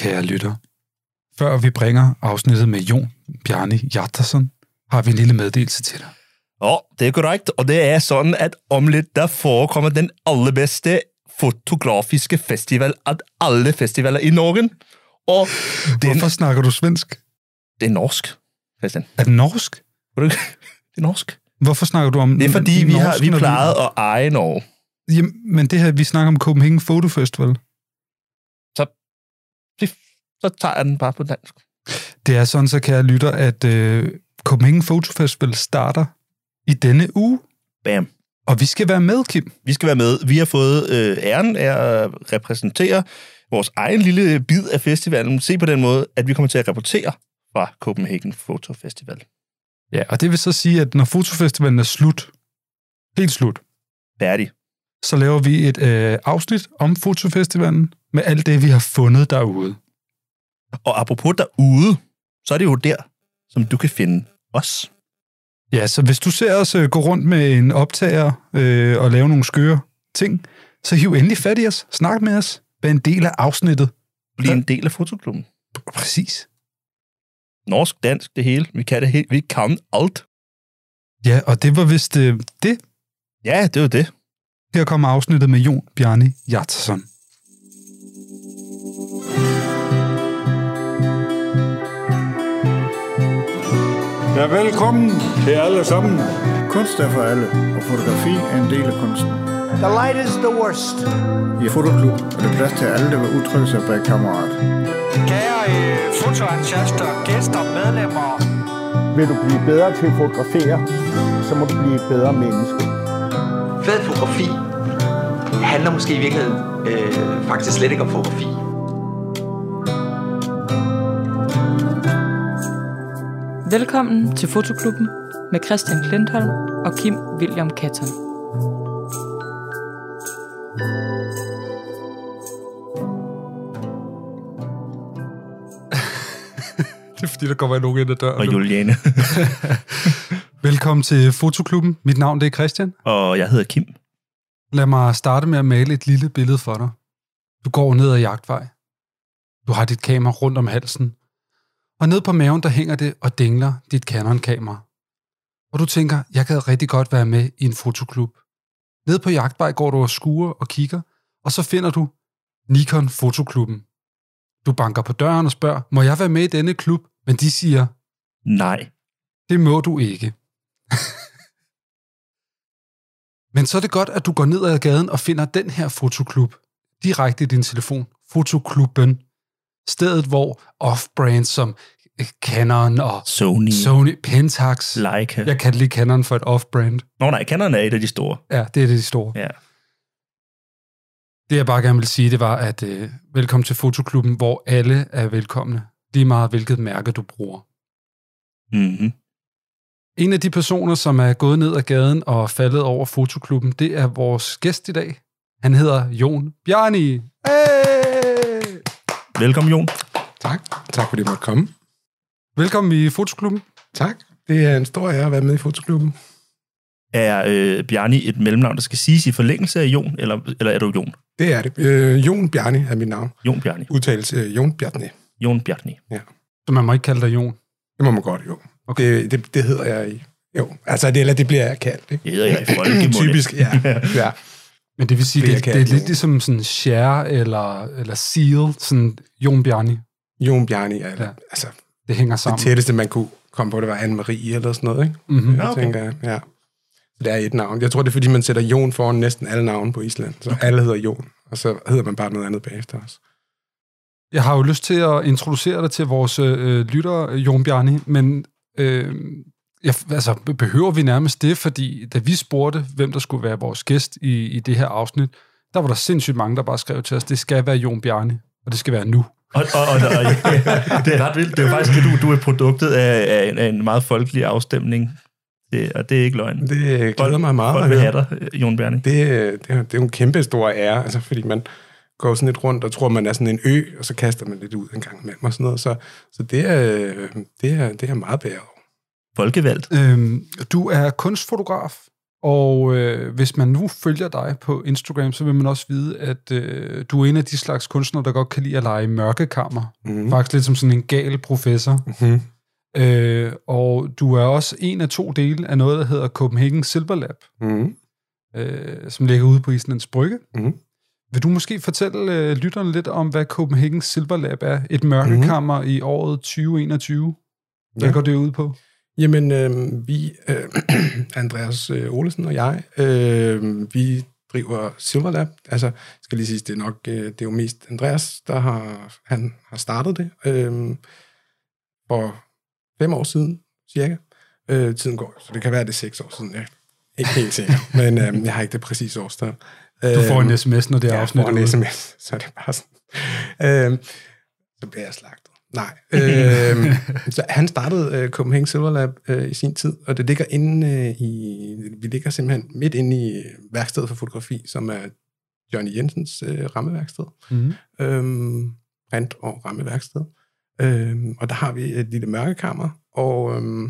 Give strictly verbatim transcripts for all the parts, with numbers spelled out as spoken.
kære lytter. Før vi bringer afsnittet med Jon Bjarni Hjartarson, har vi en lille meddelelse til dig. Ja, det er korrekt, og det er sådan, at om lidt der forekommer den allerbedste fotografiske festival af alle festivaler i Norge. Og den... Hvorfor snakker du svensk? Det er norsk, Christian. Er det norsk? Det er norsk. Hvorfor snakker du om det er fordi, vi har vi plejede vi... at eje Norge. Jamen, men det her, vi snakker om Copenhagen Photo Festival. Så, så tager jeg den bare på dansk. Det er sådan, så kære lytter, at øh, Copenhagen Photo Festival starter i denne uge. Bam. Og vi skal være med, Kim. Vi skal være med. Vi har fået øh, æren af at repræsentere vores egen lille bid af festivalen. Se på den måde, at vi kommer til at rapportere fra Copenhagen Photo Festival. Ja, og det vil så sige, at når fotofestivalen er slut, helt slut, færdig, så laver vi et øh, afsnit om fotofestivalen med alt det, vi har fundet derude. Og apropos derude, så er det jo der, som du kan finde os. Ja, så hvis du ser os øh, gå rundt med en optager øh, og lave nogle skøre ting, så hiv endelig fat i os, snak med os, vær en del af afsnittet. Bliv en del af fotoklubben. Præcis. Norsk, dansk, det hele. Vi kan det hele. Vi kan alt. Ja, og det var vist øh, det. Ja, det var det. Her kommer afsnittet med Jon Bjarni Hjartarson. Ja, velkommen til alle sammen. Kunst er for alle, og fotografi er en del af kunsten. The light is the worst. I Fotoklub er det plads til alle, der vil udtrykke sig bag kameraet. Kære øh, fotoentusiaster, gæster, medlemmer. Vil du blive bedre til at fotografere, så må du blive et bedre menneske. Fed fotografi handler måske i virkeligheden øh, faktisk slet ikke om fotografi. Velkommen til Fotoklubben med Christian Klintholm og Kim William Katton. Det er fordi, der kommer nogen ind ad døren. Og Juliane. Velkommen til Fotoklubben. Mit navn det er Christian. Og jeg hedder Kim. Lad mig starte med at male et lille billede for dig. Du går ned ad jagtvej. Du har dit kamera rundt om halsen. Og ned på maven, der hænger det og dingler dit Canon-kamera. Og du tænker, jeg kan rigtig godt være med i en fotoklub. Ned på jagtvej går du og skuer og kigger, og så finder du Nikon Fotoklubben. Du banker på døren og spørger, må jeg være med i denne klub? Men de siger, nej, det må du ikke. Men så er det godt, at du går ned ad gaden og finder den her fotoklub direkte i din telefon. Fotoklubben. Stedet, hvor off-brands som Canon og Sony, Sony Pentax, Leica. Jeg kan lide Canon for et off-brand. Nå nej, Canon er et af de store. Ja, det er det de store. Ja. Det jeg bare gerne vil sige, det var, at øh, velkommen til Fotoklubben, hvor alle er velkomne. Lige meget, hvilket mærke du bruger. Mm-hmm. En af de personer, som er gået ned ad gaden og faldet over Fotoklubben, det er vores gæst i dag. Han hedder Jon Bjarni. Hey! Velkommen, Jon. Tak. Tak, fordi du måtte komme. Velkommen i Fotoklubben. Tak. Det er en stor ære at være med i Fotoklubben. Er øh, Bjarni et mellemnavn, der skal siges i forlængelse af Jon, eller, eller er du Jon? Det er det. Øh, Jon Bjarni er mit navn. Jon Bjarni. Udtales øh, Jon Bjarni. Jon Bjarni. Ja. Så man må ikke kalde dig Jon? Det må man godt, jo. Okay. Det, det, det hedder jeg i... Jo, altså det, eller det bliver jeg kaldt, ikke? Det hedder jeg i folkemunde. Typisk, ja. ja. Men det vil sige, det, det er lidt ligesom sådan Cher eller, eller Seal, sådan Jon Bjarni. Jon Bjarni, ja. Ja. Altså, det hænger sammen. Det tætteste, man kunne komme på, det var Anne-Marie eller sådan noget, ikke? Mm-hmm. Jeg okay. tænker, ja. Det er et navn. Jeg tror, det er, fordi man sætter Jon foran næsten alle navne på Island. Så alle hedder Jon, og så hedder man bare noget andet bagefter os. Jeg har jo lyst til at introducere dig til vores øh, lyttere, Jon Bjarni, men øh, jeg, altså, behøver vi nærmest det, fordi da vi spurgte, hvem der skulle være vores gæst i, i det her afsnit, der var der sindssygt mange, der bare skrev til os, det skal være Jon Bjarni, og det skal være nu. Og, og, og, og ja, det er ret vildt. Det er faktisk det, du, du er produktet af, af, en, af en meget folkelig afstemning. Det, og det er ikke løgn. Det glæder mig meget. Folk vil have dig, Jon Bjarni. Det, det, er, det er jo en kæmpe stor ære, altså, fordi man går sådan lidt rundt og tror, man er sådan en ø, og så kaster man lidt ud en gang med mig og sådan noget. Så, så det, er, det, er, det er meget bedre. Folkevalgt. Øhm, du er kunstfotograf, Og øh, hvis man nu følger dig på Instagram, så vil man også vide, at øh, du er en af de slags kunstnere, der godt kan lide at lege mørkekammer. Mm. Faktisk lidt som sådan en gal professor. Mm-hmm. Øh, og du er også en af to dele af noget, der hedder Copenhagen Silver Lab, mm. øh, som ligger ude på Islands Brygge. Mm. Vil du måske fortælle øh, lytterne lidt om, hvad Copenhagen Silver Lab er? Et mørkekammer mm. i året tyve enogtyve. Hvad ja. går det ud på? Jamen, øh, vi, øh, Andreas øh, Olesen og jeg, øh, vi driver Silver Lab. Altså, skal lige sige, det er nok, øh, det er jo mest Andreas, der har, han har startet det øh, for fem år siden, cirka. Øh, tiden går, så det kan være, det er seks år siden. Jeg er ikke helt sikker, men øh, jeg har ikke det præcise årstal. Du får en sms, når det er afsnit. Jeg får en sms, så er det bare sådan. Øh, så bliver jeg slagtet. Nej. Øh, så han startede øh, Copenhagen Silver Lab øh, i sin tid, og det ligger inde øh, i, vi ligger simpelthen midt inde i værkstedet for fotografi, som er Johnny Jensens øh, rammeværksted. Mm-hmm. Øh, print- og rammeværksted. Øh, og der har vi et lille mørkekammer, og øh,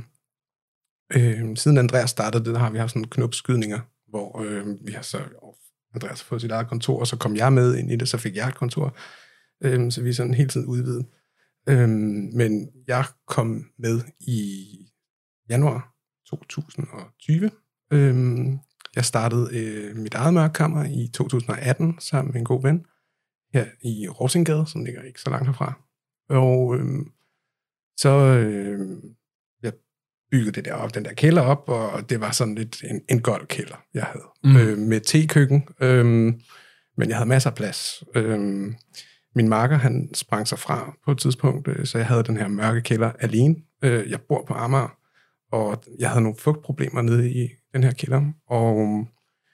øh, siden Andreas startede det, der har vi haft sådan knopskydninger, hvor øh, vi har så, Andreas har fået sit eget kontor, og så kom jeg med ind i det, så fik jeg et kontor, øh, så vi er sådan hele tiden udvidet. Øhm, men jeg kom med i januar to tusind og tyve. Øhm, jeg startede øh, mit eget mørkekammer i to tusind og atten sammen med en god ven her i Rosengade, som ligger ikke så langt herfra. Og øhm, så øh, jeg byggede det der op, den der kælder op, og det var sådan lidt en, en gold kælder, jeg havde. Mm. Øh, med tekøkken, øh, men jeg havde masser af plads. Øh, Min makker, han sprang sig fra på et tidspunkt, så jeg havde den her mørke kælder alene. Jeg bor på Amager, og jeg havde nogle fugtproblemer nede i den her kælder, og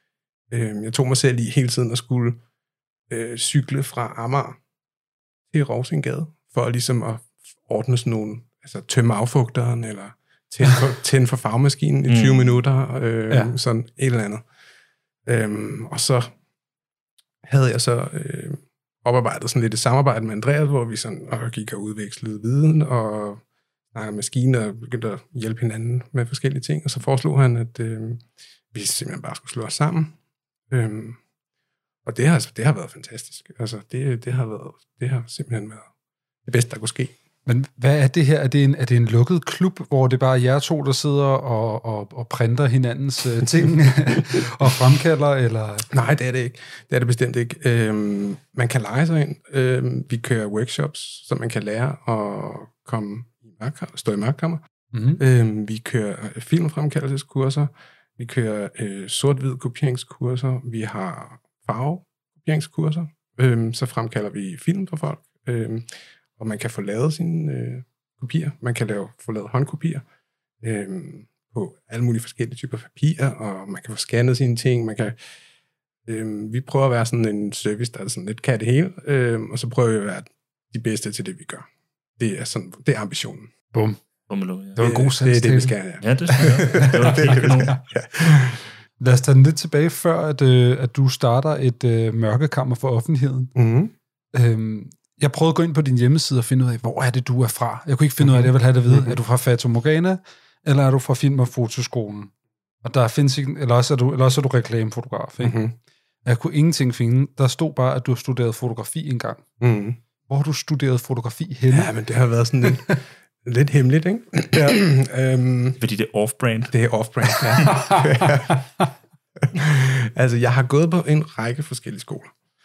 øh, jeg tog mig selv i hele tiden at skulle øh, cykle fra Amager til Rosengade, for ligesom at ordne sådan nogle, altså tømme affugteren, eller tænde for, tænde for farvemaskinen i tyve mm. minutter, øh, ja. sådan et eller andet. Øh, og så havde jeg så... Øh, oparbejdet sådan lidt et samarbejde med Andreas, hvor vi sådan og gik og udvekslede viden og snakkede maskiner og begyndte at hjælpe hinanden med forskellige ting. Og så foreslog han, at øh, vi simpelthen bare skulle slå os sammen. Øhm, og det har, det har været fantastisk. Altså, det, det, har været, det har simpelthen været det bedste, der kunne ske. Men hvad er det her? Er det en, er det en lukket klub, hvor det bare er jer to, der sidder og, og, og printer hinandens uh, ting og fremkalder, eller? Nej, det er det ikke. Det er det bestemt ikke. Øhm, man kan lege sig ind. Øhm, vi kører workshops, så man kan lære at komme i mørkekammer, stå i mørkekammer. Mm-hmm. Øhm, vi kører filmfremkaldelseskurser. Vi kører øh, sort-hvid kopieringskurser. Vi har farvekopieringskurser. Øhm, så fremkalder vi film for folk. Øhm, og man kan få lavet sine øh, kopier. Man kan lave, få lavet håndkopier øh, på alle mulige forskellige typer papir, og man kan få scannet sine ting. Man kan, øh, vi prøver at være sådan en service, der er sådan lidt kan det hele, øh, og så prøver vi at være de bedste til det, vi gør. Det er, sådan, det er ambitionen. Bum. Bummelå, ja. Det var en god det, det er det, vi skal, ja. Ja, det skal jeg. Det var det, det, det, ja. Lad os tage den lidt tilbage, før at, øh, at du starter et øh, mørkekammer for offentligheden. Mm-hmm. Øhm, Jeg prøvede at gå ind på din hjemmeside og finde ud af, hvor er det, du er fra. Jeg kunne ikke finde ud af det, jeg vil have det at vide. Mm-hmm. Er du fra Fata Morgana, eller er du fra Film- og Fotoskolen? Og der findes ikke, eller også er du, eller også er du reklamefotograf, ikke? Mm-hmm. Jeg kunne ingenting finde. Der stod bare, at du har studeret fotografi engang. Mm-hmm. Hvor har du studeret fotografi henne? Ja, men det har været sådan lidt, lidt hemmeligt, ikke? Ja, øhm, Fordi det er off-brand. Det er off-brand, ja. Altså, jeg har gået på en række forskellige skoler.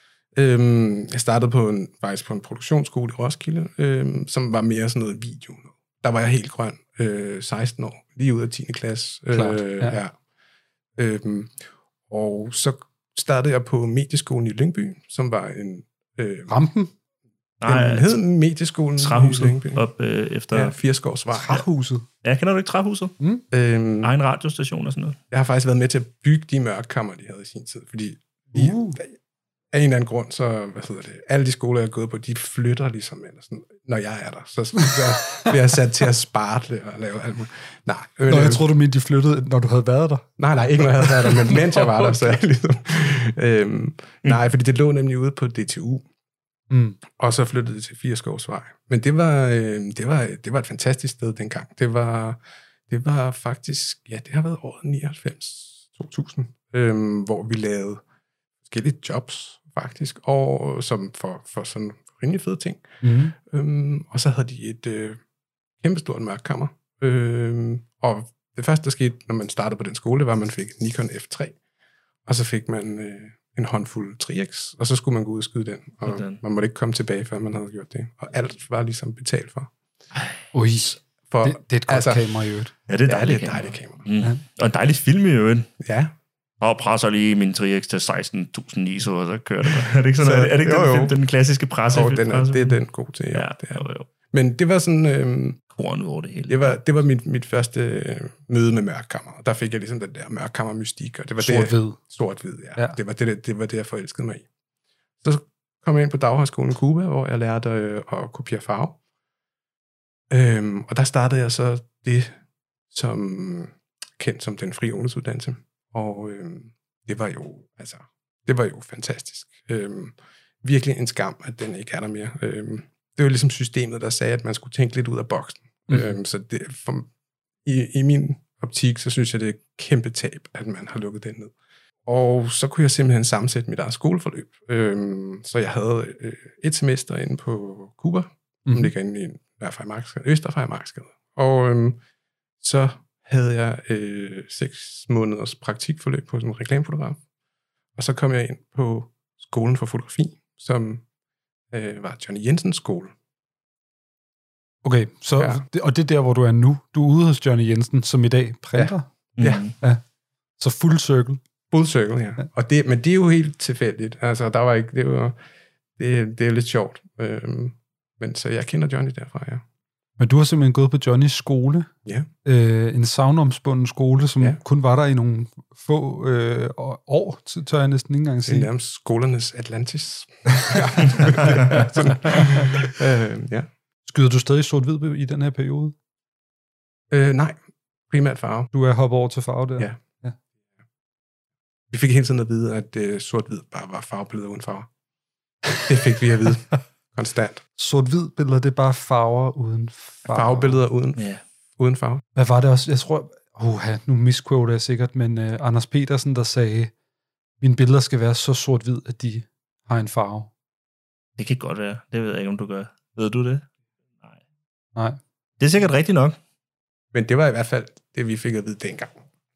Øhm, jeg startede på en, faktisk på en produktionsskole i Roskilde, øhm, som var mere sådan noget video. Der var jeg helt grøn, øh, seksten år, lige ud af tiende klasse. Klart, øh, ja. ja. Øhm, og så startede jeg på Medieskolen i Lyngby, som var en... Øh, Rampen? Nej, den hed Medieskolen Træhuset i Lyngby. op øh, efter... Ja, Firskovsvej. Træhuset? Ja, kender du ikke Træhuset? Mm. Øhm, Egen radiostation og sådan noget. Jeg har faktisk været med til at bygge de mørkekammer, de havde i sin tid, fordi de, uh. af en eller anden grund, så, hvad hedder det, alle de skoler, jeg har gået på, de flytter ligesom, eller sådan, når jeg er der, så, så bliver jeg sat til at spartle og lave alt muligt. Nej, øh, Nå, jeg troede, du mente, de flyttede, når du havde været der. Nej, nej, ikke når jeg havde været der, men mens jeg var der, så jeg ligesom... Øhm, mm. Nej, fordi det lå nemlig ude på D T U, mm. og så flyttede det til Firskovsvej. Men det var, øh, det, var, det var et fantastisk sted dengang. Det var, det var faktisk, ja, det har været året nioghalvfems, to tusind, øhm, hvor vi lavede forskellige jobs, faktisk, og som for, for sådan rimelig fede ting. Mm. Øhm, og så havde de et øh, kæmpestort mørkkammer. Øhm, og det første, der skete, når man startede på den skole, det var, at man fik Nikon F tre, og så fik man øh, en håndfuld tre X, og så skulle man gå ud og skyde den. Og Hvordan? Man måtte ikke komme tilbage, før man havde gjort det. Og alt var ligesom betalt for. Ui, for det, det er et godt altså, kamera i øvrigt. Ja, det er dejligt ja, dejligt kamera. Mm. Ja. Og en dejlig film i øvrigt. Ja. Og presser lige min tre X til seksten tusind I S O, og så kører det. Er det ikke sådan, så, er det ikke jo, den, jo. den klassiske presse? Jo, den er, det er den god til. Ja, ja det er. Jo, jo. Men det var sådan... Øhm, over det hele. Det var, det var mit, mit første øh, møde med mørkkammer, og der fik jeg ligesom den der mørkkammer-mystik, og det var sort-hvid. Sort-hvid, ja. ja. Det var det, det var det, jeg forelskede mig i. Så kom jeg ind på Daghøjskolen i Cuba, hvor jeg lærte øh, at kopiere farve. Øhm, og der startede jeg så det, som kendt som den frie ungdomsuddannelse. Og øhm, det var jo, altså, det var jo fantastisk. Øhm, virkelig en skam, at den ikke er der mere. Øhm, det var ligesom systemet, der sagde, at man skulle tænke lidt ud af boksen. Mm. Øhm, så det, for, i, i min optik, så synes jeg, det er et kæmpe tab, at man har lukket den ned. Og så kunne jeg simpelthen sammensætte mit eget skoleforløb. Øhm, så jeg havde øh, et semester inde på Cuba, mm. som ligger inde i Østerfejmarksgade. Og øhm, så havde jeg øh, seks måneders praktikforløb på sådan en reklamefotograf. Og så kom jeg ind på skolen for fotografi, som øh, var Johnny Jensens skole. Okay, så, ja. det, og det er der, hvor du er nu. Du er ude hos Johnny Jensen, som i dag printer. Ja. Mm. ja. ja. Så full circle. Full circle, ja. ja. Og det, men det er jo helt tilfældigt. Altså, der var ikke, det var, det, det er lidt sjovt. Øhm, men så jeg kender Johnny derfra, ja. Men du har simpelthen gået på Johnnys skole. Ja. Øh, en savnomspunden skole, som ja. kun var der i nogle få øh, år, tør jeg næsten ikke engang sige. Det er nærmest skolernes Atlantis. Sådan. øh, ja. Skyder du stadig sort-hvid i den her periode? Øh, nej, primært farve. Du er hoppet over til farve der? Ja. ja. Vi fik hele tiden at vide, at øh, sort-hvid bare var farvebilleder uden farve. Det fik vi at vide. Konstant. Sort-hvid billeder, det er bare farver uden farve. Farvebilleder uden, yeah. uden farve. Hvad var det også? Jeg tror, uh, nu misquoter jeg sikkert, men uh, Anders Petersen, der sagde, mine billeder skal være så sort-hvid, at de har en farve. Det kan godt være. Det ved jeg ikke, om du gør. Ved du det? Nej. Nej. Det er sikkert rigtigt nok. Men det var i hvert fald det, vi fik at vide dengang.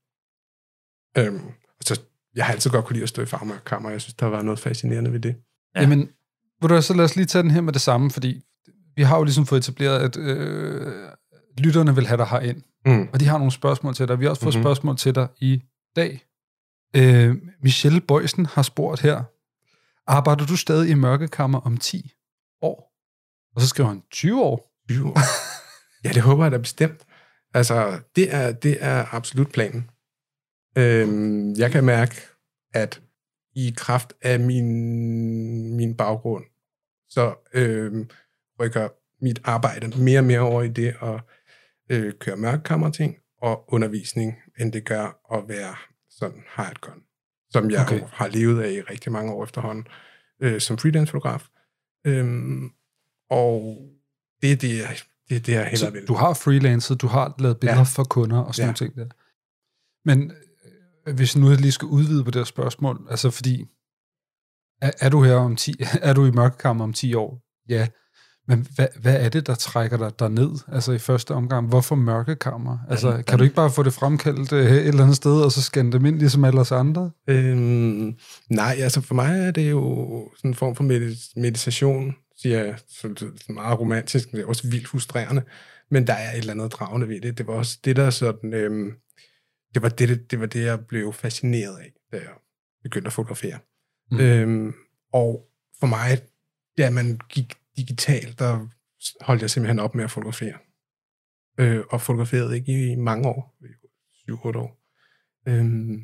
Øhm, så jeg har altid godt kunne lide at stå i farvemørkkammer. Jeg synes, der var noget fascinerende ved det. Ja. Jamen, så lad os lige tage den her med det samme, fordi vi har jo ligesom fået etableret, at øh, lytterne vil have dig herind. Mm. Og de har nogle spørgsmål til dig. Vi har også fået mm-hmm. spørgsmål til dig i dag. Øh, Michelle Bøjsen har spurgt her, arbejder du stadig i mørkekammer om ti år? Og så skriver han tyve år. tyve år. Ja, det håber jeg da bestemt. Altså, det er, det er absolut planen. Øhm, jeg kan mærke, at i kraft af min, min baggrund, så øh, rykker mit arbejde mere og mere over i det at øh, køre mørkekammerting og undervisning, end det gør at være sådan hardcore, som jeg okay. har levet af i rigtig mange år efterhånden, øh, som freelance-fotograf. Øhm, og det er det, jeg, det, er det, jeg hellere vil. Du har freelancet, du har lavet billeder ja. for kunder og sådan ja. noget ting der. Men hvis nu jeg lige skal udvide på det her spørgsmål, altså fordi, er, er du her om ti, er du i mørkekammer om ti år? Ja. Men hvad, hvad er det, der trækker dig derned, altså i første omgang? Hvorfor mørkekammer? Altså, ja, kan du ikke bare få det fremkaldt øh, et eller andet sted, og så scanne dem ind, ligesom alle os andre? Øhm, nej, altså for mig er det jo sådan en form for meditation, siger jeg, så meget romantisk, men det er også vildt frustrerende, men der er et eller andet dragende ved det. Det var også det, der sådan... Øhm, Det var det, det var det, jeg blev fascineret af, da jeg begyndte at fotografere. Mm. Øhm, og for mig, da man gik digitalt, der holdt jeg simpelthen op med at fotografere. Øh, og fotograferede ikke i mange år, syv otte år. Øhm,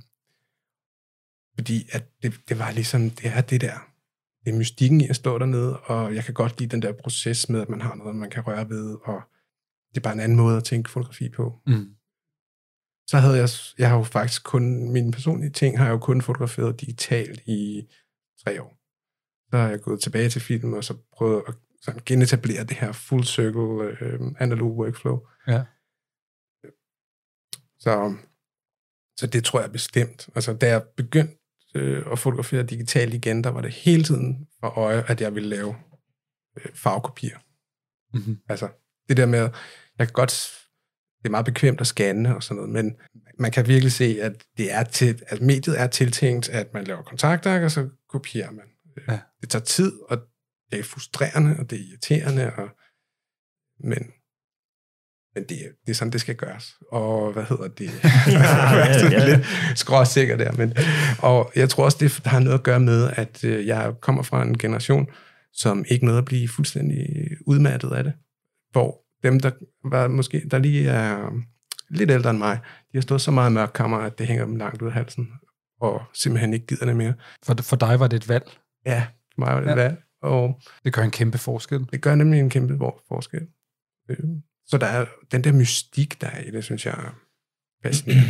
fordi at det, det var ligesom, det er det der, det er mystikken i at stå dernede, og jeg kan godt lide den der proces med, at man har noget, man kan røre ved, og det er bare en anden måde at tænke fotografi på. Mm. Så havde jeg, jeg har jo faktisk kun, mine personlige ting har jeg jo kun fotograferet digitalt i tre år. Så har jeg gået tilbage til film, og så prøvet at sådan genetablere det her full circle øh, analog workflow. Ja. Så så det tror jeg bestemt. Altså, da jeg begyndte øh, at fotografere digitalt igen, der var det hele tiden for øje, at jeg ville lave øh, farvekopier. Mm-hmm. Altså, det der med, jeg kan godt, det er meget bekvemt at scanne og sådan noget, men man kan virkelig se, at det er til, at mediet er tiltænkt, at man laver kontaktark, og så kopierer man. Ja. Det tager tid, og det er frustrerende, og det er irriterende, og, men, men det, det er sådan, det skal gøres. Og hvad hedder det? Jeg er lidt skråsikker der, men og jeg tror også, det har noget at gøre med, at jeg kommer fra en generation, som ikke nåede at blive fuldstændig udmattet af det. Hvor dem, der var måske, der lige er lidt ældre end mig, de har stået så meget i mørkkammer, at det hænger dem langt ud af halsen, og simpelthen ikke gider det mere. For, for dig var det et valg? Ja, for mig var det et ja. valg. Og det gør en kæmpe forskel. Det gør nemlig en kæmpe forskel. Så der er den der mystik, der er i det, synes jeg er fascinerende.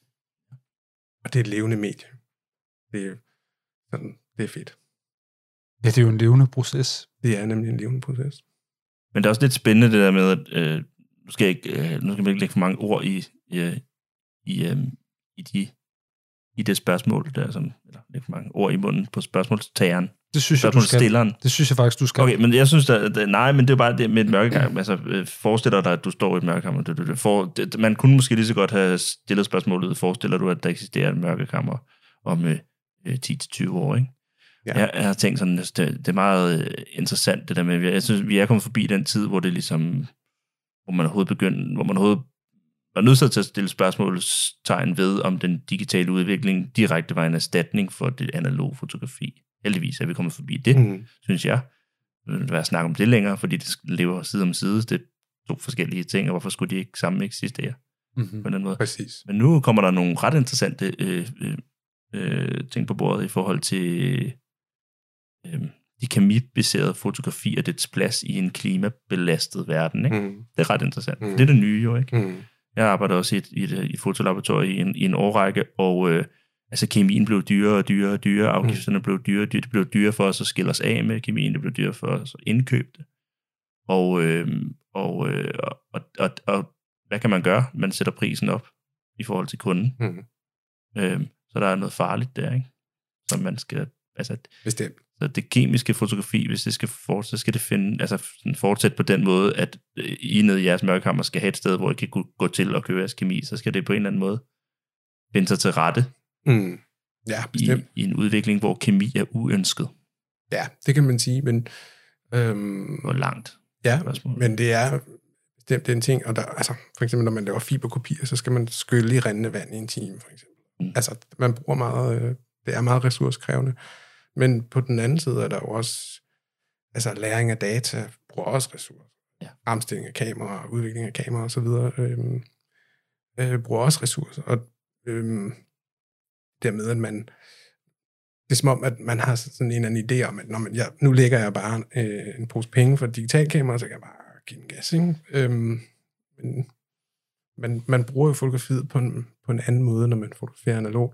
Og det er et levende medie. Det er, sådan, det er fedt. Ja, det er jo en levende proces. Det er nemlig en levende proces. Men det er også lidt spændende det der med, at øh, nu, skal jeg ikke, øh, nu skal man ikke lægge for mange ord i, i, i, øh, i, de, i det spørgsmål, der, som, eller lægge for mange ord i munden på spørgsmålstageren. Det synes jeg, du skal. Det synes jeg faktisk, du skal. Okay, men jeg synes, at nej, men det er bare det med et mørkekammer. Altså, forestil dig, at du står i et mørkekammer. Det, det, det, for, det, man kunne måske lige så godt have stillet spørgsmålet, forestiller du, at der eksisterer et mørkekammer om øh, ti til tyve år, ikke? Ja. Jeg, jeg har tænkt sådan, det, det er meget interessant, det der med, jeg synes, vi er kommet forbi den tid, hvor det ligesom, hvor man overhovedet begyndte, hvor man overhovedet var nødt til at stille spørgsmålstegn ved, om den digitale udvikling direkte var en erstatning for det analoge fotografi. Heldigvis er vi kommet forbi det, mm. synes jeg. Det vil være at snakke om det længere, fordi det lever side om side. Det er to forskellige ting, og hvorfor skulle de ikke sammen eksistere mm-hmm. på den måde? Præcis. Men nu kommer der nogle ret interessante øh, øh, øh, ting på bordet i forhold til øh, de kemibaserede fotografier, dets plads i en klimabelastet verden. Ikke? Mm. Det er ret interessant. Mm. Det er det nye jo, ikke? Mm. Jeg arbejder også i et, i et, i et fotolaboratorium i en, i en årrække, og øh, altså kemien blev dyrere og dyrere og dyrere, afgifterne mm. blev dyrere og dyrere, det blev dyrere for os at skille os af med kemien, det blev dyrere for os at indkøbe det. Og, øh, og, øh, og, og, og hvad kan man gøre? Man sætter prisen op i forhold til kunden. Mm. Øh, så der er noget farligt der, ikke? Som man skal, altså, bestemt. Så det kemiske fotografi, hvis det skal fortsætte, så skal det finde, altså fortsætte på den måde, at I nede i jeres mørkekammer skal have et sted, hvor I kan gå til og købe jeres kemi, så skal det på en eller anden måde finde sig til rette. Mm. Ja, bestemt. I, I en udvikling, hvor kemi er uønsket. Ja, det kan man sige, men øhm, hvor langt? Ja, men det er bestemt den ting, og der, altså, for eksempel når man laver fiberkopier, så skal man skylle i rindende vand i en time, for eksempel. Mm. Altså, man bruger meget, øh, det er meget ressourcekrævende. Men på den anden side er der jo også, altså læring af data bruger også ressourcer. Ja. Fremstilling af kameraer, udvikling af kameraer osv. Øh, øh, bruger også ressourcer. Og øh, dermed, at man, det er som om, at man har sådan en eller anden idé om, at når man, ja, nu lægger jeg bare øh, en pose penge for et digitalkamera, så kan jeg bare give en gas, ikke? Øh, men man, man bruger jo fotografiet på en, på en anden måde, når man fotograferer analog.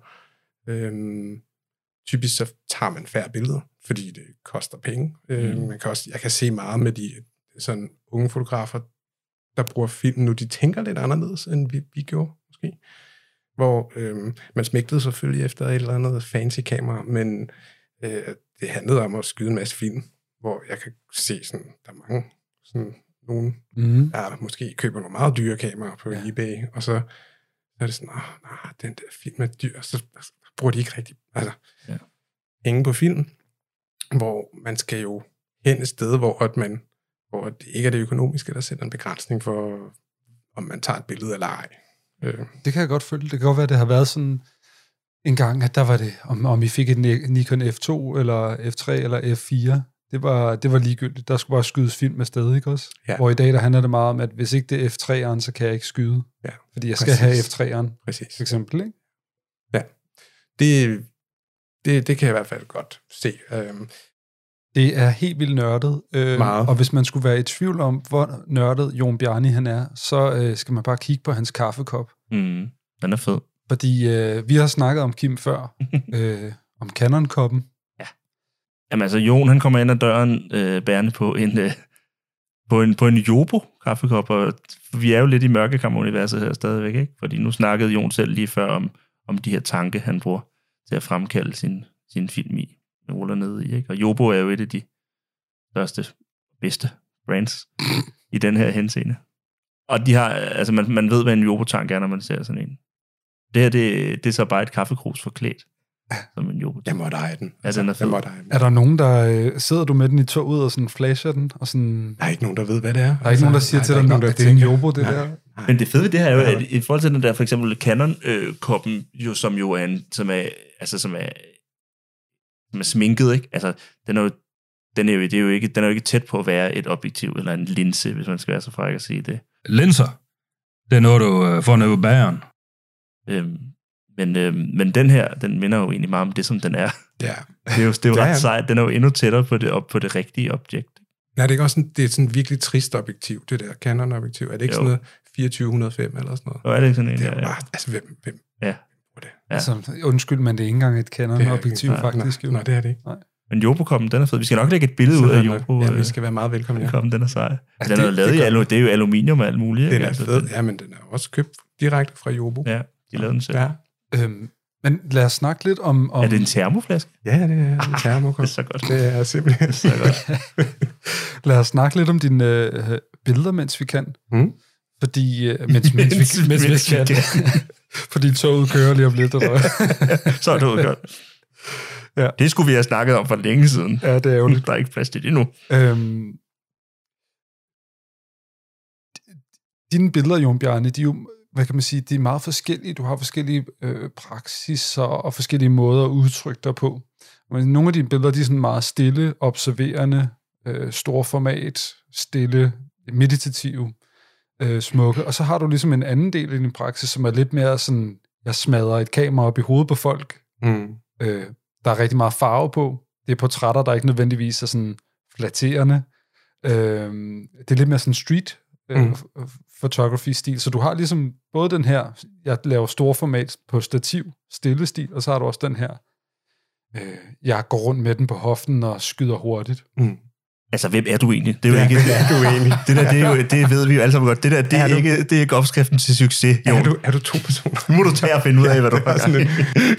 Øh, Typisk så tager man færre billeder, fordi det koster penge. Mm. Øh, man kan også, jeg kan se meget med de sådan unge fotografer, der bruger film nu, de tænker lidt anderledes, end vi, vi gjorde, måske. Hvor øh, man smægtede selvfølgelig efter et eller andet fancy kamera, men øh, det handlede om at skyde en masse film, hvor jeg kan se sådan, der er mange, sådan nogen, mm. der måske køber nogle meget dyre kameraer på ja. eBay, og så, så er det sådan, åh, den der film er dyr, så bruger de ikke rigtig, altså, ja. Penge på film, hvor man skal jo hen et sted, hvor, at man, hvor det ikke er det økonomiske, der sætter en begrænsning for, om man tager et billede eller ej. Øh. Det kan jeg godt følge. Det kan godt være, at det har været sådan en gang, at der var det, om, om I fik et Nikon F to, eller F tre, eller F fire. Det var, det var ligegyldigt. Der skulle bare skydes film afsted, ikke også? Ja. Hvor i dag, der handler det meget om, at hvis ikke det er F tre'eren, så kan jeg ikke skyde. Ja. Fordi jeg skal Præcis. have F tre'eren, Præcis. for eksempel, ikke? Ja. Det, det, det kan jeg i hvert fald godt se. Øhm. Det er helt vildt nørdet. Øh, Meget. Og hvis man skulle være i tvivl om, hvor nørdet Jon Bjarni han er, så øh, skal man bare kigge på hans kaffekop. Mm, den er fed. Fordi øh, vi har snakket om Kim før, øh, om Canon-koppen. Ja. Jamen altså, Jon han kommer ind ad døren øh, bærende på en, øh, på en, på en Jobo-kaffekop, og vi er jo lidt i mørkekammer-universet her stadigvæk, ikke? Fordi nu snakkede Jon selv lige før om, om de her tanke, han bruger til at fremkalde sin, sin film i, med ruller ned i. Ikke? Og Jobo er jo et af de største, bedste brands i den her henseende. Og de har, altså man, man ved, hvad en Jobo-tank er, når man ser sådan en. Det her, det, det er så bare et kaffekrus forklædt. Som en Jobo. Jeg måtte eje den. Ja, den er fed. Jeg eje den. Er der nogen, der... Øh, sidder du med den i toget og sådan flasher den? Og sådan, der er ikke nogen, der ved, hvad det er. Der er ikke nogen, der siger nej, til dig, at det er en Jobo, det der? Nej. Men det fede ved det her er jo, at i forhold til den der, for eksempel Canon-koppen, jo, som jo er en, som er, altså som er, som er sminket, ikke? Altså, den er jo, den er jo, det er jo ikke, den er jo ikke tæt på at være et objektiv eller en linse, hvis man skal være så fræk at sige det. Linser, det er noget, du øh, får ned på bageren. Øhm, men, øhm, men den her, den minder jo egentlig meget om det, som den er. Ja. Det er jo, det er jo ja, ret ja. sejt. Den er jo endnu tættere på det, op på det rigtige objekt. Nej, det er ikke også sådan, det er sådan et virkelig trist objektiv, det der Canon-objektiv. Er det ikke jo. sådan noget fireogtyve hundrede og fem eller sådan noget? Og er det ikke sådan en? Det er ja, jo ja. bare, altså hvem, hvem? Ja. Det? Ja. Altså, undskyld, men det er ikke engang et Canon-objektiv, nej, faktisk. Nej, nej, det er det ikke. Nej. Men Jobo-koppen, den er fed. Vi skal nok lægge et billede ud af Jobo. Ja, vi skal være meget velkommen. Ja. Den er sej. Altså, den er jo det, lavet det, i alu, det er jo aluminium og alt muligt. Den ikke? er Altså, fed, den- ja, men den er også købt direkte fra Jobo. Ja, de lavede den selv. Ja, Øhm, men lad os snakke lidt om... om Er det en termoflaske? ja det er en termokop. Det er så godt. Det er simpelthen så godt. lad os snakke lidt om dine øh, billeder, mens vi kan. Mm. Fordi... Øh, mens, mens, mens, vi, mens, mens vi kan. Fordi toget kører lige om lidt. Eller? Så er det jo godt. Ja. Det skulle vi have snakket om for længe siden. Ja, det er ærgerligt. Der er ikke plads til det nu. Øhm, dine billeder, Jon Bjarne, de er jo, hvad kan man sige, de er meget forskellige. Du har forskellige øh, praksiser og forskellige måder at udtrykke dig på. Men nogle af dine billeder, de er sådan meget stille, observerende, øh, store format, stille, meditative, øh, smukke. Og så har du ligesom en anden del af din praksis, som er lidt mere sådan, jeg smadrer et kamera op i hovedet på folk. Mm. Øh, der er rigtig meget farve på. Det er portrætter, der ikke nødvendigvis er sådan flatterende. Øh, det er lidt mere sådan street øh, Mm. photography-stil. Så du har ligesom både den her, jeg laver store format på stativ, stille stil, og så har du også den her, øh, jeg går rundt med den på hoften og skyder hurtigt. Mm. Altså, hvem er du egentlig? Det er jo Ja, ikke... hvem er du egentlig? Det der, det, er jo, det ved vi jo alle sammen godt. Det der, det er, Er du- ikke, det er ikke opskriften til succes, jo. Er du, er du to personer? Nu må du tage og finde ud af, hvad du Det er har. sådan en-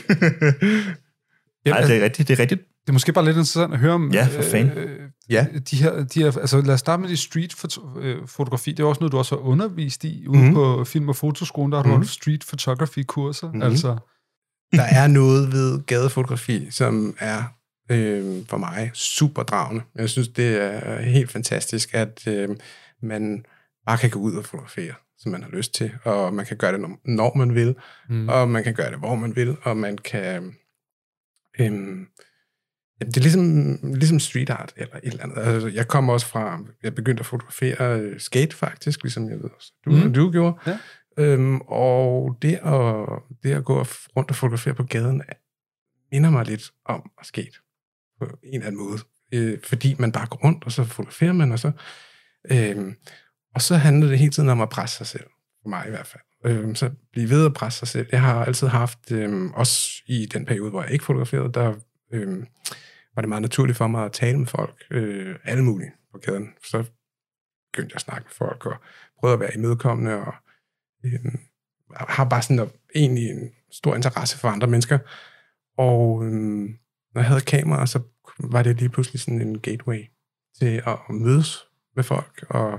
Nej, det er rigtigt. Det er rigtigt. Det er måske bare lidt interessant at høre om Ja, for fanden. øh, Ja. de her, de her, altså lad os starte med de street-fotografi. Det er også noget, du også har undervist i ude Mhm. mm. på Film- og Fotoskolen. Der har du Mhm. mm. street photography-kurser. Mhm. Mm. Altså, Der er noget ved gadefotografi, som er øh, for mig super dragende. Jeg synes, det er helt fantastisk, at øh, man bare kan gå ud og fotografere, som man har lyst til, og man kan gøre det, når- når man vil, mm. og man kan gøre det, hvor man vil, og man kan... Øh, jamen, det er ligesom, ligesom street art, eller et eller andet. Altså, jeg kommer også fra... Jeg begyndte at fotografere øh, skate, faktisk, ligesom jeg ved også, du, Mhm. mm. du gjorde. Ja. Øhm, og det at, det at gå rundt og fotografere på gaden, minder mig lidt om at skate på en eller anden måde. Øh, fordi man bare går rundt, og så fotograferer man, og så... Øh, og så handler det hele tiden om at presse sig selv. For mig i hvert fald. Øh, så blive ved at presse sig selv. Jeg har altid haft, øh, også i den periode, hvor jeg ikke fotograferede, der øh, var det meget naturligt for mig at tale med folk. Øh, alle mulige på gaden. Så begyndte jeg at snakke med folk, og prøvede at være imødekommende, og øh, har bare sådan egentlig en stor interesse for andre mennesker. Og øh, når jeg havde kamera, så var det lige pludselig sådan en gateway til at mødes med folk. Og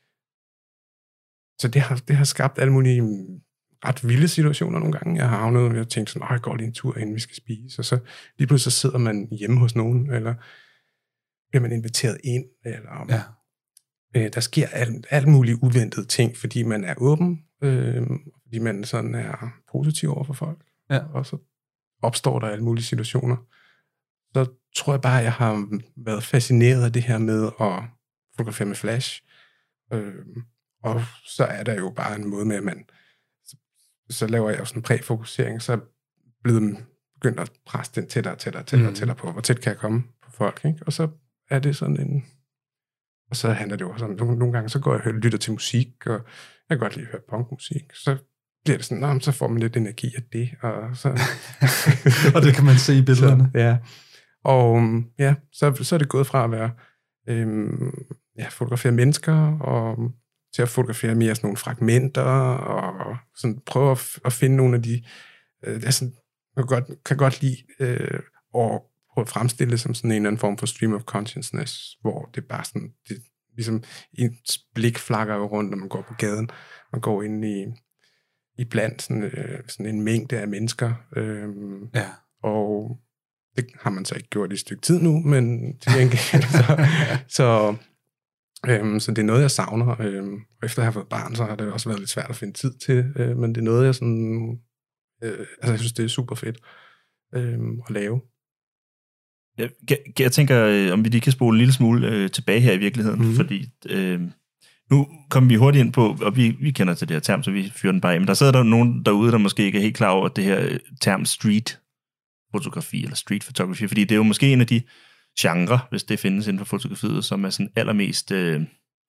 så det har, det har skabt alle mulige ret vilde situationer nogle gange. Jeg har havnet, og jeg tænkte sådan, jeg går lige en tur, inden vi skal spise. Og så lige pludselig så sidder man hjemme hos nogen, eller bliver man inviteret ind, eller ja. øh, der sker alt, alt mulige uventede ting, fordi man er åben, øh, fordi man sådan er positiv over for folk. Ja. Og så opstår der alle mulige situationer. Så tror jeg bare, at jeg har været fascineret af det her med at fotografere med flash. Øh, og så er der jo bare en måde med, at man så, så laver jeg jo sådan en præfokusering, så er blevet begyndt at presse den tættere, tættere, tættere, Mm. tættere på, hvor tæt kan jeg komme på folk, ikke? Og så er det sådan en... Og så handler det jo også om, nogle, nogle gange, så går jeg og lytter til musik, og jeg kan godt lide at høre punkmusik, så bliver det sådan, nå, men så får man lidt energi af det, og så... og det kan man se i billederne. Så, ja. Og ja, så, så er det gået fra at være øhm, ja, fotografere mennesker, og til at fotografere mere sådan nogle fragmenter, og sådan prøve at, at finde nogle af de øh, det er sådan, jeg kan godt, kan godt lide øh, at prøve at fremstille det som sådan en eller anden form for stream of consciousness, hvor det bare sådan, det, ligesom ens blik flakker jo rundt, når man går på gaden. Man går ind i, i blandt sådan, øh, sådan en mængde af mennesker. Øh, ja. Og det har man så ikke gjort i et stykke tid nu, men til gengæld, så, så, øh, så det er noget, jeg savner. Øh, og efter at have fået barn, så har det også været lidt svært at finde tid til, øh, men det er noget, jeg sådan, øh, altså jeg synes, det er super fedt øh, at lave. Jeg, jeg tænker, øh, om vi lige kan spole en lille smule øh, tilbage her i virkeligheden, mm-hmm. fordi øh, nu kommer vi hurtigt ind på, og vi, vi kender til det her term, så vi fyrer den bare af, men der sidder der nogen derude, der måske ikke er helt klar over det her term street-fotografi, eller street-fotografi, fordi det er jo måske en af de genre, hvis det findes inden for fotografiet, som er sådan allermest, øh,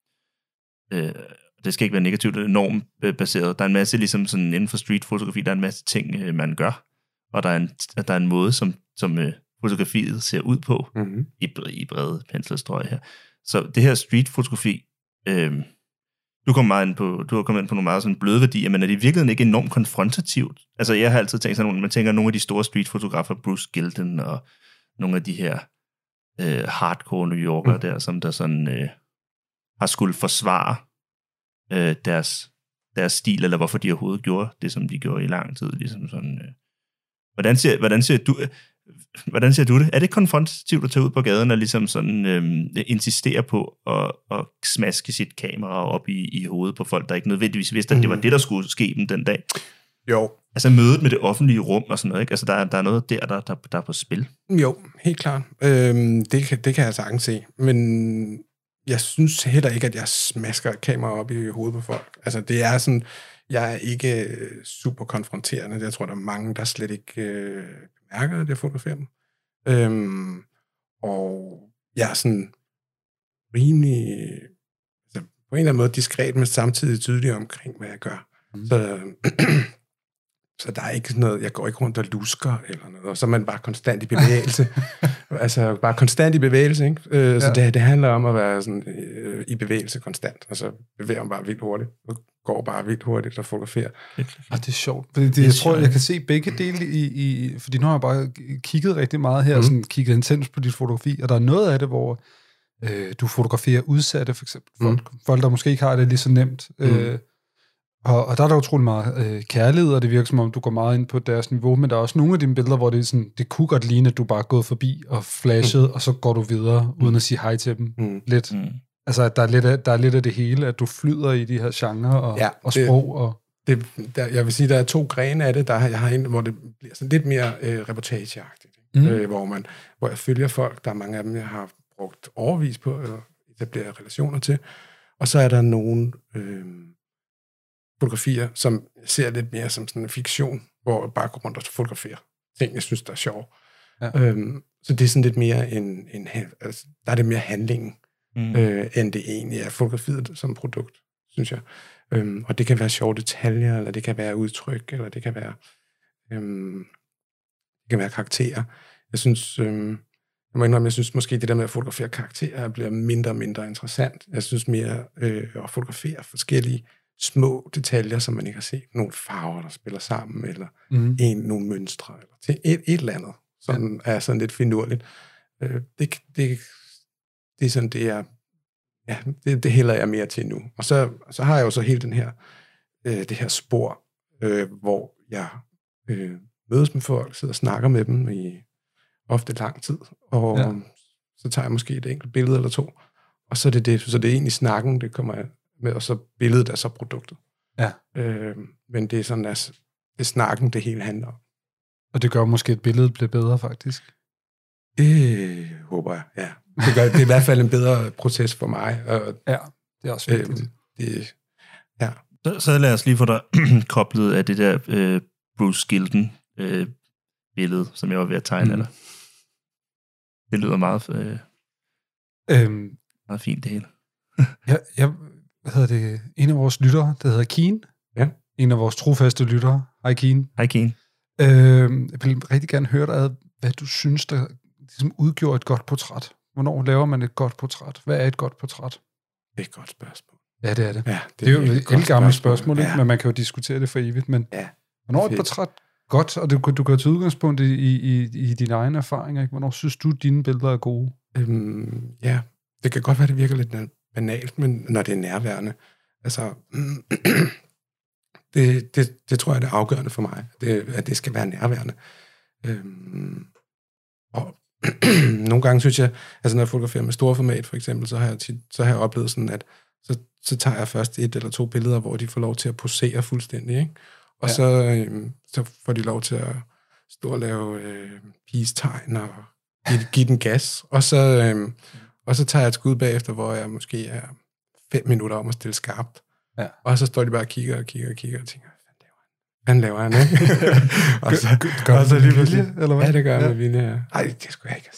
øh, det skal ikke være negativt, normbaseret. Der er en masse, ligesom sådan inden for street-fotografi, der er en masse ting, øh, man gør, og der er en, der er en måde, som, som øh, fotografiet ser ud på, mm-hmm. i, i brede penselstrøg her. Så det her street-fotografi, øh, du kommer meget ind på, du har kommet ind på nogle meget sådan bløde værdier, men er det i virkeligheden ikke enormt konfrontativt? Altså, jeg har altid tænkt sådan, man tænker nogle af de store street-fotografer, Bruce Gilden, og nogle af de her øh, hardcore New Yorker mm. der, som der sådan øh, har skulle forsvare øh, deres, deres stil, eller hvorfor de overhovedet gjorde det, som de gjorde i lang tid, ligesom sådan. Øh. Hvordan ser, hvordan ser du... Hvordan ser du det? Er det konfrontativt at tage ud på gaden og ligesom sådan øhm, insistere på at, at smaske sit kamera op i, i hovedet på folk, der ikke nødvendigvis vidste, at det var det, der skulle ske dem den dag? Jo. Altså mødet med det offentlige rum og sådan noget, ikke? Altså der, der er noget der, der, der, der er på spil. Jo, helt klart. Øhm, det, kan, det kan jeg sagtens se. Men jeg synes heller ikke, at jeg smasker et kamera op i hovedet på folk. Altså det er sådan, jeg er ikke super konfronterende. Jeg tror, der er mange, der slet ikke... Øh, mærker, at jeg fotograferer dem. Øhm, og jeg er sådan rimelig, altså på en eller anden måde diskret, men samtidig tydelig omkring, hvad jeg gør. Mm. Så, så der er ikke sådan noget, jeg går ikke rundt og lusker eller noget, og så er man bare konstant i bevægelse. altså bare konstant i bevægelse, ikke? Øh, så ja. det, det handler om at være sådan, øh, i bevægelse konstant, og så bevæger man bare vildt hurtigt. Går bare vildt hurtigt og fotograferer. Og det er sjovt. Fordi det, det jeg tror, jeg kan se begge dele i, i... Fordi nu har jeg bare kigget rigtig meget her, mm. sådan kigget intens på dit fotografi, og der er noget af det, hvor øh, du fotograferer udsatte, for eksempel. Folk, mm. folk, der måske ikke har det lige så nemt. Mm. Øh, og, og der er der utrolig meget øh, kærlighed, og det virker som om, du går meget ind på deres niveau, men der er også nogle af dine billeder, hvor det er sådan, det kunne godt ligne, at du bare er gået forbi og flashet, mm. og så går du videre, uden at sige hej til dem. Mm. Lidt. Mm. Altså, der er, lidt af, der er lidt af det hele, at du flyder i de her genrer og, ja, og sprog. Det, og... det, der, jeg vil sige, der er to grene af det. Der, jeg har en, hvor det bliver sådan lidt mere øh, reportageagtigt. Mm. Øh, hvor, man, hvor jeg følger folk. Der er mange af dem, jeg har brugt overvis på at etablere relationer til. Og så er der nogle øh, fotografier, som ser lidt mere som sådan en fiktion, hvor jeg bare går rundt og fotograferer ting, jeg synes, der er sjov. Ja. Øhm, så det er sådan lidt mere en... en altså, der er det mere handlingen. Mm. Øh, end det egentlig er fotografiet som produkt, synes jeg. Øhm, og det kan være sjove detaljer, eller det kan være udtryk, eller det kan være øhm, det kan være karakterer. Jeg synes, øhm, jeg må indrømme, jeg synes måske, det der med at fotografere karakterer bliver mindre og mindre interessant. Jeg synes mere øh, at fotografere forskellige små detaljer, som man ikke har set. Nogle farver, der spiller sammen, eller mm. en, nogle mønstre, eller til et, et eller andet, som ja. er sådan lidt finurligt. Øh, det, det Det er sådan, det er, ja, det, det hælder jeg mere til nu. Og så, så har jeg jo så hele den her, øh, det her spor, øh, hvor jeg øh, mødes med folk, sidder og snakker med dem i ofte lang tid, og ja. så tager jeg måske et enkelt billede eller to, og så er det det, så det er egentlig snakken, det kommer jeg med, og så billedet er så produktet. Ja. Øh, men det er sådan, at det er snakken, det hele handler om. Og det gør måske, at billedet bliver bedre, faktisk? Det håber jeg, ja. Det, gør, det er i hvert fald en bedre proces for mig. Og, ja, det er også vigtigt. Øh, det, ja. så, så lad os lige få dig koblet af det der øh, Bruce Gilden øh, billede, som jeg var ved at tegne mm. eller. Det lyder meget, øh, øhm, meget fint, det hele. jeg, jeg, hvad hedder det? En af vores lyttere, der hedder Keen. Ja. En af vores trofaste lyttere. Hej Keen. Hej Keen. Øh, jeg vil rigtig gerne høre dig, hvad du synes, der ligesom udgjorde et godt portræt. Hvornår laver man et godt portræt? Hvad er et godt portræt? Det er et godt spørgsmål. Ja, det er det. Ja, det, det er jo et ældgammelt spørgsmål, spørgsmål ja. men man kan jo diskutere det for evigt. Men ja, hvornår er et portræt Godt, og du, du kan tage udgangspunkt i, i, i dine egne erfaringer. Ikke? Hvornår synes du, dine billeder er gode? Øhm, ja, det kan godt være, det virker lidt banalt, men når det er nærværende. Altså, det, det, det tror jeg, det er afgørende for mig, det, at det skal være nærværende. Øhm, og nogle gange synes jeg, altså når jeg fotograferer med store format for eksempel, så har jeg, tit, så har jeg oplevet sådan, at så, så tager jeg først et eller to billeder, hvor de får lov til at posere fuldstændig, ikke? Og ja. så, øhm, så får de lov til at stå og lave øh, peace-tegn og give, give den gas. Og så, øhm, og så tager jeg et skud bagefter, hvor jeg måske er fem minutter om at stille skarpt. Ja. Og så står de bare og kigger og kigger og kigger og tænker, hvad laver han, ikke? og så, gør og så det lige med vilje, eller hvad? Ja, det gør jeg ja. med vilje, ja. Ej, det skulle jeg ikke.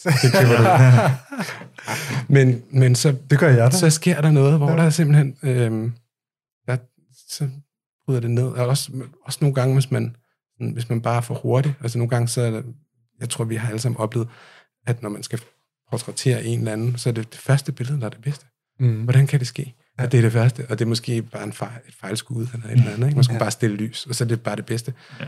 men, men så, det gør jeg da. Så sker der noget, hvor ja. der er simpelthen, øhm, der, så bryder det ned. Og også, også nogle gange, hvis man, hvis man bare er for hurtig, altså nogle gange, så er det, jeg tror, vi har alle sammen oplevet, at når man skal portrættere en eller anden, så er det det første billede, der er det bedste. Mm. Hvordan kan det ske? Ja. At det er det første, og det er måske bare en fejl, et fejlskud eller et eller andet. Ikke? Man skal ja. bare stille lys, og så er det bare det bedste. Ja.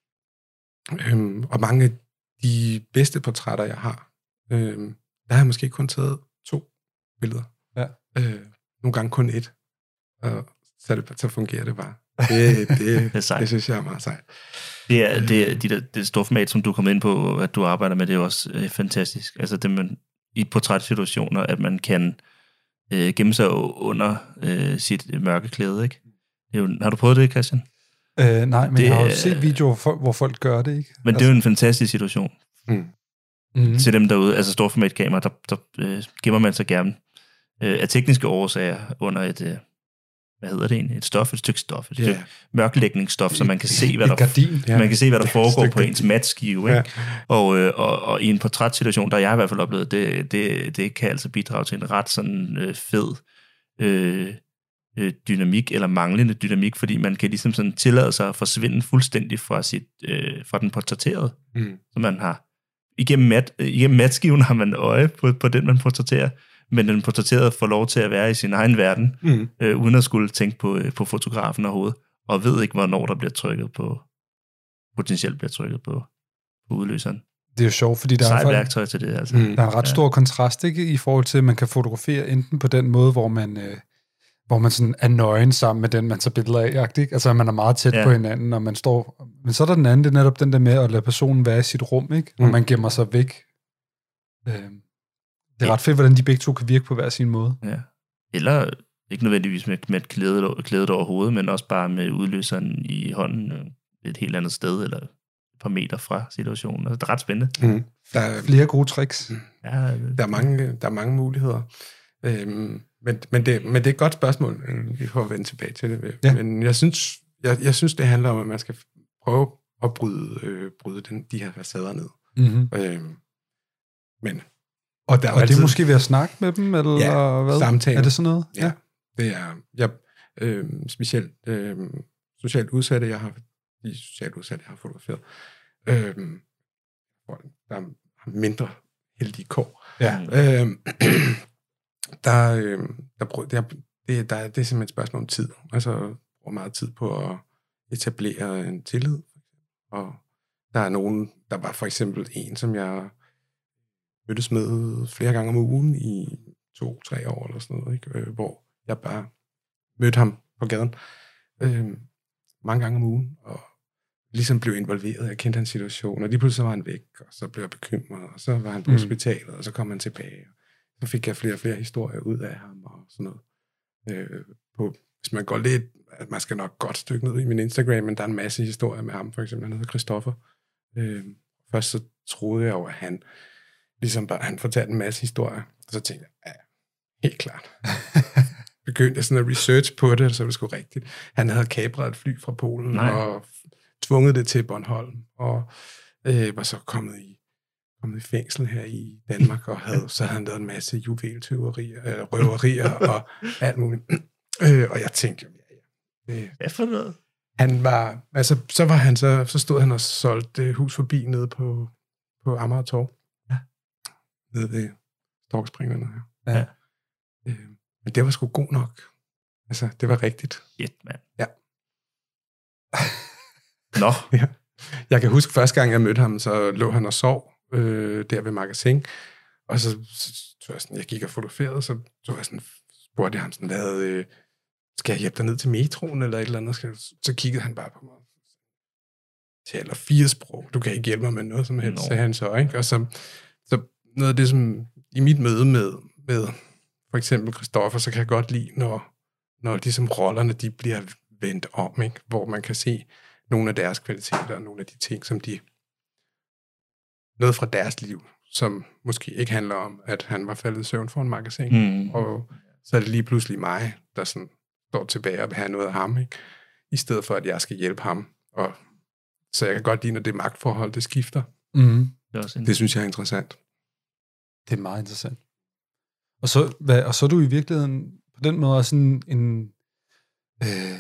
Øhm, og mange af de bedste portrætter, jeg har, øhm, der har jeg måske kun taget to billeder. Ja. Øh, nogle gange kun et. Og så, det, så fungerer det bare. Det, det, det, det synes jeg er meget sejt. Det er det, er, de der, det store format, som du kom ind på, at du arbejder med, det er også øh, fantastisk. Altså det man i portrætsituationer, at man kan øh, gemme sig under øh, sit mørke klæde, ikke? Det er jo, har du prøvet det, Christian? Øh, nej, men det, jeg har jo set videoer, hvor folk gør det, ikke? Men altså, det er jo en fantastisk situation. Mm. Mm. Til dem derude, altså storformatkamera, der, der øh, gemmer man sig gerne øh, af tekniske årsager under et, øh, hvad hedder det egentlig? Et stof, et stykke stof, et stykke yeah. mørklægningsstof, så man kan se, hvad der, gardin, ja. man kan se, hvad der foregår på ens matskive. Ikke? Ja. Og, øh, og, og i en portrætsituation, der har jeg i hvert fald oplevet, det, det, det kan altså bidrage til en ret sådan øh, fed øh, øh, dynamik, eller manglende dynamik, fordi man kan ligesom sådan tillade sig at forsvinde fuldstændig fra, sit, øh, fra den portrætterede, mm. som man har. Igennem, mat, igennem matskiven har man øje på, på den, man portrætterer, men den portrætterede får lov til at være i sin egen verden, mm. øh, uden at skulle tænke på, øh, på fotografen overhovedet, og ved ikke, hvornår der bliver trykket på, potentielt bliver trykket på, på udløseren. Det er jo sjovt, fordi der Sejt er, værktøj til det. Altså. Mm. Der er en ret stor ja. kontrast, ikke, i forhold til, at man kan fotografere enten på den måde, hvor man, øh, hvor man sådan er nøgen sammen med den, man tager billeder af, ikke? Altså, man er meget tæt ja. på hinanden, og man står... Men så er der den anden, det er netop den der med at lade personen være i sit rum, ikke? Og mm. man gemmer sig væk. Øh, det er ret fedt, hvordan de begge to kan virke på hver sin måde. Ja. Eller ikke nødvendigvis med, med klædet, klædet over hovedet, men også bare med udløseren i hånden et helt andet sted, eller et par meter fra situationen. Altså, det er ret spændende. Mm. Der er flere gode tricks. Ja, der, er mange, der er mange muligheder. Øhm, men, men, det, men det er et godt spørgsmål. Vi får vende tilbage til det. Ja. Men jeg synes, jeg, jeg synes, det handler om, at man skal prøve at bryde, øh, bryde den, de her facader ned. Mm-hmm. Øhm, men Og, der og altid... det er måske ved at snakke med dem, eller ja, hvad? Samtaler. Er det sådan noget? Ja, ja. Det er jeg, øh, specielt øh, socialt udsatte, jeg har, de socialt udsatte, jeg har fotograferet, øh, der har mindre heldige kår. Ja. Øh, der, øh, der, der, der, det, der, det er simpelthen et spørgsmål om tid. Altså, jeg bruger meget tid på at etablere en tillid. Og der er nogen, der var for eksempel en, som jeg mødtes med flere gange om ugen i to, tre år eller sådan noget, ikke? Øh, hvor jeg bare mødte ham på gaden øh, mange gange om ugen, og ligesom blev involveret. Jeg kendte hans situation, og lige pludselig var han væk, og så blev jeg bekymret, og så var han på mm. hospitalet, og så kom han tilbage. Så fik jeg flere og flere historier ud af ham, og sådan noget. Øh, på, hvis man går lidt, at man skal nok godt stykke ned i min Instagram, men der er en masse historier med ham, for eksempel, han hedder Christoffer. Øh, først så troede jeg over, at han ligesom bare, han fortalte en masse historier, og så tænkte jeg, ja, helt klart. Begyndte jeg sådan at research på det, så var det sgu rigtigt. Han havde kapret et fly fra Polen, Nej. og tvunget det til Bornholm, og øh, var så kommet i, kommet i fængsel her i Danmark, og havde, så havde han lavet en masse juveltyverier, øh, røverier, og alt muligt. Øh, og jeg tænkte, ja, ja. Det, Hvad for noget? Han var, altså, så var han så, så stod han og solgte hus forbi nede på, på Amager Torv. Nede ved Storkspringerne her. Ja. Øh, men det var sgu god nok. Altså, det var rigtigt. Shit, mand. Ja. Nå. Ja. Jeg kan huske, første gang jeg mødte ham, så lå han og sov øh, der ved Magasin. Og så, så, så jeg, sådan, jeg gik og fotograferede, så, så jeg sådan, spurgte jeg ham sådan, hvad, øh, skal jeg hjælpe dig ned til metroen eller et eller andet? Så, så kiggede han bare på mig. Taler fire sprog. Du kan ikke hjælpe mig med noget som helst, no. sagde han så. Ikke? Og så, så noget af det, som i mit møde med, med for eksempel Christoffer, så kan jeg godt lide, når, når ligesom rollerne, de bliver vendt om, ikke? Hvor man kan se nogle af deres kvaliteter, og nogle af de ting, som de... Noget fra deres liv, som måske ikke handler om, at han var faldet i søvn for en magasin. Mm. Og så er det lige pludselig mig, der sådan står tilbage og vil have noget af ham, ikke? I stedet for, at jeg skal hjælpe ham. Og så jeg kan godt lide, når det magtforhold, det skifter. Mm. Det, er også det synes jeg er interessant. Det er meget interessant. Og så, hvad, og så er du i virkeligheden på den måde også en... en øh,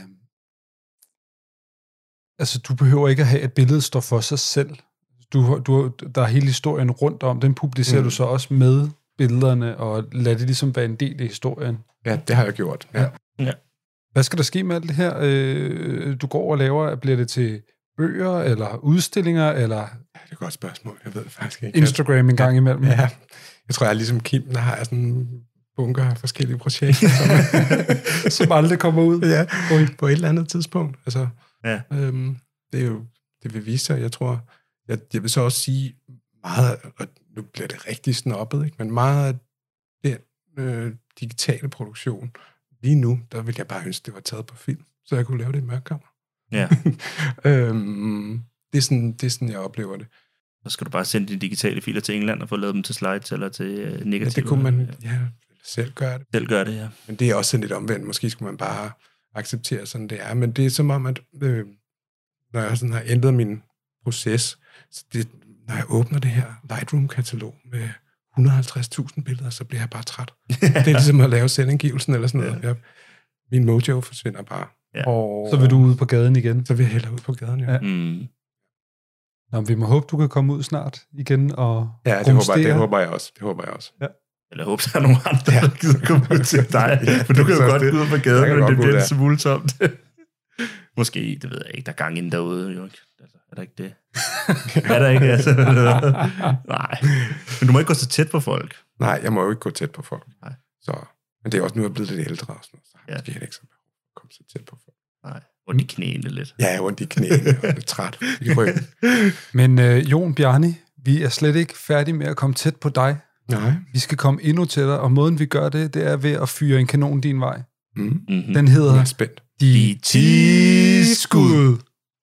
altså, du behøver ikke at have, et billede står for sig selv. Du, du, der er hele historien rundt om. Den publicerer mm. du så også med billederne, og lader det ligesom være en del af historien. Ja, det har jeg gjort. Ja. Ja. Hvad skal der ske med alt det her, øh, du går og laver? Bliver det til bøger, eller udstillinger, eller... Ja, det er et godt spørgsmål. Jeg ved faktisk ikke. Instagram en gang imellem? Ja, jeg tror, jeg er ligesom Kim, der har sådan en bunker af forskellige projekter, som, som aldrig kommer ud. Ja, på, på et eller andet tidspunkt. Altså, ja. øhm, det er jo, det vil vise sig, jeg tror... Jeg, jeg vil så også sige meget, og nu bliver det rigtig snobbet, ikke? Men meget af den øh, digitale produktion, lige nu, der vil jeg bare ønske, det var taget på film, så jeg kunne lave det i mørkkammer. Ja. øhm, det, er sådan, det er sådan, jeg oplever det. Så skal du bare sende de digitale filer til England og få lavet dem til slides eller til øh, negative. Ja, det kunne man ja, selv gøre det. Selv gøre det, ja. Men det er også sådan lidt omvendt. Måske skulle man bare acceptere sådan, det er. Men det er som om, at øh, når jeg sådan har ændret min proces, så det, når jeg åbner det her Lightroom-katalog med et hundrede og halvtreds tusind billeder, så bliver jeg bare træt. Det er ligesom at lave selvangivelsen eller sådan noget. Ja. Jeg, min mojo forsvinder bare. Ja. Og så vil du ud på gaden igen? Så vil jeg hellere ud på gaden, ja. ja. Mm. Nå, vi må håbe, du kan komme ud snart igen og ja, det håber, det håber jeg også. Det håber jeg også. Ja. Eller håber, der er nogen andre, der gider komme ud til dig. Ja, for du kan jo godt gå ud på gaden, men det bliver en smule tomt. Måske, det ved jeg ikke, der er gang inden derude, jo ikke? Altså, er der ikke det? Er der ikke? Altså, nej. Men du må ikke gå så tæt på folk. Nej, jeg må jo ikke gå tæt på folk. Nej. Så, men det er også nu, jeg er blevet lidt ældre, og sådan noget, så ja. Måske ikke så komme så tæt på folk. Nej, ondt i knæene lidt. Ja, ondt i knæene, og lidt træt i ryggen. Men øh, Jon Bjarni, vi er slet ikke færdige med at komme tæt på dig. Nej. Vi skal komme endnu tættere, og måden vi gør det, det er ved at fyre en kanon din vej. Mm. Mm-hmm. Den hedder... Jeg er spændt. De ti skud.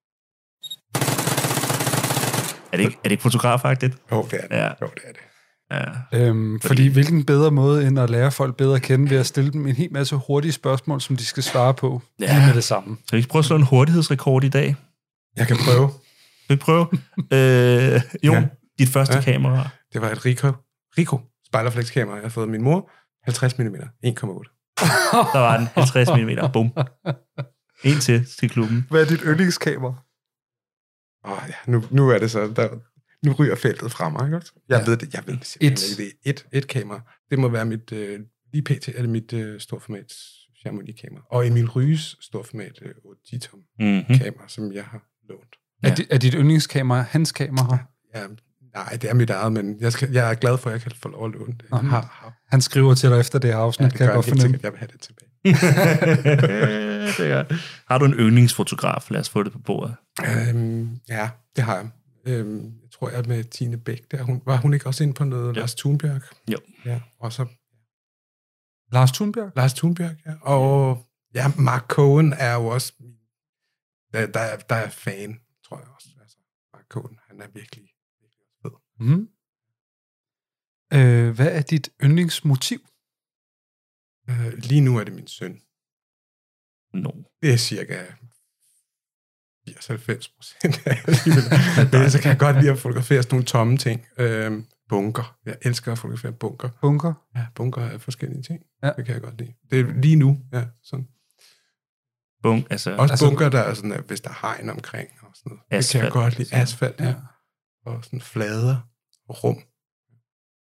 Er det ikke, er det ikke fotografagtigt? Jo, det er det. Ja. Jo, det er det. Ja. Øhm, fordi... fordi hvilken bedre måde, end at lære folk bedre at kende, ved at stille dem en hel masse hurtige spørgsmål, som de skal svare på. Ja. Lige med det samme. Så vi ikke prøve at slå en hurtighedsrekord i dag? Jeg kan prøve. Vil du prøve? øh, jo, ja. Dit første ja. kamera. Det var et Ricoh, Ricoh spejlerflex-kamera. Jeg har fået min mor. halvtreds millimeter. en komma otte. Der var den. halvtreds millimeter. Bum. En til til klubben. Hvad er dit yndlingskamera? Åh oh, ja, nu, nu er det så... Der, nu ryger feltet fra mig, ikke? Jeg ja. ved det. Jeg ved det simpelthen ikke. Det er et, et kamera. Det må være mit... Øh, lige pt. Er det mit øh, storformat Chamonix-kamera. Og Emil Ryges storformat øh, otte ti tom mm-hmm. kamera, som jeg har lånt. Ja. Er, dit, er dit yndlingskamera hans kamera? Ja, nej, det er mit eget, men jeg, skal, jeg er glad for, at jeg kan få lov at låne det. Uh-huh. Har, har. Han skriver til dig efter det her afsnit, ja, det kan jeg godt fornemme. Sikkert, jeg vil have det tilbage. det er. Har du en yndlingsfotograf? Lad os få det på bordet. Øhm, ja, det har jeg. Øhm, jeg tror, jeg er med Tine Bæk. Der. Hun, var hun ikke også inde på noget ja. Lars Thunbjerg? Jo. Ja, og så... Lars Thunbjerg? Lars Thunbjerg, ja. Og ja, Mark Cohen er jo også... Der, der, er, der er fan, tror jeg også. Altså, Mark Cohen, han er virkelig, virkelig fed. Mm. Øh, hvad er dit yndlingsmotiv? Øh, lige nu er det min søn. No. Det er cirka firs til halvfems procent af det. Så kan jeg godt lide at fotografere sådan nogle tomme ting. Øh, bunker. Jeg elsker at fotografere bunker. Bunker? Ja, bunker er forskellige ting. Ja. Det kan jeg godt lide. Det er lige nu, ja. Sådan. Bunk, altså, også altså, bunker, der er sådan, at hvis der er hegn omkring. Og sådan noget. Asfalt, det kan jeg godt lide. Asfalt, ja. ja. Og sådan flader og rum.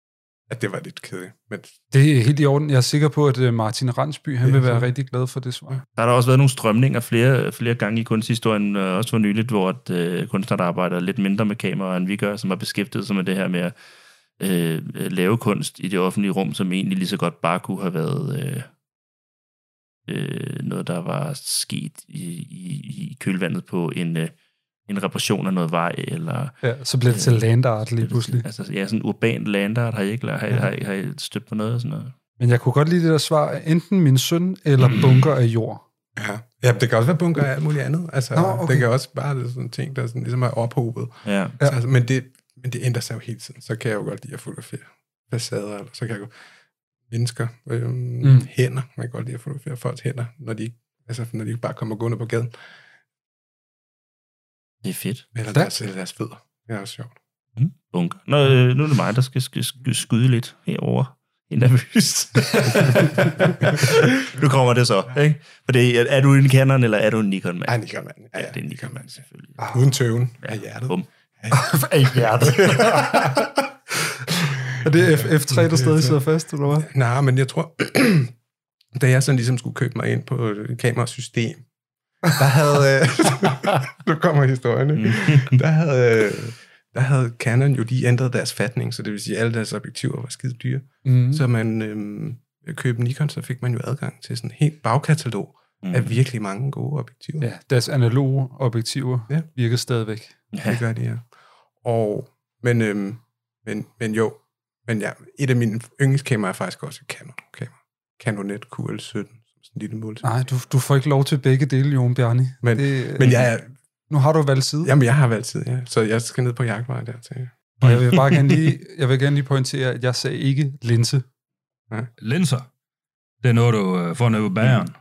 at det var lidt kedeligt. Men Det er helt i orden. Jeg er sikker på, at Martin Randsby, han vil være rigtig glad for det svar. Der har der også været nogle strømninger flere, flere gange i kunsthistorien, også for nyligt, hvor at, øh, kunstnere, der arbejder lidt mindre med kamera, end vi gør, som har beskæftiget sig med det her med at øh, lave kunst i det offentlige rum, som egentlig lige så godt bare kunne have været øh, øh, noget, der var sket i, i, i kølvandet på en, øh, en reparation af noget vej, eller... Ja, så bliver det til landart lige pludselig. Altså, ja, sådan urban landart, har I ikke har, I, har, I, har I stødt på noget og sådan noget? Men jeg kunne godt lide det der svar, enten min søn eller bunker af jord. Ja, ja, det kan også være bunker af alt muligt andet. Altså, Nå, okay. det kan også bare være sådan ting, der sådan, ligesom er ophobet. Ja. Så, altså, men, det, men det ændrer sig jo hele tiden. Så kan jeg jo godt lide at fotografere facader, eller så kan jeg jo mennesker, øhm, mm. hænder. Man kan godt lide at fotografere folks hænder, når de, altså, når de bare kommer gående på gaden. Det er fedt. Eller deres, eller deres fødder. Det er også sjovt. Mm. Bunker. Nå, øh, nu er det mig, der skal, skal, skal skyde lidt herover. Jeg er nervøs. Nu kommer det så, ikke? For det, er, er du en Canon, eller er du en Nikon-mand? Ja, Nikon-mand. Ja, ja, det er en Nikon-mand, selvfølgelig. Ah, uden tøven ja, af hjertet. Bum. Ja. Af hjertet. Er det F tre, der stadig sidder fast, eller hvad? Nej, men jeg tror, da jeg sådan ligesom skulle købe mig ind på et kamerasystem, der havde... nu kommer historien, ikke? Der havde... Der havde Canon jo lige ændret deres fatning, så det vil sige, at alle deres objektiver var skide dyre. Mm. Så man øhm, købte Nikon, så fik man jo adgang til sådan en helt bagkatalog mm. af virkelig mange gode objektiver. Ja, deres analoge objektiver ja. virker stadigvæk. Ja. Det gør de, ja. Og, men, øhm, men, men jo, men ja, et af mine yndlingskameraer er faktisk også et Canon-kamera. Canonet Q L sytten, som sådan en lille mål. Nej, du, du får ikke lov til begge dele, Jon Bjarni. Men, det, men jeg er... Nu har du valgt side. Jamen, jeg har valgt side, ja. Så jeg skal ned på jagtvej der til. Og jeg vil bare gerne lige, jeg vil gerne lige pointere, at jeg sagde ikke linse. Ja. Linser? Det er noget, du uh, får ned på bageren.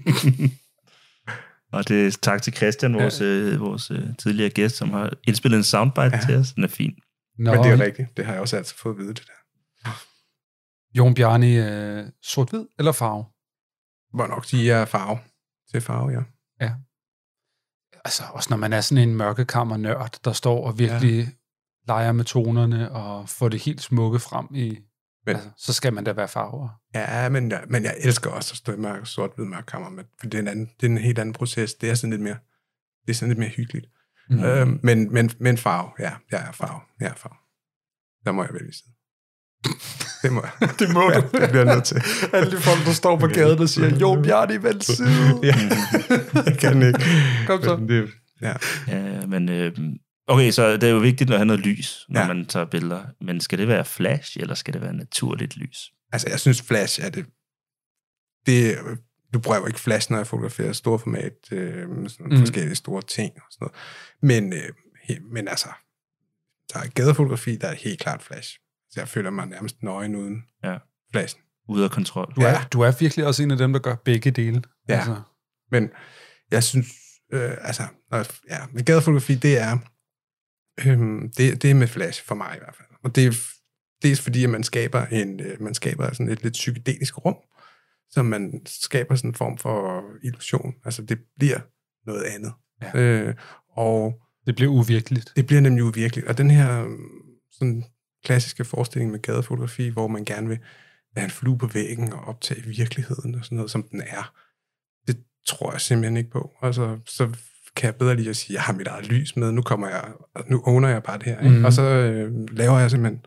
Og det er tak til Christian, vores, ja. øh, vores øh, tidligere gæst, som har indspillet en soundbite ja. til os. Den er fin. Nå, men det er rigtigt. Det har jeg også altid fået at vide, det der. Jon Bjarni, øh, sort-hvid eller farve? Må nok sige, at farve. Til farve, ja. Ja. Altså, også når man er sådan en mørkekammernørd, der står og virkelig ja. leger med tonerne og får det helt smukke frem i... Men, altså, så skal man da være farver. Ja, men, men jeg elsker også at stå i mørk, sort-hvid mørkkammer, for det er, en anden, det er en helt anden proces. Det er sådan lidt mere, det er sådan lidt mere hyggeligt. Mm. Øhm, men, men, men farve, ja, jeg er farve. Jeg er farve. Der må jeg vælge side. Det må jeg. Det må du. Ja, det bliver nødt til. Alle de folk, der står på gaden og siger, Jo, Bjarni, vælg side. Ja, jeg kan ikke. Kom så. Men det, ja. ja, men... Øh, okay, så det er jo vigtigt at have noget lys, når ja. man tager billeder. Men skal det være flash, eller skal det være naturligt lys? Altså, jeg synes, flash er det... det du bruger jo ikke flash, når jeg fotograferer store format, øh, sådan mm. forskellige store ting og sådan noget. Men, øh, he, men altså, der er gadefotografi, der er helt klart flash. Så jeg føler mig nærmest nøgen uden ja. flashen. Ude af kontrol. Du er, ja. du er virkelig også en af dem, der gør begge dele. Ja, altså. Men jeg synes, øh, altså, ja, med gadefotografi, det er, øh, det, det er med flash for mig i hvert fald. Og det er dels fordi, at man skaber, en, øh, man skaber sådan et lidt psykedelisk rum, så man skaber sådan en form for illusion. Altså, det bliver noget andet. Ja. Øh, og det bliver uvirkeligt. Det bliver nemlig uvirkeligt. Og den her sådan klassiske forestilling med gadefotografi, hvor man gerne vil være en flue på væggen og optage virkeligheden og sådan noget, som den er, det tror jeg simpelthen ikke på. Altså, så kan jeg bedre lige at sige, jeg har mit eget lys med, nu kommer jeg, nu owner jeg bare det her, ikke? Mm. Og så øh, laver jeg simpelthen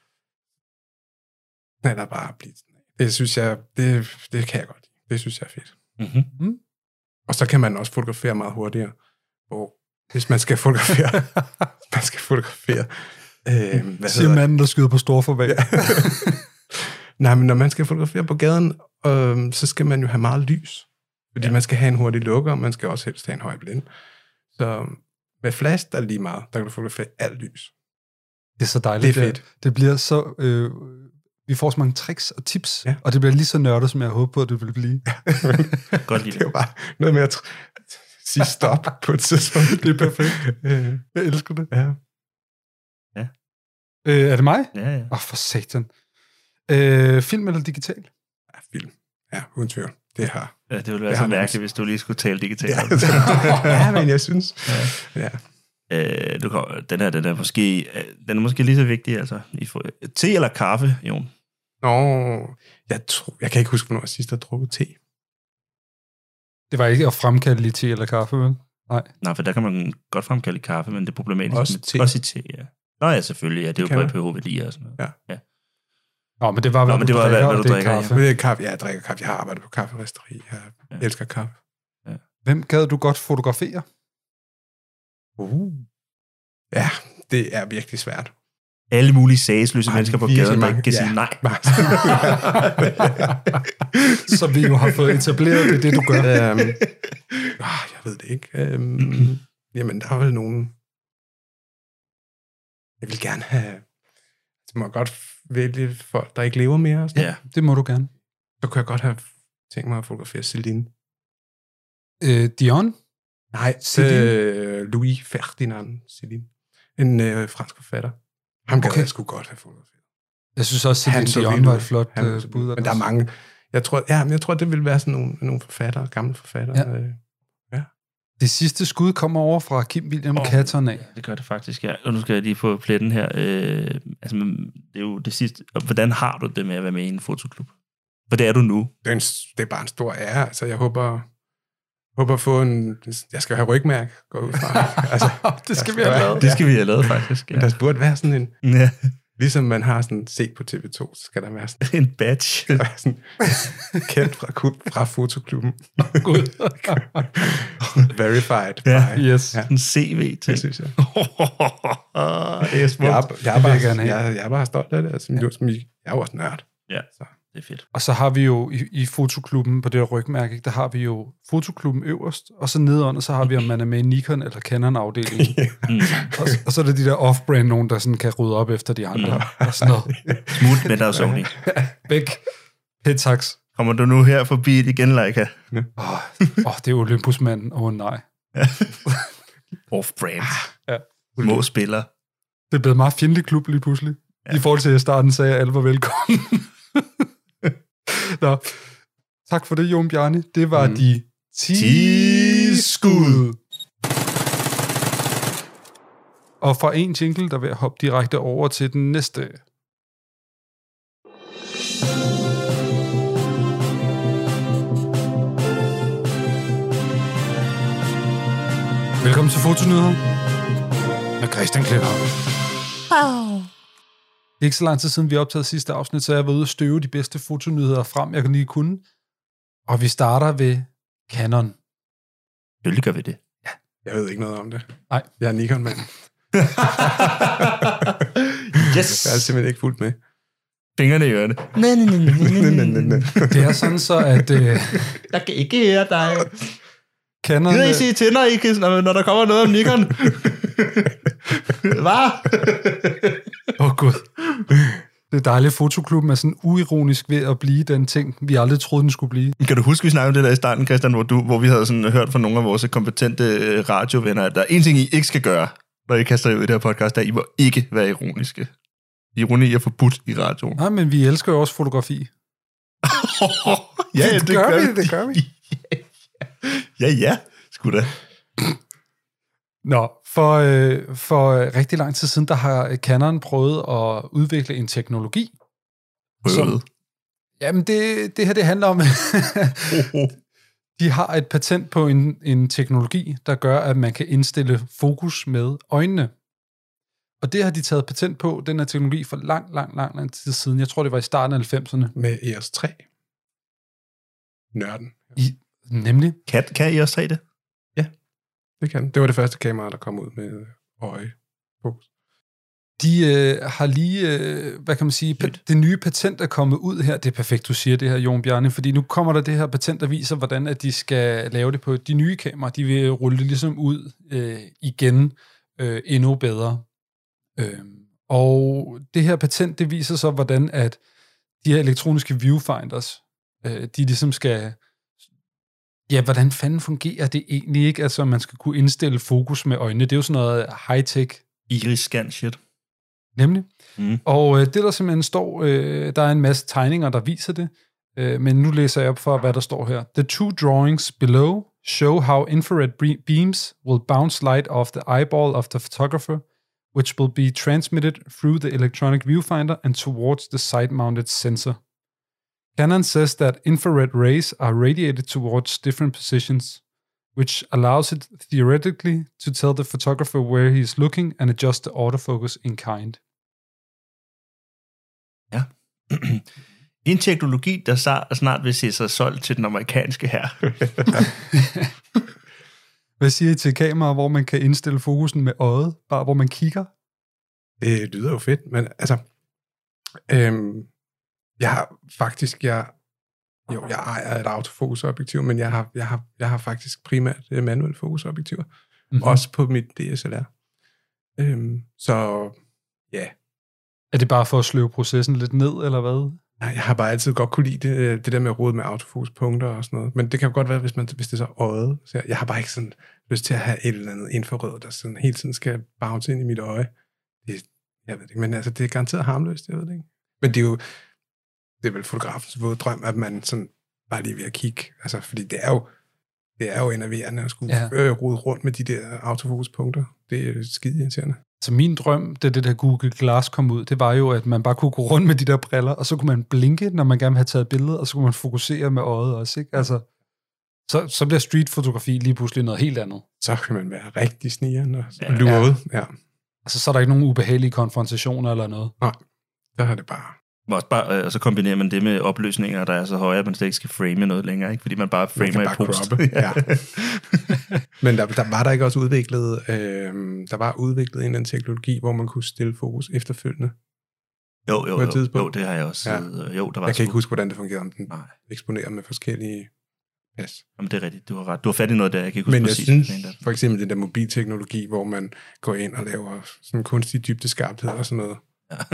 nej, der bare bliver det synes jeg, det, det kan jeg godt lide. Det synes jeg er fedt. Mm-hmm. Mm. Og så kan man også fotografere meget hurtigere, hvor hvis man skal fotografere, man skal fotografere, øh, hvad siger manden, der skyder på storformat. Ja. Nej, men når man skal fotografere på gaden, øh, så skal man jo have meget lys. Fordi ja. man skal have en hurtig lukker, og man skal også helst have en høj blind. Så med flash, der er lige meget. Der kan du fotografere alt lys. Det er så dejligt. Det er fedt. Det, det bliver så... Øh, vi får så mange tricks og tips, ja. og det bliver lige så nørdet, som jeg håber på, at det vil blive. Godt lide det. Det er jo bare noget med at sige stop på et tidspunkt. Det er perfekt. Jeg elsker det. Ja. Ja. Øh, er det mig? Ja, ja. Åh, oh, for satan. Øh, film eller digital? Ja, film. Ja, uden tvivl. Det har... Ja, det ville være det så mærkeligt, hvis du lige skulle tale digitalt. Ja, ja, men jeg synes... Ja. Ja. Øh, du kan, den her, den er måske, den er måske lige så vigtig, altså. I for, te eller kaffe, Jon? Nå, jeg, tror, jeg kan ikke huske, hvornår jeg sidst har drukket te. Det var ikke at fremkalde i te eller kaffe, vel? Nej. Nej, for der kan man godt fremkalde kaffe, men det er problematisk. Også med, te. Også i te, ja. Nå ja, selvfølgelig, ja. Det er Det jo kan på P H V og sådan noget. Ja. ja. Nå, men det var, hvad Nå, men du det var, drikker, hvad, hvad og du det er drikker, kaffe. Ja. Det er kaffe. Ja, jeg drikker kaffe. Jeg har arbejdet på kafferisteri. Jeg Ja. elsker kaffe. Ja. Hvem gad du godt fotografere? Uh. Ja, det er virkelig svært. Alle mulige sagsløse Ej, mennesker på virkelig gaden, der mange. ikke kan Ja. sige nej. Så vi jo har fået etableret, det er det, du gør. øhm, ah, jeg ved det ikke. Øhm, jamen, der er vel nogen... Jeg vil gerne have... Så må jeg godt vælge folk, der ikke lever mere. Og sådan. Ja. Det må du gerne. Så kunne jeg godt have tænkt mig at fotografere Céline. Øh, Dion? Nej, Céline? øh, Louis Ferdinand Céline. En øh, fransk forfatter. Ham kan Okay. jeg sgu godt have fotograferet. Jeg synes også, Han at så Dion vild var ud. et flot Han var øh, så bud. vild. Men der er mange... Jeg tror, ja, men jeg tror, det vil være sådan nogle, nogle forfattere, gamle forfattere. Ja. Øh, Det sidste skud kommer over fra Kim William Åh, Catton af. Det gør det faktisk, ja. Og nu skal jeg lige på pletten her. Øh, altså, det er jo det sidste. Hvordan har du det med at være med i en fotoklub? For det er du nu. det, er en, det er bare en stor ære. Altså, jeg håber, håber at få en... Jeg skal have rygmærke, går ud fra. Altså, Det skal vi der have skal lavet. være- Det skal vi have lavet, faktisk. Ja. Der burde være sådan en... Ja. Ligesom man har sådan set på T V to, så skal der være sådan, En badge. der være sådan kendt fra, fra fotoklubben. Gud. Verified. Ja. by- Yes. Ja. En C V til. Det synes jeg. Det er smukt. Jeg, er, jeg, er Det vil bare, jeg gerne have. jeg, jeg er bare stolt af det. Altså, ja. som, I- jeg er jo også nørd. Ja, Så. det er fedt. Og så har vi jo i, i fotoklubben på det her rygmærke, ikke, der har vi jo fotoklubben øverst, og så nedenunder, så har vi, om man er med i Nikon eller Canon-afdelingen. Mm. og, og så er der de der off-brand, nogen, der sådan kan rydde op efter de andre. Mm. Og sådan noget. Smut med dig, Sony. Væk. Petax. Kommer du nu her forbi igen, Leica? Åh, oh, oh, det er Olympusmanden. Åh oh, nej. Off-brand. Ja. Små spillere. Det er blevet en meget fjendtlig klub lige pludselig. Ja. I forhold til, at jeg i starten sagde, at alle var velkommen. Nå. Tak for det, Jon Bjarne. Det var mm. de ti skud. Og fra en jingle, der vil jeg hoppe direkte over til den næste. Velkommen til Fotonyheder med Christian Klintholm. Det er ikke så lang tid siden, vi optagede sidste afsnit, så jeg var ude og støve de bedste fotonyheder frem, jeg kan lige kunne. Og vi starter ved Canon. Selvfølgelig gør vi det. Jeg ved ikke noget om det. Nej. Jeg er Nikon-mand. Yes! Jeg er simpelthen ikke fuldt med. Fingrene i ørerne. Det er sådan så, at uh, Jeg kan ikke høre dig. Canon... Gider I sige tænder, ikke, når, når der kommer noget om Nikon? Hvad? Åh oh, gud. Det er dejligt, fotoklubben er sådan uironisk ved at blive den ting, vi aldrig troede, den skulle blive. Kan du huske, vi snakkede om det der i starten, Christian, hvor, du, hvor vi havde sådan hørt fra nogle af vores kompetente radiovenner, at der er en ting, I ikke skal gøre, når I kaster jer ud i det her podcast, der I må ikke være ironiske. Ironi er forbudt i radioen. Nej, men vi elsker jo også fotografi. Ja, det, det gør vi, det gør vi. Ja, ja, sgu da. Nå, for, øh, for rigtig lang tid siden, der har Canon prøvet at udvikle en teknologi. Prøvet? Jamen, det, det her, det handler om... De har et patent på en, en teknologi, der gør, at man kan indstille fokus med øjnene. Og det har de taget patent på, den her teknologi, for lang, lang, lang, lang tid siden. Jeg tror, det var i starten af halvfemserne. Med E O S tre. Nørden. I, nemlig. Kan, kan I også se det? Det kan. Det var det første kamera, der kom ud med øje. De øh, har lige, øh, hvad kan man sige, pa- det nye patent er kommet ud her. Det er perfekt, du siger det her, Jon Bjarne, fordi nu kommer der det her patent, der viser, hvordan at de skal lave det på de nye kameraer. De vil rulle det ligesom ud øh, igen øh, endnu bedre. Øh, og det her patent, det viser så, hvordan at de her elektroniske viewfinders, øh, de ligesom skal... Ja, hvordan fanden fungerer det egentlig ikke? Altså, man skal kunne indstille fokus med øjnene. Det er jo sådan noget high-tech. Iris-scan shit. Nemlig. Mm. Og øh, det, der simpelthen står, øh, der er en masse tegninger, der viser det, øh, men nu læser jeg op for, hvad der står her. The two drawings below show how infrared bre- beams will bounce light off the eyeball of the photographer, which will be transmitted through the electronic viewfinder and towards the side-mounted sensor. Canon says that infrared rays are radiated towards different positions, which allows it theoretically to tell the photographer where he is looking and adjust the autofocus in kind. Ja. En teknologi, der snart vil se sig solgt til den amerikanske hær. Hvad siger I til kameraer, hvor man kan indstille fokusen med øjet, bare hvor man kigger? Det lyder jo fedt, men altså... Øhm, jeg har faktisk... Jeg, jo, jeg ejer et autofokusobjektiv, men jeg har, jeg har, jeg har faktisk primært manuelle fokusobjektiver. Mm-hmm. Også på mit D S L R. Øhm, så ja... Er det bare for at sløve processen lidt ned, eller hvad? Nej, jeg har bare altid godt kunne lide det, det der med at rode med autofokuspunkter og sådan noget. Men det kan jo godt være, hvis, man, hvis det er så øjet. Så jeg, jeg har bare ikke sådan lyst til at have et eller andet infrarød, der sådan hele tiden skal bounce ind i mit øje. Det, jeg ved det ikke, men altså, det er garanteret harmløst, jeg ved det ikke. Men det er jo, det er vel fotografens våde drøm, at man sådan bare lige ved at kigge. Altså, fordi det er jo, det er jo enerverende at skulle ja. rode rundt med de der autofokuspunkter. Det er skide irriterende. Så min drøm, da det der Google Glass kom ud, det var jo, at man bare kunne gå rundt med de der briller, og så kunne man blinke, når man gerne vil have taget billeder, og så kunne man fokusere med øjet også, ikke? Altså, så, så bliver streetfotografi lige pludselig noget helt andet. Så kan man være rigtig snigeren og ja, lure ud. Ja. Altså, så er der ikke nogen ubehagelige konfrontationer eller noget. Nej, der er det bare... Også bare, og så kombinerer man det med opløsninger, der er så høje, at man slet ikke skal frame noget længere, ikke? Fordi man bare framer i post. Ja. Men der, der var der ikke også udviklet, øh, der var udviklet en eller anden teknologi, hvor man kunne stille fokus efterfølgende. Jo, jo, jo, jo, det har jeg også. Ja. Jo, der var jeg kan ikke huske, hvordan det fungerer, om den Nej. eksponerer med forskellige pas. Jamen, det er rigtigt, du har ret. Du har fat i noget der, jeg kan ikke huske Men jeg præcis. synes, for eksempel den der mobilteknologi, hvor man går ind og laver sådan kunstig dybdeskarphed og sådan noget. Ja.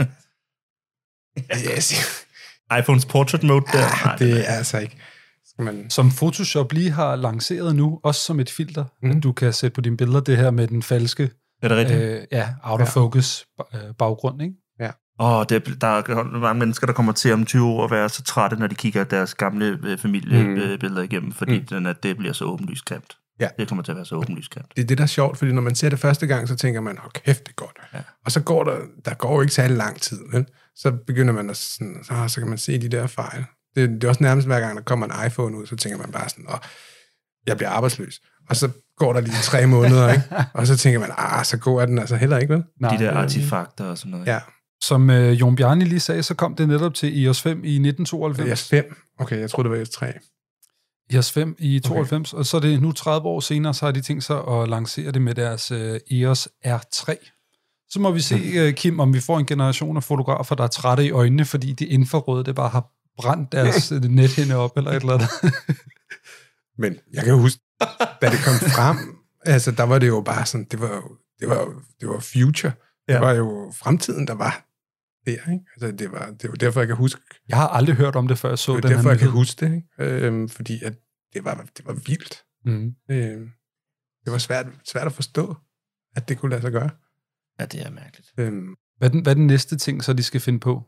Yes. iPhones portrait mode der. Ah, Nej, det er altså ikke. Skal man... Som Photoshop lige har lanceret nu, også som et filter, mm. at du kan sætte på dine billeder det her med den falske er det rigtigt? Øh, ja, out of focus ja. baggrund, ikke? Ja. Åh, det, der er mange mennesker, der kommer til om tyve år at være så trætte, når de kigger deres gamle øh, familiebilleder mm. igennem, fordi mm. den, at det bliver så åbenlyst grimt. Ja. Det kommer til at være så åbenlyst grimt. Det er det, der er sjovt, fordi når man ser det første gang, så tænker man, åh kæft, det er godt. Ja. Og så går der, der går jo ikke særlig lang tid, vel? Så begynder man at sådan, så, så kan man se de der fejl. Det, det er også nærmest hver gang, der kommer en iPhone ud, så tænker man bare sådan, åh, jeg bliver arbejdsløs. Og så går der lige tre måneder, ikke? Og så tænker man, ah, så god er den altså heller ikke, vel? De der artefakter og sådan noget. Ja. Som øh, Jon Bjarni lige sagde, så kom det netop til I O S fem i nitten tooghalvfems. I O S fem? Okay, jeg troede, det var I O S tre. I O S fem i tooghalvfems, okay. Og så er det nu tredive år senere, så har de tænkt sig at lancere det med deres øh, E O S R tre. Så må vi se, øh, Kim, om vi får en generation af fotografer, der er trætte i øjnene, fordi de infrarøde, det bare har brændt deres nethinde op, eller et eller andet. Men jeg kan jo huske, da det kom frem, altså der var det jo bare sådan, det var jo, det var jo, det var future. Ja. Det var jo fremtiden, der var der, ikke? Altså det var, det var derfor, jeg kan huske. Jeg har aldrig hørt om det, før jeg så det den her derfor, jeg kan huske det, ikke? Øhm, fordi at det var, det var vildt. Mm. Øhm, det var svært, svært at forstå, at det kunne lade sig gøre. Ja, det er mærkeligt. Øhm, hvad, er den, hvad er den næste ting, så de skal finde på?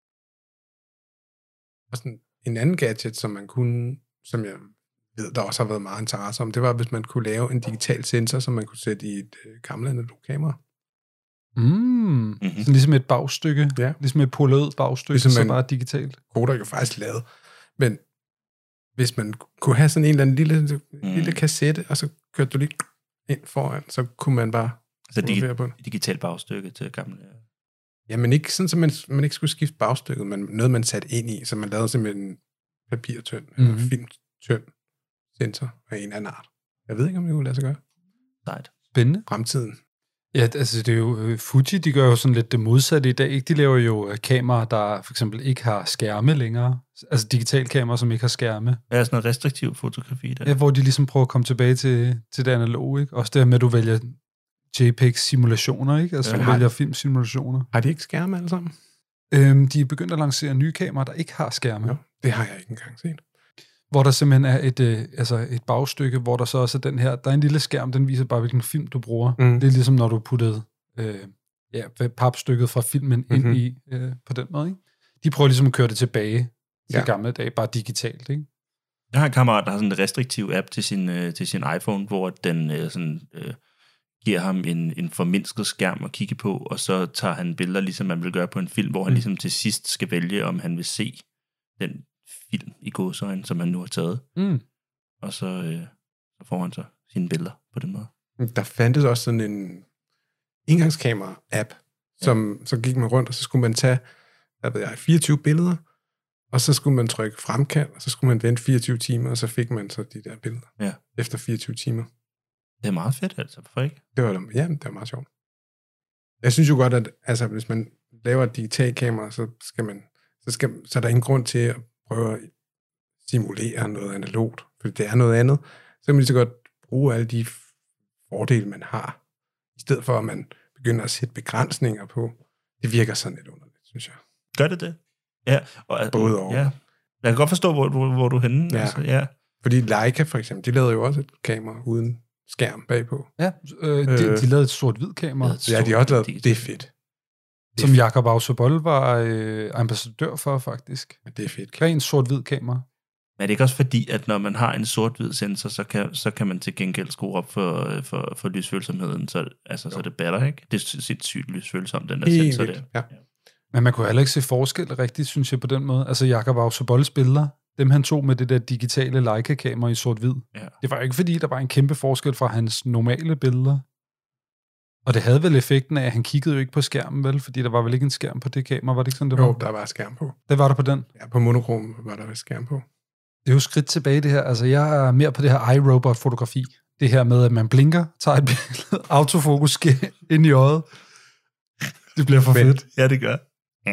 Og sådan en anden gadget, som man kunne, som jeg ved, der også har været meget interesse om, det var, hvis man kunne lave en digital sensor, som man kunne sætte i et øh, gammelt analogt kamera. Mm. Mm-hmm. Sådan ligesom et bagstykke. Ja. Ligesom et poleret bagstykke, ligesom så bare digitalt. Kodak jo faktisk lavet. Men hvis man kunne have sådan en eller anden lille, mm. lille kassette, og så kørte du lige ind foran, så kunne man bare altså digi- på et digitalt bagstykke til gamle... Ja, men ikke sådan, så man, man ikke skulle skifte bagstykket, men noget, man satte ind i, så man lavede simpelthen en papirtynd, mm-hmm. eller filmtynd sensor af en anden art. Jeg ved ikke, om det kunne lade sig gøre. Sejt. Spændende. Fremtiden. Ja, altså det er jo, Fuji, de gør jo sådan lidt det modsatte i dag, ikke? De laver jo kameraer, der for eksempel ikke har skærme længere. Altså digital kamera, som ikke har skærme. Ja, sådan noget restriktiv fotografi der. Ja, hvor de ligesom prøver at komme tilbage til, til det analoge, ikke? Også det med, at du vælger JPEG-simulationer, ikke? Altså ja, du vælger filmsimulationer. Har de ikke skærme alle sammen? Øhm, de er begyndt at lancere nye kameraer, der ikke har skærme. Jo, det har jeg ikke engang set. Hvor der simpelthen er et, øh, altså et bagstykke, hvor der så også er den her, der er en lille skærm, den viser bare, hvilken film du bruger. Mm. Det er ligesom, når du puttede øh, ja, papstykket fra filmen mm-hmm. ind i, øh, på den måde, ikke? De prøver ligesom at køre det tilbage til ja. gamle dage, bare digitalt, ikke? Jeg har en kammerat, der har sådan en restriktiv app til sin, øh, til sin iPhone, hvor den øh, sådan, øh, giver ham en, en formindsket skærm at kigge på, og så tager han billeder, ligesom man vil gøre på en film, hvor han mm. ligesom til sidst skal vælge, om han vil se den film i gåseøjne, som han nu har taget. Mm. Og så, øh, så får han så sine billeder på den måde. Der fandtes også sådan en indgangskamera-app, som ja. Så gik man rundt, og så skulle man tage, hvad ved jeg, fireogtyve billeder, og så skulle man trykke fremkald, og så skulle man vente fireogtyve timer, og så fik man så de der billeder. Ja. Efter fireogtyve timer. Det er meget fedt, altså. Hvorfor ikke? Det var, ja, det var meget sjovt. Jeg synes jo godt, at altså, hvis man laver et digitalt kamera, så skal man, så, skal, så er der ingen grund til at prøve at simulere noget analogt, for det er noget andet. Så kan man lige så godt bruge alle de fordele, man har, i stedet for, at man begynder at sætte begrænsninger på. Det virker sådan lidt underligt, synes jeg. Gør det det? Ja. Og, Både over. Ja. Jeg kan godt forstå, hvor, hvor, hvor du er henne. Ja. Altså, ja. Fordi Leica for eksempel, de lavede jo også et kamera uden skærm bagpå. Ja, øh, de, de lavede et sort-hvid kamera. Ja, de har også lavet, det er fedt. Som Jakob Ausobol var øh, ambassadør for, faktisk. Ja, det er fedt. Ren sort-hvid kamera. Men er det ikke også fordi, at når man har en sort-hvid sensor, så kan, så kan man til gengæld skrue op for, for, for lysfølsomheden, så, altså, så det batter, ikke? Det er sindssygt lysfølsomt, den der Helt sensor vildt. der. Ja. Men man kunne heller ikke se forskel rigtigt, synes jeg, på den måde. Altså Jakob Ausobols billeder, dem han tog med det der digitale Leica-kamera i sort-hvid. Ja. Det var jo ikke fordi, der var en kæmpe forskel fra hans normale billeder. Og det havde vel effekten af, at han kiggede jo ikke på skærmen, vel? Fordi der var vel ikke en skærm på det kamera, var det ikke sådan, det var? Jo, der var skærm på. Det var der på den? Ja, på monokrom var der skærm på. Det er jo skridt tilbage, det her. Altså, jeg er mere på det her iRobot-fotografi. Det her med, at man blinker, tager et billede, autofokus sker ind i øjet. Det bliver for fedt. Ja, det gør.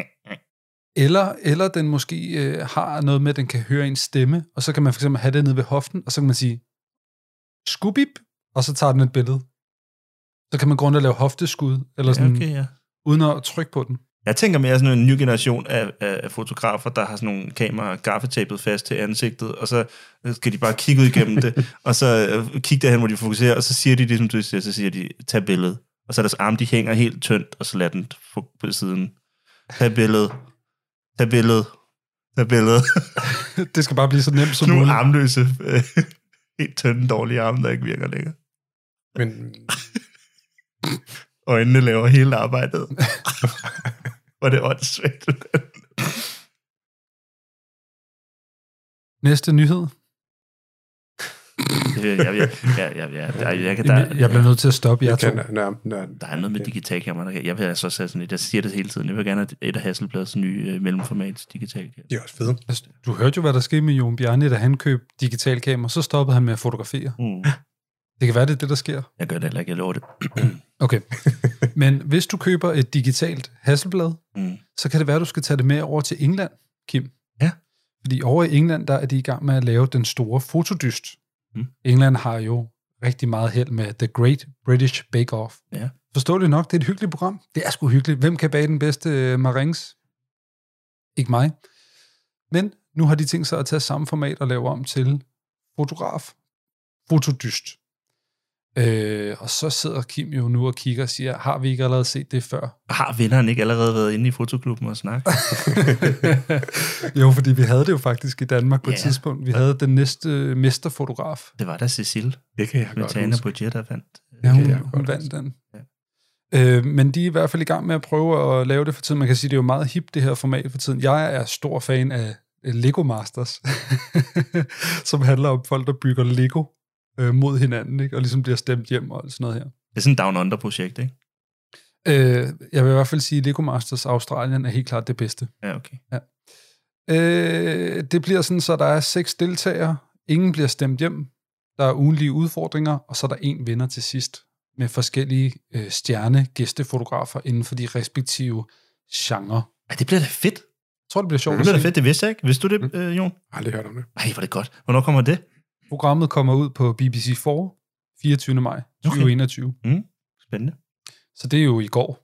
Eller, eller den måske øh, har noget med, at den kan høre en stemme, og så kan man for eksempel have det nede ved hoften, og så kan man sige, skubib, og så tager den et billede. Så kan man gå rundt og lave hofteskud, eller sådan, ja, okay, ja. uden at trykke på den. Jeg tænker mere sådan en ny generation af, af fotografer, der har sådan nogle kameraer gaffetapet fast til ansigtet, og så skal de bare kigge ud igennem det, og så øh, kigge derhen, hvor de fokuserer, og så siger de det, som du siger, så siger de, tag billedet. Og så er deres arme, de hænger helt tyndt, og så lader den på siden. Tag billedet. Tag billedet. Tag billedet. Det skal bare blive så nemt som muligt. muligt. Nogle armløse, øh, helt tynde, dårlige arme, der ikke virker længere. Men... Øjnene laver hele arbejdet. Hvor det er åndssvagt. Næste nyhed. jeg, jeg, jeg, jeg, jeg, jeg, jeg, jeg, der, jeg bliver nødt til at stoppe jer to. Kan, nø, nø, der er noget med digitalkamera. Jeg vil altså sætte sådan et, jeg siger det hele tiden. Jeg vil gerne have et af Hasselblads nye uh, mellemformats digitalkamera. Det er også fedt. Altså, du hørte jo, hvad der skete med Jon Bjarne, da han købte digitalkamera. Så stoppede han med at fotografere. Mm. Det kan være, det er det, der sker. Jeg gør det heller ikke, jeg lover det. Okay. Men hvis du køber et digitalt Hasselblad, mm. så kan det være, at du skal tage det med over til England, Kim. Ja. Fordi over i England, der er de i gang med at lave den store fotodyst. Mm. England har jo rigtig meget held med The Great British Bake Off. Ja. Forståeligt nok, det er et hyggeligt program. Det er sgu hyggeligt. Hvem kan bage den bedste marings? Ikke mig. Men nu har de tænkt sig at tage samme format og lave om til fotograf. Fotodyst. Øh, og så sidder Kim jo nu og kigger og siger, har vi ikke allerede set det før? Har vinderen ikke allerede været inde i fotoklubben og snakke? Jo, fordi vi havde det jo faktisk i Danmark på ja. et tidspunkt. Vi havde den næste mesterfotograf. Det var da Cecil. Det kan jeg godt Tana Budget, der vandt. Ja, hun, hun vandt den. Ja. Øh, men de er i hvert fald i gang med at prøve at lave det for tiden. Man kan sige, det er jo meget hip, det her format for tiden. Jeg er stor fan af Lego Masters, som handler om folk, der bygger Lego mod hinanden, ikke? Og ligesom bliver stemt hjem og sådan noget her. Det er sådan et down-under-projekt, ikke? Øh, jeg vil i hvert fald sige, at Lego Masters Australien er helt klart det bedste. Ja, okay. Ja. Øh, det bliver sådan, så der er seks deltagere, ingen bliver stemt hjem, der er ugenlige udfordringer, og så er der en vinder til sidst, med forskellige øh, stjerne-gæstefotografer inden for de respektive genre. Ja, det bliver da fedt. Jeg tror, det bliver sjovt. Det bliver da fedt, det vidste jeg ikke. Vidste du det, øh, Jon? Aldrig hørt om det. Ej, hvor er det godt. Hvornår kommer det? Programmet kommer ud på B B C fire, fireogtyvende maj tyve enogtyve. Okay. Mm, spændende. Så det er jo i går.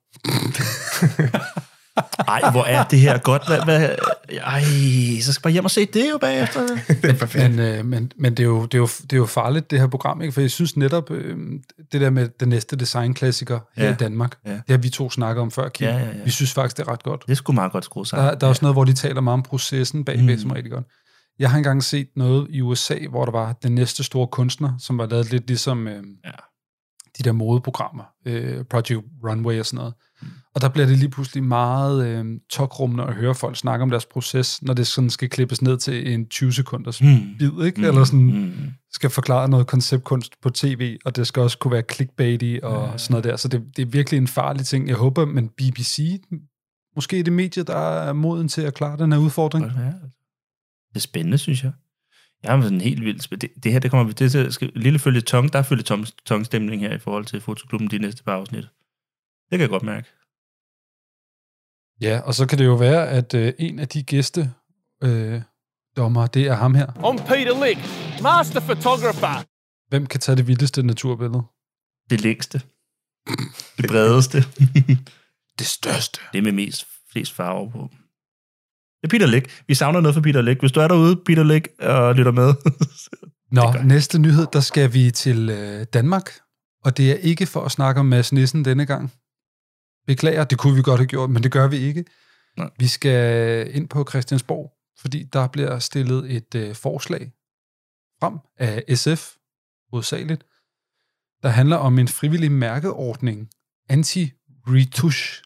Ej, hvor er det her godt. Hvad, hvad, ej, så skal jeg bare hjem og se det jo bagefter. Det er perfekt. Men, øh, men, men det, er jo, det, er jo, det er jo farligt, det her program, ikke? For jeg synes netop, øh, det der med den næste designklassiker her ja. i Danmark, ja. det har vi to snakket om før, Kim. Ja, ja, ja. Vi synes faktisk, det er ret godt. Det er sgu meget godt skruet sammen. Der, der er også noget, hvor de taler meget om processen bagved, mm. som er rigtig godt. Jeg har engang set noget i U S A, hvor der var den næste store kunstner, som var lavet lidt ligesom øh, ja. de der modeprogrammer, øh, Project Runway og sådan noget. Mm. Og der bliver det lige pludselig meget øh, tokrummende at høre folk snakke om deres proces, når det sådan skal klippes ned til en tyve sekunders mm. bid, ikke? Mm. Eller sådan mm. skal forklare noget konceptkunst på tv, og det skal også kunne være clickbaity og mm. sådan noget der. Så det, det er virkelig en farlig ting. Jeg håber, men B B C, måske er det medie, der er moden til at klare den her udfordring. Ja. Det er spændende, synes jeg. Jeg har sådan helt vildt spændende. Det, det her, det kommer det til skal, lille følge tong, der er følge tong, tongstemning her i forhold til Fotoklubben de næste par afsnit. Det kan jeg godt mærke. Ja, og så kan det jo være, at øh, en af de gæste øh, dommer, det er ham her. I'm Peter Lick, master photographer. Hvem kan tage det vildeste naturbillede? Det længste. Det bredeste. Det største. Det med mest, flest farver på. Det er Peter Lick. Vi savner noget for Peter Lick. Hvis du er derude, Peter Lick, og lytter med. Nå, næste nyhed, der skal vi til øh, Danmark. Og det er ikke for at snakke om Mads Nissen denne gang. Beklager, det kunne vi godt have gjort, men det gør vi ikke. Nej. Vi skal ind på Christiansborg, fordi der bliver stillet et øh, forslag frem af S F, hovedsageligt, der handler om en frivillig mærkeordning, anti-retouche.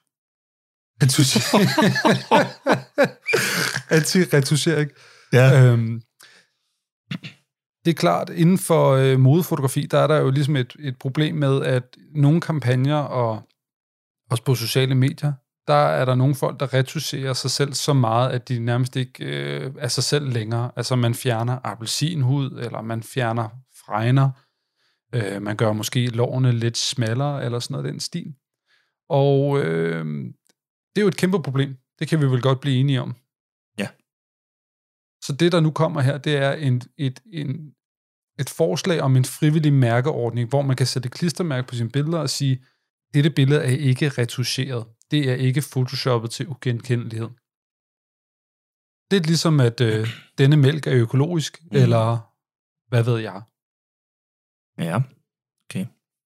Anti-retouchering. Ja. Øhm, det er klart, inden for øh, modefotografi, der er der jo ligesom et, et problem med, at nogle kampagner, og også på sociale medier, der er der nogle folk, der retoucherer sig selv så meget, at de nærmest ikke øh, er sig selv længere. Altså man fjerner appelsinhud, eller man fjerner fregner, øh, man gør måske lårene lidt smallere, eller sådan noget den stil. Og øh, det er jo et kæmpe problem. Det kan vi vel godt blive enige om. Ja. Så det, der nu kommer her, det er en, et, en, et forslag om en frivillig mærkeordning, hvor man kan sætte klistermærke på sine billeder og sige, dette billede er ikke retoucheret. Det er ikke photoshoppet til ugenkendelighed. Det er ligesom, at øh, denne mælk er økologisk, mm. eller hvad ved jeg. Ja, okay.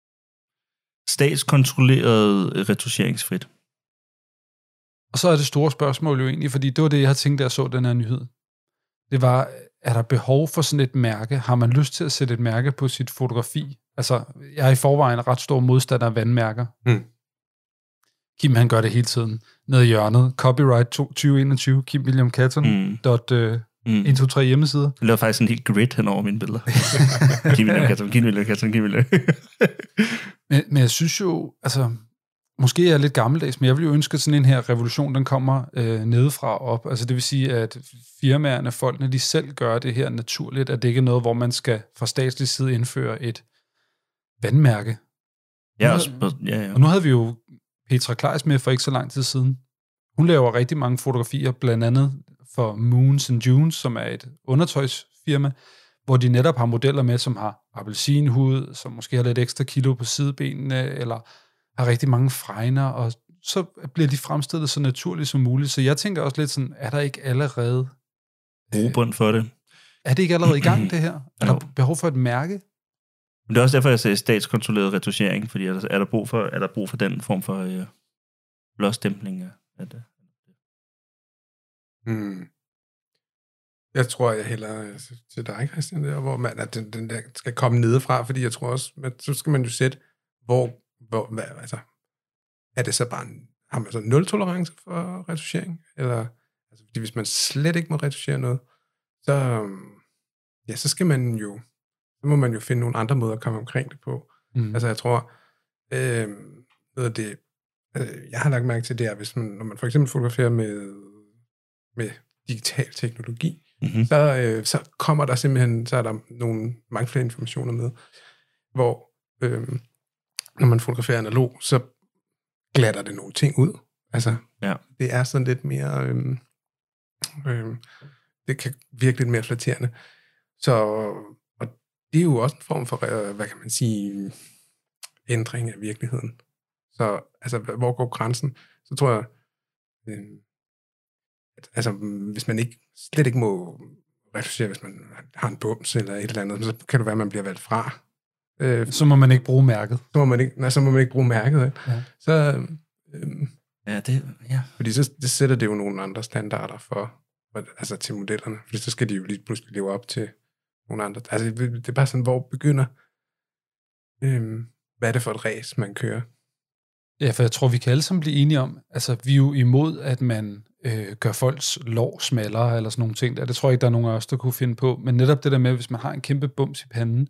Statskontrolleret retoucheringsfrit. Og så er det store spørgsmål jo egentlig, fordi det var det, jeg havde tænkt, da jeg så den her nyhed. Det var, er der behov for sådan et mærke? Har man lyst til at sætte et mærke på sit fotografi? Altså, jeg er i forvejen ret stor modstander af vandmærker. Mm. Kim, han gør det hele tiden. Nede i hjørnet. Copyright tyve enogtyve, Kim William Catton. Mm. Dot, uh, mm. en to tre hjemmesider. Jeg laver faktisk en helt grid hen over mine billeder. Kim William Catton, Kim William Catton, Kim William. men, men jeg synes jo, altså, måske er jeg lidt gammeldags, men jeg vil jo ønske, at sådan en her revolution, den kommer øh, nedefra og op. Altså det vil sige, at firmaerne, folkene, de selv gør det her naturligt, at det ikke er noget, hvor man skal fra statslig side indføre et vandmærke. Ja, også, ja, ja. Og nu havde vi jo Petra Kleis med for ikke så lang tid siden. Hun laver rigtig mange fotografier, blandt andet for Moons and Junes, som er et undertøjsfirma, hvor de netop har modeller med, som har appelsinhud, som måske har lidt ekstra kilo på sidebenene, eller har rigtig mange fregner, og så bliver de fremstillet så naturligt som muligt. Så jeg tænker også lidt sådan, er der ikke allerede... Grobund for det. Er det ikke allerede i gang, det her? Er der behov for et mærke? Men det er også derfor, jeg siger statskontrolleret retouchering, fordi er der, er der, brug, for, er der brug for den form for øh, blåstempling af det. Hmm. Jeg tror, jeg hælder til dig, Christian, der, hvor man, at den, den der skal komme nedefra, fordi jeg tror også, at så skal man jo sætte, hvor, hvor hvad, altså, er det så bare en, har man så nul tolerance for retouchering? Eller, altså, fordi hvis man slet ikke må retouchere noget, så, ja, så skal man jo, så må man jo finde nogle andre måder at komme omkring det på. Mm. Altså, jeg tror, øh, noget af det, øh, jeg har lagt mærke til, det er, hvis man, når man for eksempel fotograferer med, med digital teknologi, mm-hmm. så, øh, så kommer der simpelthen, så er der nogle mange flere informationer med, hvor øh, når man fotograferer analog, så glatter det nogle ting ud. Altså, ja. Det er sådan lidt mere, øh, øh, det kan virke lidt mere flatterende. Så, og det er jo også en form for, øh, hvad kan man sige, ændring af virkeligheden. Så, altså, hvor går grænsen? Så tror jeg, øh, at, altså, hvis man ikke, slet ikke må retouchere, hvis man har en bums eller et eller andet, så kan det være, at man bliver valgt fra. Øh, så må man ikke bruge mærket. Så må man ikke, nej, så må man ikke bruge mærket. Ja. Så, øh, ja, det, ja. Fordi så det sætter det jo nogle andre standarder for, altså til modellerne, for så skal de jo lige pludselig leve op til nogle andre. Altså, det er bare sådan, hvor begynder, øhm, hvad er det for et race, man kører? Ja, for jeg tror, vi kan alle sammen blive enige om, altså vi er jo imod, at man øh, gør folks lår smallere, eller sådan nogle ting der. Det tror jeg ikke, der er nogen af os, der kunne finde på. Men netop det der med, hvis man har en kæmpe bums i panden,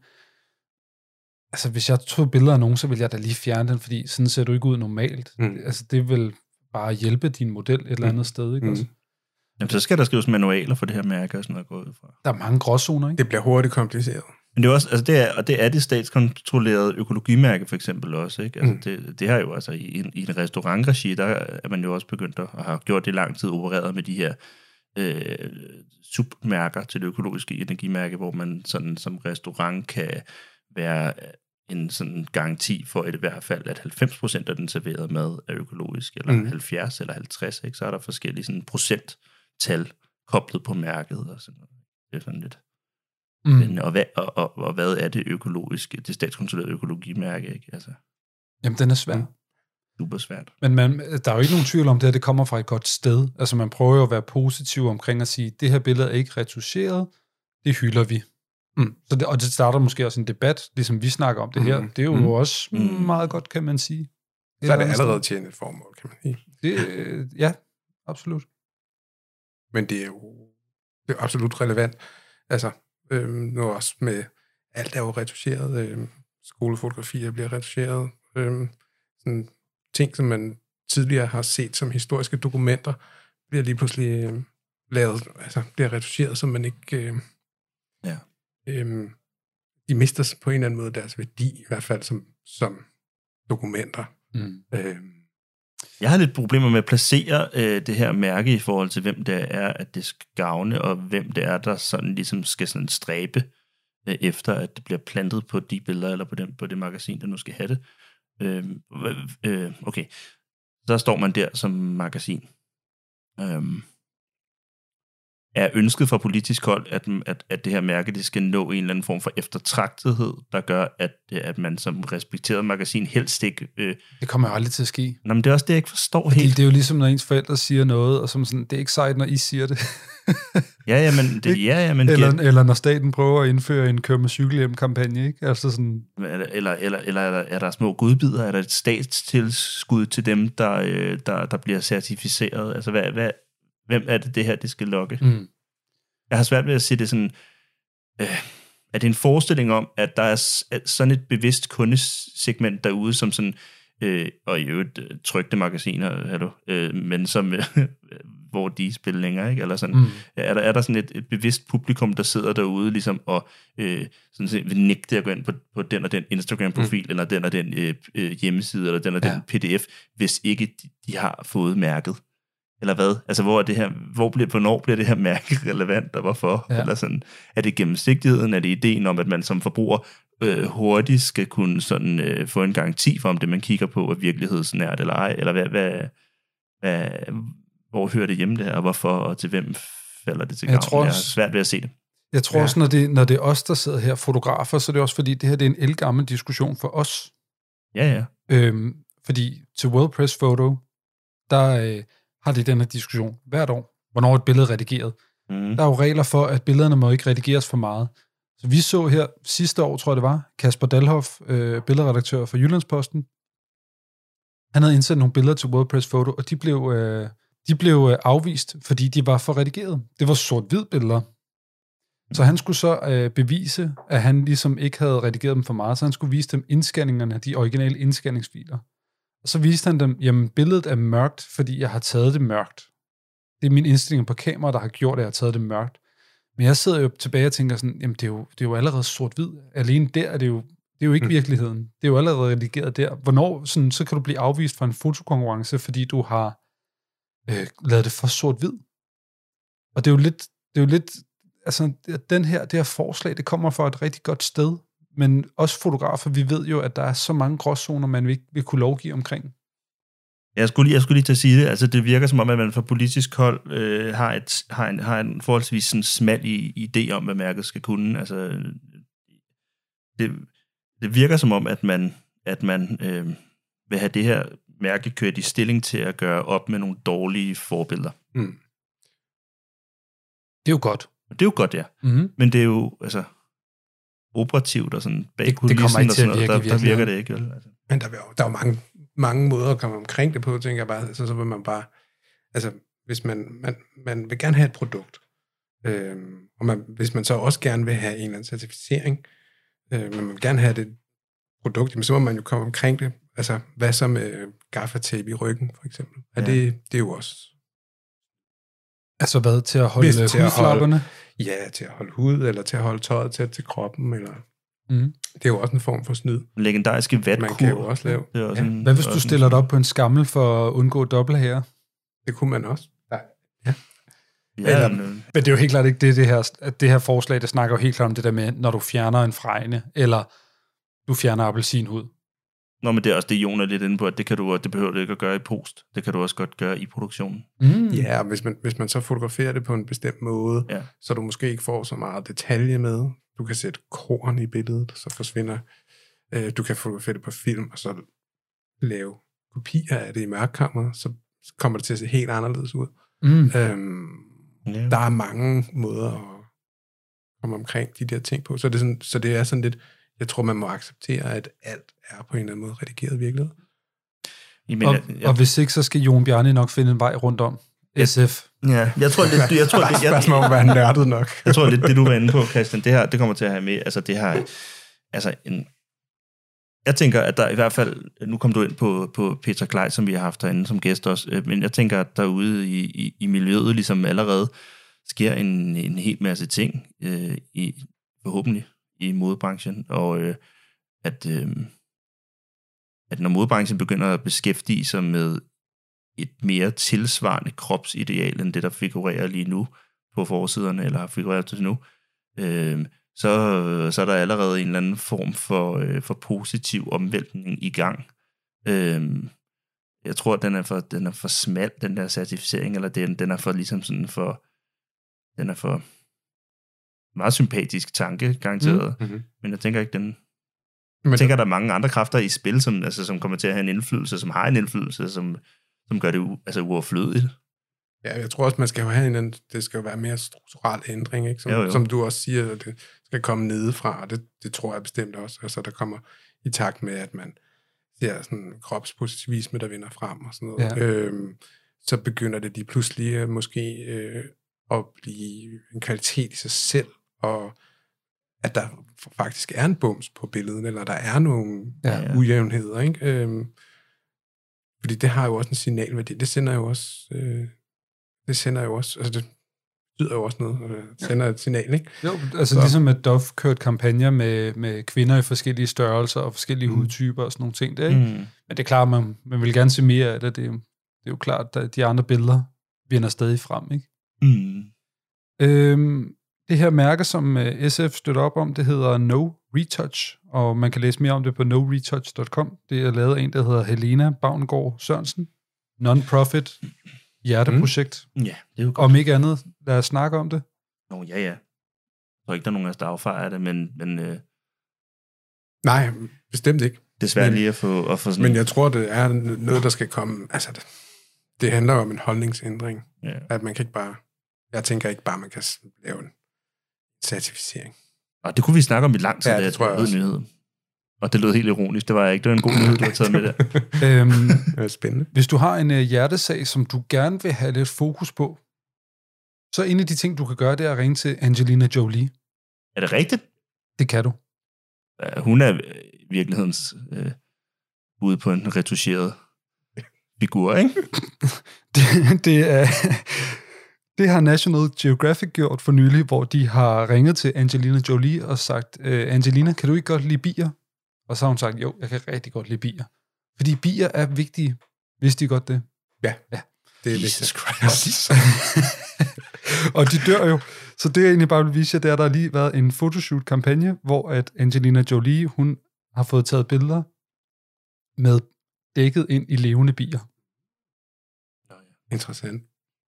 altså hvis jeg tog billeder af nogen, så ville jeg da lige fjerne den, fordi sådan ser du ikke ud normalt. Mm. Altså det vil bare hjælpe din model et eller andet mm. sted, ikke mm. også? Jamen, så skal der skrives manualer for det her mærke og sådan noget gået fra. Der er mange gråzoner, ikke? Det bliver hurtigt kompliceret. Men det er også, altså det er, og det er det statskontrollerede økologimærke for eksempel også, ikke? Altså Mm. det, det har jo altså i en, i en restaurantregi, der er man jo også begyndt at have gjort det i lang tid, opereret med de her øh, submærker til det økologiske energimærke, hvor man sådan som restaurant kan være en sådan garanti for i hvert fald, at halvfems procent af den serverede mad er økologisk, eller Mm. halvfjerds eller halvtreds, ikke? Så er der forskellige sådan procenttal koblet på mærket og sådan noget. Det er sådan lidt Mm. spændende. Og, hvad, og, og, og hvad er det økologiske, det statskontrollerede økologimærke, ikke? Altså, Jamen, den er svær. super svært. Men man, der er jo ikke nogen tvivl om det her, det kommer fra et godt sted. Altså man prøver jo at være positiv omkring at sige, det her billede er ikke retuscheret, det hylder vi. Mm. Så det, og det starter måske også en debat, ligesom vi snakker om det her. Mm. Det er jo Mm. også mm. meget godt, kan man sige. Så er det allerede tjent et formål, kan man sige. Det, øh, ja, absolut. Men det er jo det er absolut relevant. Altså, øhm, nu også med, alt er jo retuscheret, øhm, skolefotografier bliver retuscheret, øhm, sådan ting, som man tidligere har set som historiske dokumenter, bliver lige pludselig øhm, lavet, altså bliver retuscheret, så man ikke, øhm, ja. øhm, de mister på en eller anden måde deres værdi, i hvert fald som, som dokumenter. Mm. Øhm, Jeg har lidt problemer med at placere øh, det her mærke i forhold til, hvem det er, at det skal gavne, og hvem det er, der sådan ligesom skal sådan stræbe øh, efter, at det bliver plantet på de billeder, eller på, den, på det magasin, der nu skal have det. Øh, øh, okay, så står man der som magasin. Øh, er ønsket fra politisk hold, at, at, at det her mærke, det skal nå en eller anden form for eftertragtethed, der gør, at, at man som respekteret magasin helst ikke... Øh... Det kommer jo aldrig til at ske. Nå, men det er også det, jeg ikke forstår Fordi helt. det er jo ligesom, når ens forældre siger noget, og som sådan, det er ikke sejt, når I siger det. ja, ja, men... Det, ja, ja, men eller, eller når staten prøver at indføre en kør med cykelhjem-kampagne, ikke? Altså sådan... Eller, eller, eller, eller er, der, er der små godbidder? Er der et statstilskud til dem, der, øh, der, der bliver certificeret? Altså, hvad, hvad, hvem er det, det her, det skal lokke? Mm. Jeg har svært ved at se det sådan... Øh, er det en forestilling om, at der er sådan et bevidst kundesegment derude, som sådan... Øh, og i øvrigt øh, trykte magasiner, hallo, øh, men som... Øh, hvor de spiller længere, ikke? Eller sådan. Mm. Er, der, er der sådan et, et bevidst publikum, der sidder derude, ligesom, og øh, sådan set vil nægte at gå ind på, på den og den Instagram-profil, mm. eller den og den øh, øh, hjemmeside, eller den og ja. den P D F, hvis ikke de, de har fået mærket. Eller hvad? Altså, hvor er det her, hvor bliver, hvornår bliver det her mærke relevant, og hvorfor? Ja. Eller sådan, er det gennemsigtigheden? Er det ideen om, at man som forbruger øh, hurtigt skal kunne sådan, øh, få en garanti for, om det, man kigger på, er virkelighedsnært eller ej? Eller hvad, hvad, hvad, hvor hører det hjemme det her, og hvorfor, og til hvem falder det til gavn? Jeg, jeg har svært ved at se det. Jeg tror ja. også, når det, når det er os, der sidder her, fotografer, så er det også, fordi det her det er en ældgammel diskussion for os. Ja, ja. Øhm, fordi til World Press Photo, der øh, har de den her diskussion hvert år, hvornår er et billede redigeret. Mm. Der er jo regler for, at billederne må ikke redigeres for meget. Så vi så her sidste år, tror jeg det var, Kasper Dalhoff, øh, billedredaktør for Jyllandsposten, han havde indsendt nogle billeder til World Press Photo, og de blev, øh, de blev øh, afvist, fordi de var for redigeret. Det var sort-hvid billeder. Så han skulle så øh, bevise, at han ligesom ikke havde redigeret dem for meget, så han skulle vise dem indscanningerne, de originale indscanningsfiler. Og så viste han dem, jamen billedet er mørkt, fordi jeg har taget det mørkt. Det er min indstilling på kamera, der har gjort, at jeg har taget det mørkt. Men jeg sidder jo tilbage og tænker sådan, jamen det er jo, det er jo allerede sort-hvid. Alene der er det jo, det er jo ikke virkeligheden. Det er jo allerede redigeret der. Hvornår, sådan, så kan du blive afvist fra en fotokonkurrence, fordi du har øh, lavet det for sort-hvid. Og det er jo lidt, det er jo lidt, altså den her, det her forslag, det kommer fra et rigtig godt sted, men også fotografer, vi ved jo, at der er så mange gråzoner, man ikke vil kunne lovgive omkring. Jeg skulle lige, jeg skulle lige til at sige det, altså det virker som om, at man fra politisk hold øh, har, et, har, en, har en forholdsvis sådan smal idé om, hvad mærket skal kunne. Altså, det, det virker som om, at man, at man øh, vil have det her mærke kørt i stilling til at gøre op med nogle dårlige forbilleder. Mm. Det er jo godt. Det er jo godt, ja. Mm-hmm. Men det er jo, altså, operativt og sådan bag det, det kommer ikke til at virke, der, der virker det ikke. Vel? Altså. Men der er jo, der er jo mange, mange måder at komme omkring det på, tænker jeg bare. Så, så vil man bare, altså, hvis man, man, man vil gerne have et produkt, øh, og man, hvis man så også gerne vil have en eller anden certificering, øh, men man vil gerne have det produkt, jamen, så må man jo komme omkring det. Altså, hvad så med gaffatape i ryggen, for eksempel? Er ja. det, det er jo også... Altså hvad, til at holde hudflapperne? Ja, til at holde hud, eller til at holde tøjet tæt til kroppen, eller... Mm. Det er jo også en form for snyd. Legendariske vatkur. Man kan jo også lave. Det er også ja. en, hvad hvis du stiller dig op på en skammel for at undgå dobbelthager? Det kunne man også. Nej. Ja. Ja, eller, men det er jo helt klart ikke det, det her, det her forslag, det snakker jo helt klart om det der med, når du fjerner en fregne, eller du fjerner appelsinhud. Nå, men det er også det, Jon er lidt inde på, at det, kan du, det behøver du ikke at gøre i post. Det kan du også godt gøre i produktionen. Mm. Ja, og hvis man, hvis man så fotograferer det på en bestemt måde, ja. Så du måske ikke får så meget detalje med. Du kan sætte korn i billedet, så forsvinder. Øh, du kan fotografere det på film, og så lave kopier af det i mørkkammeret, så kommer det til at se helt anderledes ud. Mm. Øhm, yeah. Der er mange måder at komme omkring de der ting på. Så det er, sådan, så det er sådan lidt, jeg tror, man må acceptere, at alt er på en eller anden måde redigeret virkelighed. Jamen, og, jeg, jeg, og hvis ikke, så skal Jon Bjarne nok finde en vej rundt om. S F. Ja, jeg tror, det, jeg tror, det, jeg, spørgsmål om at være nørdet nok. Jeg tror, det, det du var inde på, Christian, det her, det kommer til at have med, altså det her, altså en, jeg tænker, at der i hvert fald, nu kom du ind på, på Petra Klej, som vi har haft herinde som gæst også, men jeg tænker, at derude i, i, i miljøet ligesom allerede sker en, en hel masse ting, øh, i, forhåbentlig i modebranchen, og øh, at, øh, at når modebranchen begynder at beskæftige sig med et mere tilsvarende kropsideal, end det, der figurerer lige nu på forsiderne, eller har figureret til nu, øh, så, så er der allerede en eller anden form for, øh, for positiv omvæltning i gang. Øh, jeg tror, den er for, den er for smal, den der certificering, eller den, den er for ligesom sådan for, den er for meget sympatisk tanke, garanteret. Mm-hmm. Men jeg tænker ikke, den... Men jeg tænker, der er mange andre kræfter i spil, som, altså, som kommer til at have en indflydelse, som har en indflydelse, som, som gør det u, altså, uoverflødigt. Ja, jeg tror også, man skal jo have en, det skal jo være mere strukturel ændring, ikke? Som, jo, jo. Som du også siger, at det skal komme nedefra, og det, det tror jeg bestemt også. Altså, der kommer i takt med, at man ser sådan kropspositivisme, der vinder frem og sådan noget. Ja. Øhm, så begynder det lige pludselig måske øh, at blive en kvalitet i sig selv, og at der faktisk er en bums på billedet, eller der er nogle ja, ja. ujævnheder, ikke? Øhm, fordi det har jo også en signalværdi. Det sender jo også... Øh, det sender jo også... Altså, det betyder jo også noget, og det sender et signal, ikke? Jo, altså så. Ligesom at Dove kørte kampagner med, med kvinder i forskellige størrelser og forskellige mm. hudtyper og sådan nogle ting der, ikke? Mm. Men det er klart, man, man vil gerne se mere af det. Det er, det er jo klart, at de andre billeder vinder stadig frem, ikke? Mm. Øhm, det her mærke, som S F støtter op om, det hedder No Retouch, og man kan læse mere om det på no retouch punktum com. Det er lavet af en, der hedder Helena Bavngaard Sørensen. Non-profit hjerteprojekt. Mm. Ja, det er jo godt. Om ikke andet, lad os snakke om det. Nå, ja, ja. Jeg tror ikke, der er nogen af os, der affejer det, men... men øh... Nej, bestemt ikke. Det er svært lige at få, at få sådan... Men jeg tror, det er noget, der skal komme... Altså, det, det handler om en holdningsændring. Ja. At man kan ikke bare... Jeg tænker ikke bare, man kan lave en certificering. Og det kunne vi snakke om i lang tid, ja, det, det tror jeg også. Nyhed. Og det lød helt ironisk. Det var ikke. Det var en god nyhed, du har taget med der. øhm, det var spændende. Hvis du har en uh, hjertesag, som du gerne vil have lidt fokus på, så en af de ting, du kan gøre, det er at ringe til Angelina Jolie. Er det rigtigt? Det kan du. Uh, hun er i virkelighedens uh, ude på en retuscheret figur, ikke? det, det er... Det har National Geographic gjort for nylig, hvor de har ringet til Angelina Jolie og sagt, Angelina, kan du ikke godt lide bier? Og så har hun sagt, jo, jeg kan rigtig godt lide bier. Fordi bier er vigtige. Vidste de godt det? Ja, ja. Det er Jesus Christ. Og de dør jo. Så det jeg egentlig bare vil vise jer, det er, der har lige været en photoshoot-kampagne, hvor at Angelina Jolie, hun har fået taget billeder med dækket ind i levende bier. Interessant.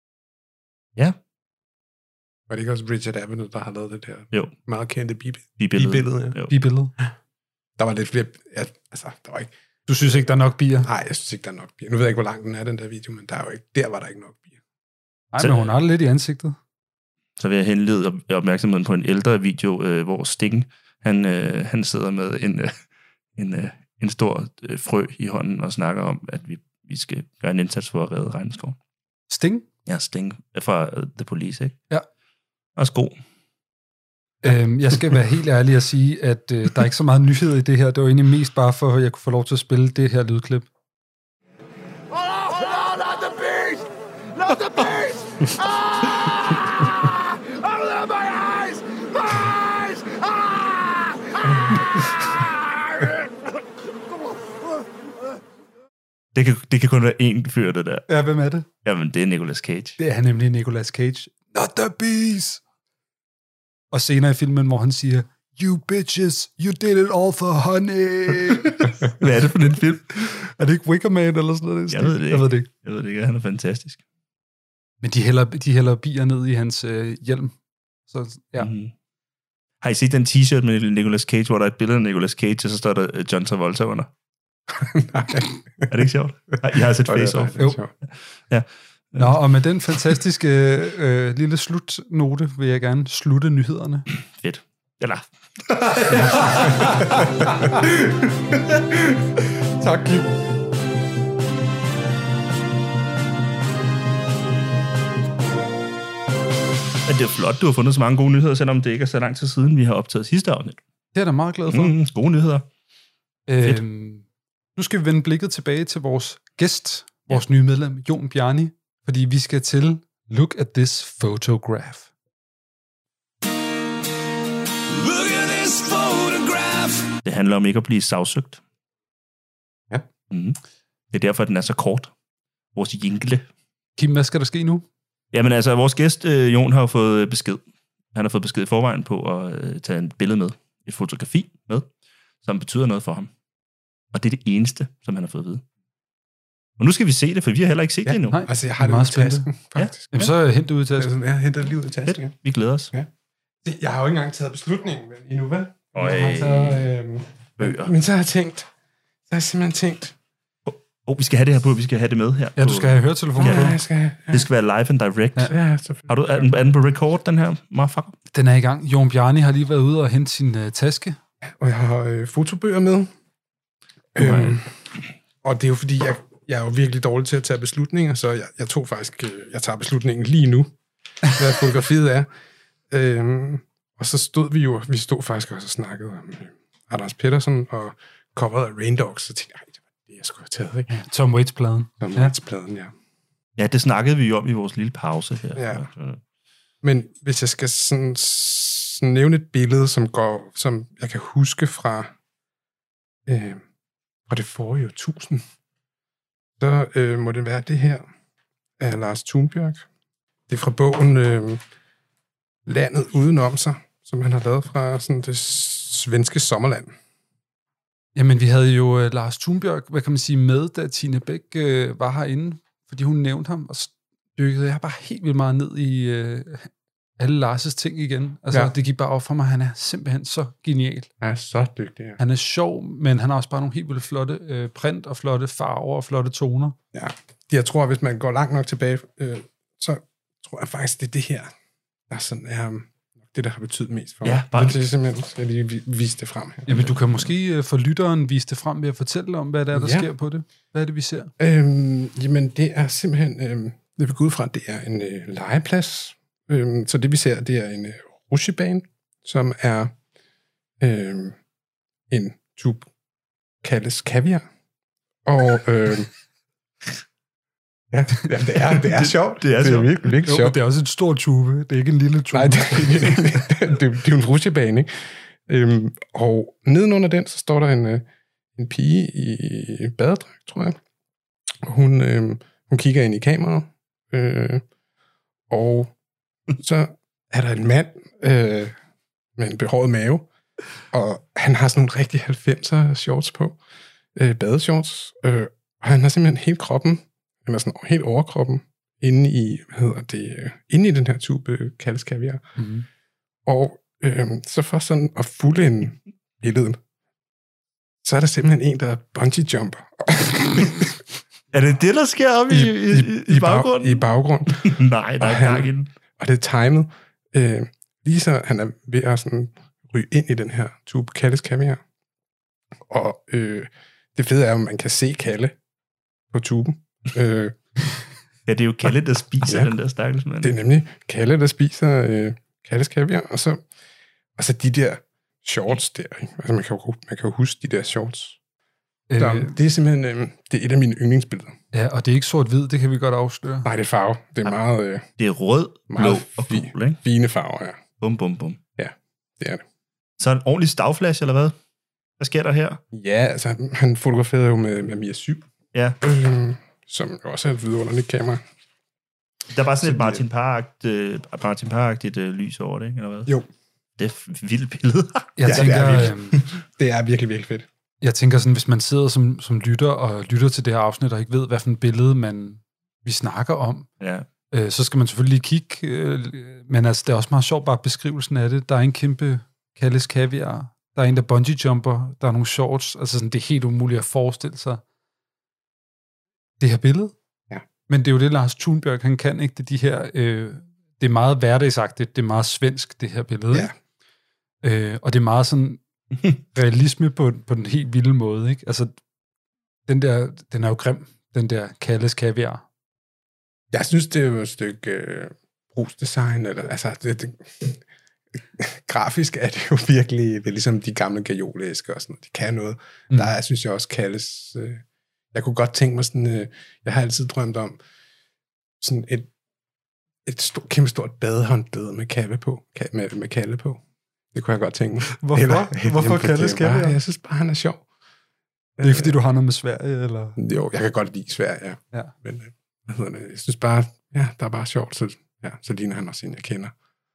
Ja. Var det ikke også Richard Avedon, der har lavet det der jo. meget kendte bi- bibillede? Bibillede, ja. Bibillede. Der var lidt flere... Ja, altså, der var ikke... Du synes ikke, der er nok bier? Nej, jeg synes ikke, der er nok bier. Nu ved jeg ikke, hvor lang den er, den der video, men der, er jo ikke, der var der ikke nok bier. Nej, men hun har det lidt i ansigtet. så vil jeg henlede opmærksomheden på en ældre video, øh, hvor Sting, han, øh, han sidder med en, øh, en, øh, en stor øh, frø i hånden og snakker om, at vi, vi skal gøre en indsats for at redde regnskov. Sting? Ja, Sting fra uh, The Police, ikke? Ja. Også god. Øhm, jeg skal være helt ærlig at sige, at øh, der er ikke så meget nyhed i det her. Det var egentlig mest bare for, at jeg kunne få lov til at spille det her lydklip. Oh, no, not the beast! Not the beast! Ah! Oh, my eyes! My eyes! Ah! Ah! Det kan, det kan kun være én fyr, det der. Ja, hvem er det? Jamen, det er Nicolas Cage. Det er nemlig Nicolas Cage. Not the beast! Og senere i filmen, hvor han siger, you bitches, you did it all for honey. Hvad er det for en film? Er det ikke Wicker Man eller sådan noget? Jeg ved det ikke. Jeg ved det ikke. Jeg ved det ikke, han er fantastisk. Men de hælder, de hælder bier ned i hans øh, hjelm. Så, ja. Mm-hmm. Har I set den t-shirt med Nicolas Cage, hvor der er et billede af Nicolas Cage, og så står der uh, John Travolta under? Nej. Er det ikke sjovt? Jeg har set Face Off. Jo. Ja. Nå, og med den fantastiske øh, lille slutnote vil jeg gerne slutte nyhederne. Fedt. Eller... Tak, Kim. Men det er flot, du har fundet så mange gode nyheder, selvom det ikke er så lang tid siden, vi har optaget sidste afsnit. Det er jeg da meget glad for. Mm, gode nyheder. Øhm, nu skal vi vende blikket tilbage til vores gæst, vores ja. nye medlem, Jon Bjarni, fordi vi skal til Look at this photograph. Look at this photograph. Det handler om ikke at blive sagsøgt. Ja. Mm. Det er derfor, at den er så kort. Vores jingle. Kim, hvad skal der ske nu? Jamen altså, vores gæst, øh, Jon, har jo fået besked. Han har fået besked i forvejen på at øh, tage et billede med. Et fotografi med, som betyder noget for ham. Og det er det eneste, som han har fået at vide. Og nu skal vi se det, for vi har heller ikke set ja, det endnu. Nej, altså jeg har det meget ud i tasken, faktisk. Ja. Jamen, så hent det ud i tasken. Jeg henter det lige ud i tasken. Ja. Vi glæder os. Ja. Jeg har jo ikke engang taget beslutningen endnu, vel? Øj. Jeg har taget, øh, Bøger. Men så har jeg tænkt, så har jeg simpelthen tænkt... Åh, oh, vi skal have det her på, vi skal have det med her. Ja, du skal have høretelefonen ja, på. Jeg skal have, ja. Det skal være live and direct. Ja, ja, har du, er, den, er den på record, den her, motherfucker? Den er i gang. Jon Bjarni har lige været ude og hente sin uh, taske. Og jeg har øh, fotobøger med. Okay. Øhm, og det er jo fordi, jeg, jeg er jo virkelig dårlig til at tage beslutninger, så jeg, jeg tog faktisk, øh, jeg tager beslutningen lige nu, hvad fotografiet er. Øhm, og så stod vi jo, vi stod faktisk også og snakkede om øh, Anders Pettersson og coveret af Rain Dogs, så tænkte jeg, det var det, jeg skulle have taget, ikke? Ja, Tom Waits-pladen. Tom ja. Waits-pladen, ja. Ja, det snakkede vi jo om i vores lille pause her. Ja. Men hvis jeg skal sådan, sådan nævne et billede, som går, som jeg kan huske fra, øh, fra det forrige årtusind, så øh, må det være det her af Lars Thunbjerg. Det er fra bogen øh, Landet udenom sig, som han har lavet fra sådan det svenske sommerland. Jamen, vi havde jo uh, Lars Thunbjerg, hvad kan man sige, med, da Tine Bæk uh, var herinde, fordi hun nævnte ham, og dykkede jeg bare helt vildt meget ned i uh, alle Lars' ting igen. Altså, ja. Det gik bare op for mig, han er simpelthen så genial. Han er så dygtig, ja. Han er sjov, men han har også bare nogle helt vildt flotte uh, print og flotte farver og flotte toner. Ja, jeg tror, hvis man går langt nok tilbage, øh, så tror jeg faktisk, det er det her, der sådan er... det, der har betydet mest for mig. Ja, bare det er simpelthen, skal jeg lige vise det frem her. Jamen, du kan måske for lytteren vise det frem ved at fortælle om, hvad der er, der ja. sker på det. Hvad er det, vi ser? Øhm, jamen, det er simpelthen, øhm, det vi går ud fra, det er en øh, legeplads. Øhm, så det, vi ser, det er en øh, rutsjebane, som er øh, en tube kaldes kaviar. Og øh, ja, ja, det er, det er sjovt. Det er, det er virkelig, virkelig sjovt. Det er også en stor tube. Det er ikke en lille tube. Nej, det, det, det, det er jo en rutsjebane, ikke? Øhm, og nedenunder den, så står der en, øh, en pige i badedragt, tror jeg. Hun, øh, hun kigger ind i kameraet, øh, og så er der en mand øh, med en behåret mave, og han har sådan nogle rigtig halvfemser shorts på, øh, badeshorts, øh, og han har simpelthen hele kroppen, eller sådan helt overkroppen, inde i, hvad hedder det, øh, inde i den her tube øh, kaldes kaviar. Mm-hmm. Og øh, så for sådan at fuldende billedet, så er der simpelthen en, der bungee jumper. Er det det, der sker oppe i, i, i, i baggrunden? I baggrunden. Nej, der er gang i den. Og det er timet. Øh, lige så han er ved at sådan ryge ind i den her tube Kalles kaviar. Og øh, det fede er, at man kan se Kalle på tuben. Øh, ja, det er jo Kalle, der spiser ja, den der stakkels mand. Det er nemlig Kalle, der spiser øh, Kalles kaviar. Og så, og så de der shorts der. Ikke? Altså man kan, jo, man kan jo huske de der shorts. Øh, der, det er simpelthen øh, det er et af mine yndlingsbilleder. Ja, og det er ikke sort-hvid, det kan vi godt afsløre. Nej, det er farve. Det er meget... Øh, det er rød, blå og gul, ikke? Fine farver, ja. Bum, bum, bum. Ja, det er det. Så en ordentlig stavflash, eller hvad? Hvad sker der her? Ja, altså, han fotograferede jo med, med Mia syv. Ja. Øh, som jo også er et vidunderligt kamera. Der var sådan et Martin Parr-agtigt, Martin Parr-agtigt øh, lys over det, ikke? Eller hvad? Jo. Det er et vildt billede. Jeg ja, tænker, det, er virkelig, det er virkelig, virkelig fedt. Jeg tænker sådan, hvis man sidder som, som lytter og lytter til det her afsnit, og ikke ved, hvad for et billede man, vi snakker om, ja. øh, så skal man selvfølgelig kigge. Øh, men altså, det er også meget sjovt bare beskrivelsen af det. Der er en kæmpe Kalles kaviar. Der er en, der bungee jumper. Der er nogle shorts. Altså sådan, det er helt umuligt at forestille sig det her billede. Ja. Men det er jo det, Lars Thunbjerg, han kan, ikke? Det er de her... Øh, det er meget hverdagsagtigt. Det er meget svensk, det her billede. Ja. Øh, og det er meget sådan... realisme på, på den helt vilde måde, ikke? Altså, den der, den er jo grim, den der Kalles kaviar. Jeg synes, det er jo et stykke øh, brugsdesign, eller, altså, det, det, grafisk er det jo virkelig, det er ligesom de gamle gajolæsker og sådan noget, de kan noget. Mm. Der er, synes jeg også, Kalles, øh, jeg kunne godt tænke mig sådan, øh, jeg har altid drømt om sådan et, et stort, kæmpe stort badehåndklæde med kappe på, med, med Kalle på. Det kunne jeg godt tænke mig. Hvorfor? Eller, Hvorfor Kalles kaviar? Jeg synes bare, han er sjov. Det er ikke, fordi du har noget med Sverige, eller? Jo, jeg kan godt lide Sverige, ja. ja. Men hvad hedder det? Jeg synes bare, ja, der er bare sjovt, så, ja, så ligner han også en, jeg kender.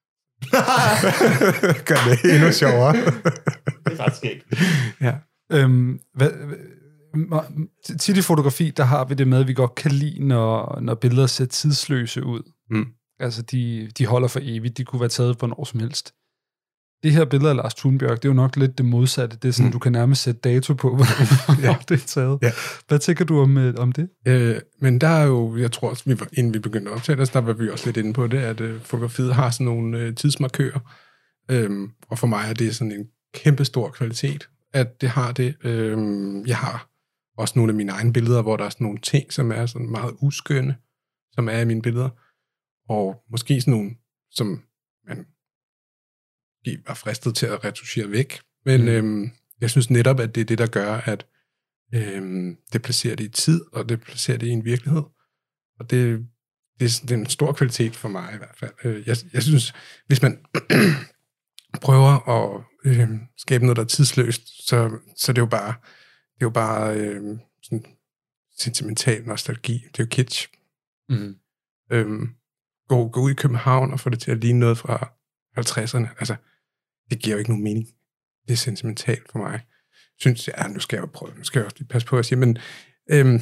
Gør det endnu sjovere. Det er ret skægt. Ja. Øhm, hvad, tit i fotografi, der har vi det med, at vi godt kan lide, når, når billeder ser tidsløse ud. Mm. Altså, de, de holder for evigt. De kunne være taget på når som helst. Det her billede af Lars Thunbjerg, det er jo nok lidt det modsatte. Det er sådan, mm. du kan nærmest sætte dato på, hvornår ja. det er taget. Ja. Hvad tænker du om, om det? Øh, men der er jo, jeg tror også, vi var, inden vi begyndte at optage det, der var vi også lidt inde på det, at øh, fotografiet har sådan nogle øh, tidsmarkører. Øhm, og for mig er det sådan en kæmpe stor kvalitet, at det har det. Øhm, jeg har også nogle af mine egne billeder, hvor der er sådan nogle ting, som er sådan meget uskønne, som er i mine billeder. Og måske sådan nogle, som man var fristet til at retuschere væk. Men mm. øhm, jeg synes netop, at det er det, der gør, at øhm, det placerer det i tid, og det placerer det i en virkelighed. Og det, det, er, det er en stor kvalitet for mig i hvert fald. Jeg, jeg synes, hvis man prøver at øh, skabe noget, der er tidsløst, så, så det er jo bare, det er jo bare øh, sådan sentimental nostalgi. Det er jo kitsch. Mm. Øhm, gå, gå ud i København og få det til at ligne noget fra halvtredserne. Altså, det giver jo ikke nogen mening. Det er sentimentalt for mig. Synes jeg, ja, nu skal jeg jo prøve, nu skal jeg også lige passe på at sige, men øhm,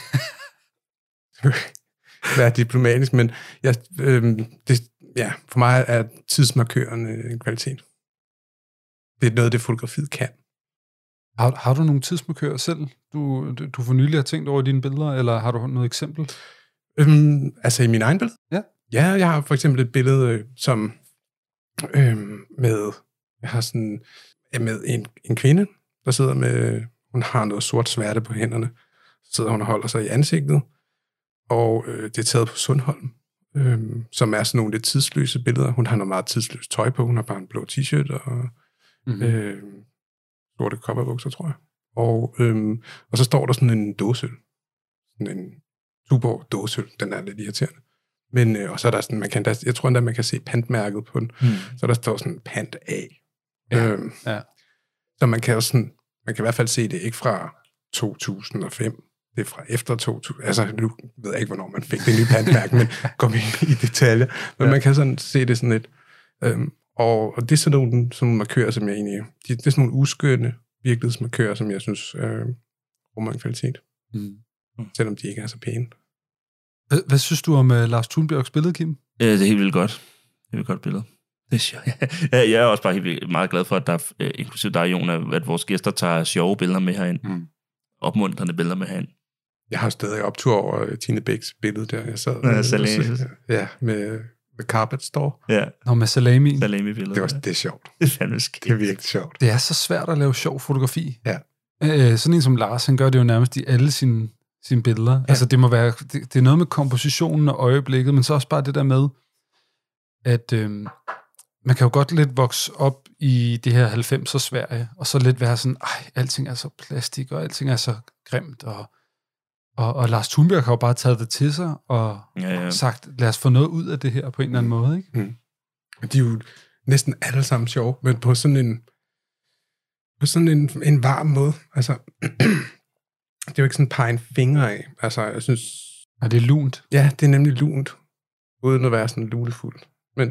være diplomatisk, men jeg, øhm, det, ja, for mig er tidsmarkøren en kvalitet. Det er noget, det fotografiet kan. Har, har du nogle tidsmarkører selv, du, du, du for nylig har tænkt over i dine billeder, eller har du noget eksempel? Øhm, altså i min egen billede? Ja. Ja, jeg har for eksempel et billede, som øhm, med, jeg har sådan, med en, en kvinde, der sidder med, hun har noget sort sværte på hænderne, så sidder hun og holder sig i ansigtet, og øh, det er taget på Sundholm, øh, som er sådan nogle lidt tidsløse billeder. Hun har noget meget tidsløst tøj på, hun har bare en blå t-shirt og mm-hmm. øh, sorte kopperbukser, tror jeg. Og, øh, og så står der sådan en dåseøl, sådan en Tuborg dåseøl, den er lidt irriterende. Men, øh, og så er der sådan, man kan, der, jeg tror endda, man kan se pantmærket på den, mm. så der står sådan pant af. Ja, øhm, ja. Så man kan jo sådan, man kan i hvert fald se det ikke fra to tusind og fem, det er fra efter to tusind, altså nu ved jeg ikke, hvornår man fik det nye pantmærke, men går vi i detaljer, men ja. Man kan sådan se det sådan lidt, øhm, og, og det er sådan nogle, sådan nogle markører, som jeg egentlig, de, det er sådan nogle uskønne virkelighedsmarkører, som jeg synes øh, rummer en kvalitet, mm. selvom de ikke er så pæne. Hvad, hvad synes du om uh, Lars Thunbjergs billede, Kim? Ja, det er helt vildt godt. Det er et godt billede. Det er sjovt. Jeg er også bare helt vildt, meget glad for, at der er, inklusive dig, Jon, at vores gæster tager sjove billeder med herind. Mm. Opmuntrende billeder med herind. Jeg har stadig optur over Tine Bæks billede der. Jeg sad ja, med, ja, med The Carpet Store. Ja. Nå, med salami. Salami-billeder. Det, var, det er sjovt. Det er fandme skægt. Det er virkelig sjovt. Det er så svært at lave sjov fotografi. Ja. Øh, sådan en som Lars, han gør det jo nærmest i alle sine, sine billeder. Ja. Altså, det må være, det, det er noget med kompositionen og øjeblikket, men så også bare det der med, at øh, man kan jo godt lidt vokse op i det her halvfemser Sverige, og så lidt være sådan, ej, alting er så plastik, og alting er så grimt, og, og, og Lars Thunberg har jo bare taget det til sig, og ja, ja. sagt, lad os få noget ud af det her på en eller anden måde, ikke? Mm. De er jo næsten alle sammen sjove, men på sådan en på sådan en, en varm måde. Altså, det er jo ikke sådan pege en finger af. Altså, jeg synes... Er det lunt? Ja, det er nemlig lunt, uden at være sådan lunefuld. Men...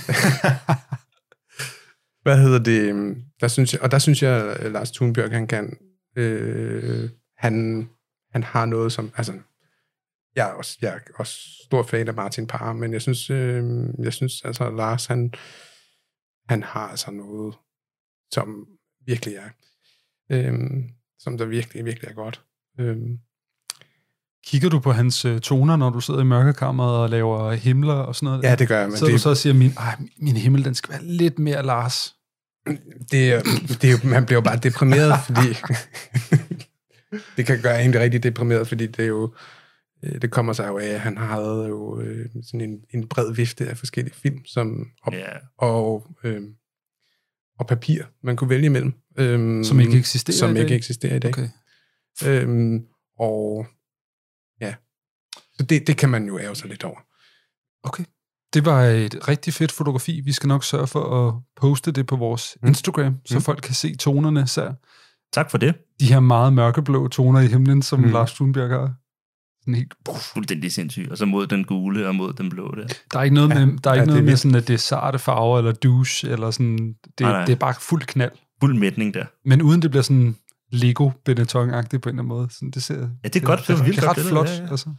Hvad hedder det? Der synes jeg, og der synes jeg, at Lars Thunberg, han kan... Øh, han, han har noget som... Altså, jeg er også, jeg er også stor fan af Martin Parr, men jeg synes, øh, jeg synes altså, Lars, han, han har altså noget, som virkelig er, øh, som der virkelig, virkelig er godt. Øh. Kigger du på hans øh, toner, når du sidder i mørkekammeret og laver himler og sådan noget? Ja, det gør jeg. Men så det, du så og siger, min, ej, min himmel, den skal være lidt mere Lars. Det, det er jo, man bliver jo bare deprimeret, fordi det kan gøre en rigtig deprimeret, fordi det er jo det kommer sig jo af, at han havde jo øh, sådan en, en bred vifte af forskellige film, som og, yeah. og, øh, og papir, man kunne vælge imellem. Øh, som ikke eksisterer som i dag? ikke eksisterer i dag. Okay. Øh, og ja, så det, det kan man jo ære sig lidt over. Okay. Det var et rigtig fedt fotografi. Vi skal nok sørge for at poste det på vores mm. Instagram, så mm. folk kan se tonerne især. Tak for det. De her meget mørkeblå toner i himlen, som mm. Lars Thunberg har. Sådan helt... Fuldstændig sindssygt. Og så mod den gule og mod den blå der. Der er ikke noget med, ja. der er ikke ja, noget med sådan, at det er sarte farver, eller douche, eller sådan. Det, nej, nej. Det er bare fuld knald. Fuld mætning der. Men uden det bliver sådan Lego Benetton-agtigt på en eller anden måde. Sådan, det ser, ja, det er godt. Det, det er, vildt det er ret godt flot. Ja, ja. Altså.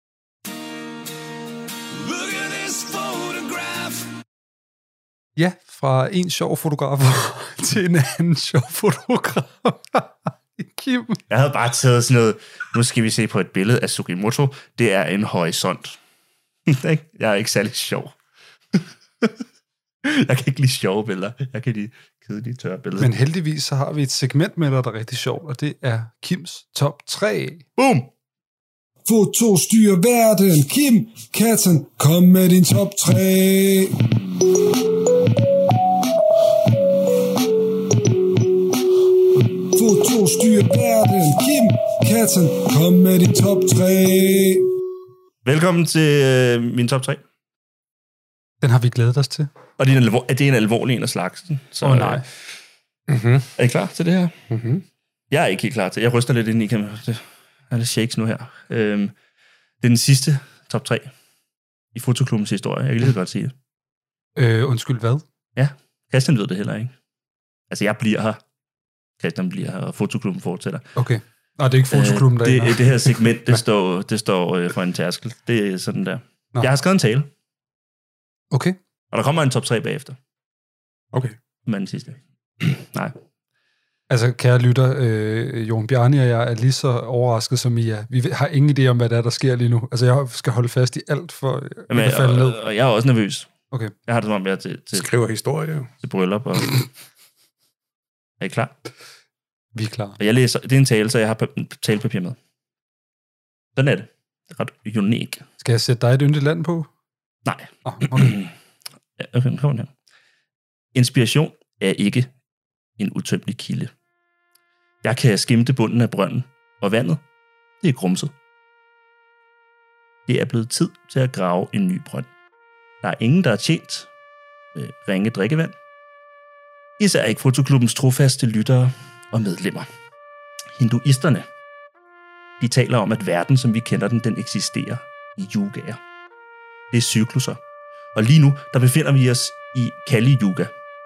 Ja, fra en sjov fotograf til en anden sjov fotograf. Kim. Jeg havde bare taget sådan noget, nu skal vi se på et billede af Sugimoto. Det er en horisont. Jeg er ikke særlig sjov. Jeg kan ikke lide sjove billeder. Jeg kan lide kedelige tørre billeder. Men heldigvis så har vi et segment med dig, der er rigtig sjovt, og det er Kims top tre. Boom! Foto styrer verden. Kim, katten, kom med din top tre. Foto styrer verden. Kim, katten, kom med din top tre. Velkommen til øh, min top tre. Den har vi glædet os til. Og det er en, alvor, det er en alvorlig en af slagsen. Åh oh, nej. Øh, mm-hmm. Er I klar til det her? Mm-hmm. Jeg er ikke helt klar til. Jeg ryster lidt ind i kameraet. Det er lidt shakes nu her. Øhm, det er den sidste top tre i fotoklubbens historie. Jeg kan lige så godt sige det. Øh, undskyld, hvad? Ja, Christian ved det heller ikke. Altså, jeg bliver her. Christian bliver her, og fotoklubben fortsætter. Okay. Nå, det er ikke fotoklubben, der øh, det, det her segment, det står, det står øh, for en tærskel. Det er sådan der. Nå. Jeg har skrevet en tale. Okay. Og der kommer en top tre bagefter. Okay. Men den sidste. Nej. Altså, kære lytter, øh, Jon Bjarni og jeg er lige så overrasket som I er. Vi har ingen idé om, hvad der er, der sker lige nu. Altså, jeg skal holde fast i alt for Jamen, at falde og, ned. Og jeg er også nervøs. Okay. Jeg har det som om, jeg er til... til Skriver historie, jo. Til bryllup. Og... er I klar? Vi er klar. Og jeg læser... Det er en tale, så jeg har talepapir med. Sådan er det. Det er ret unik. Skal jeg sætte dig et yndigt land på? Nej. Oh, okay. Ja, okay, kom her. Inspiration er ikke en utømmelig kilde. Jeg kan skimte bunden af brønden, og vandet, det er grumset. Det er blevet tid til at grave en ny brønd. Der er ingen, der er tjent med ringe drikkevand. Især ikke fotoklubbens trofaste lyttere og medlemmer. Hinduisterne, de taler om, at verden, som vi kender den, den eksisterer i yugaer. Det er cykluser. Og lige nu, der befinder vi os i Kali Yuga.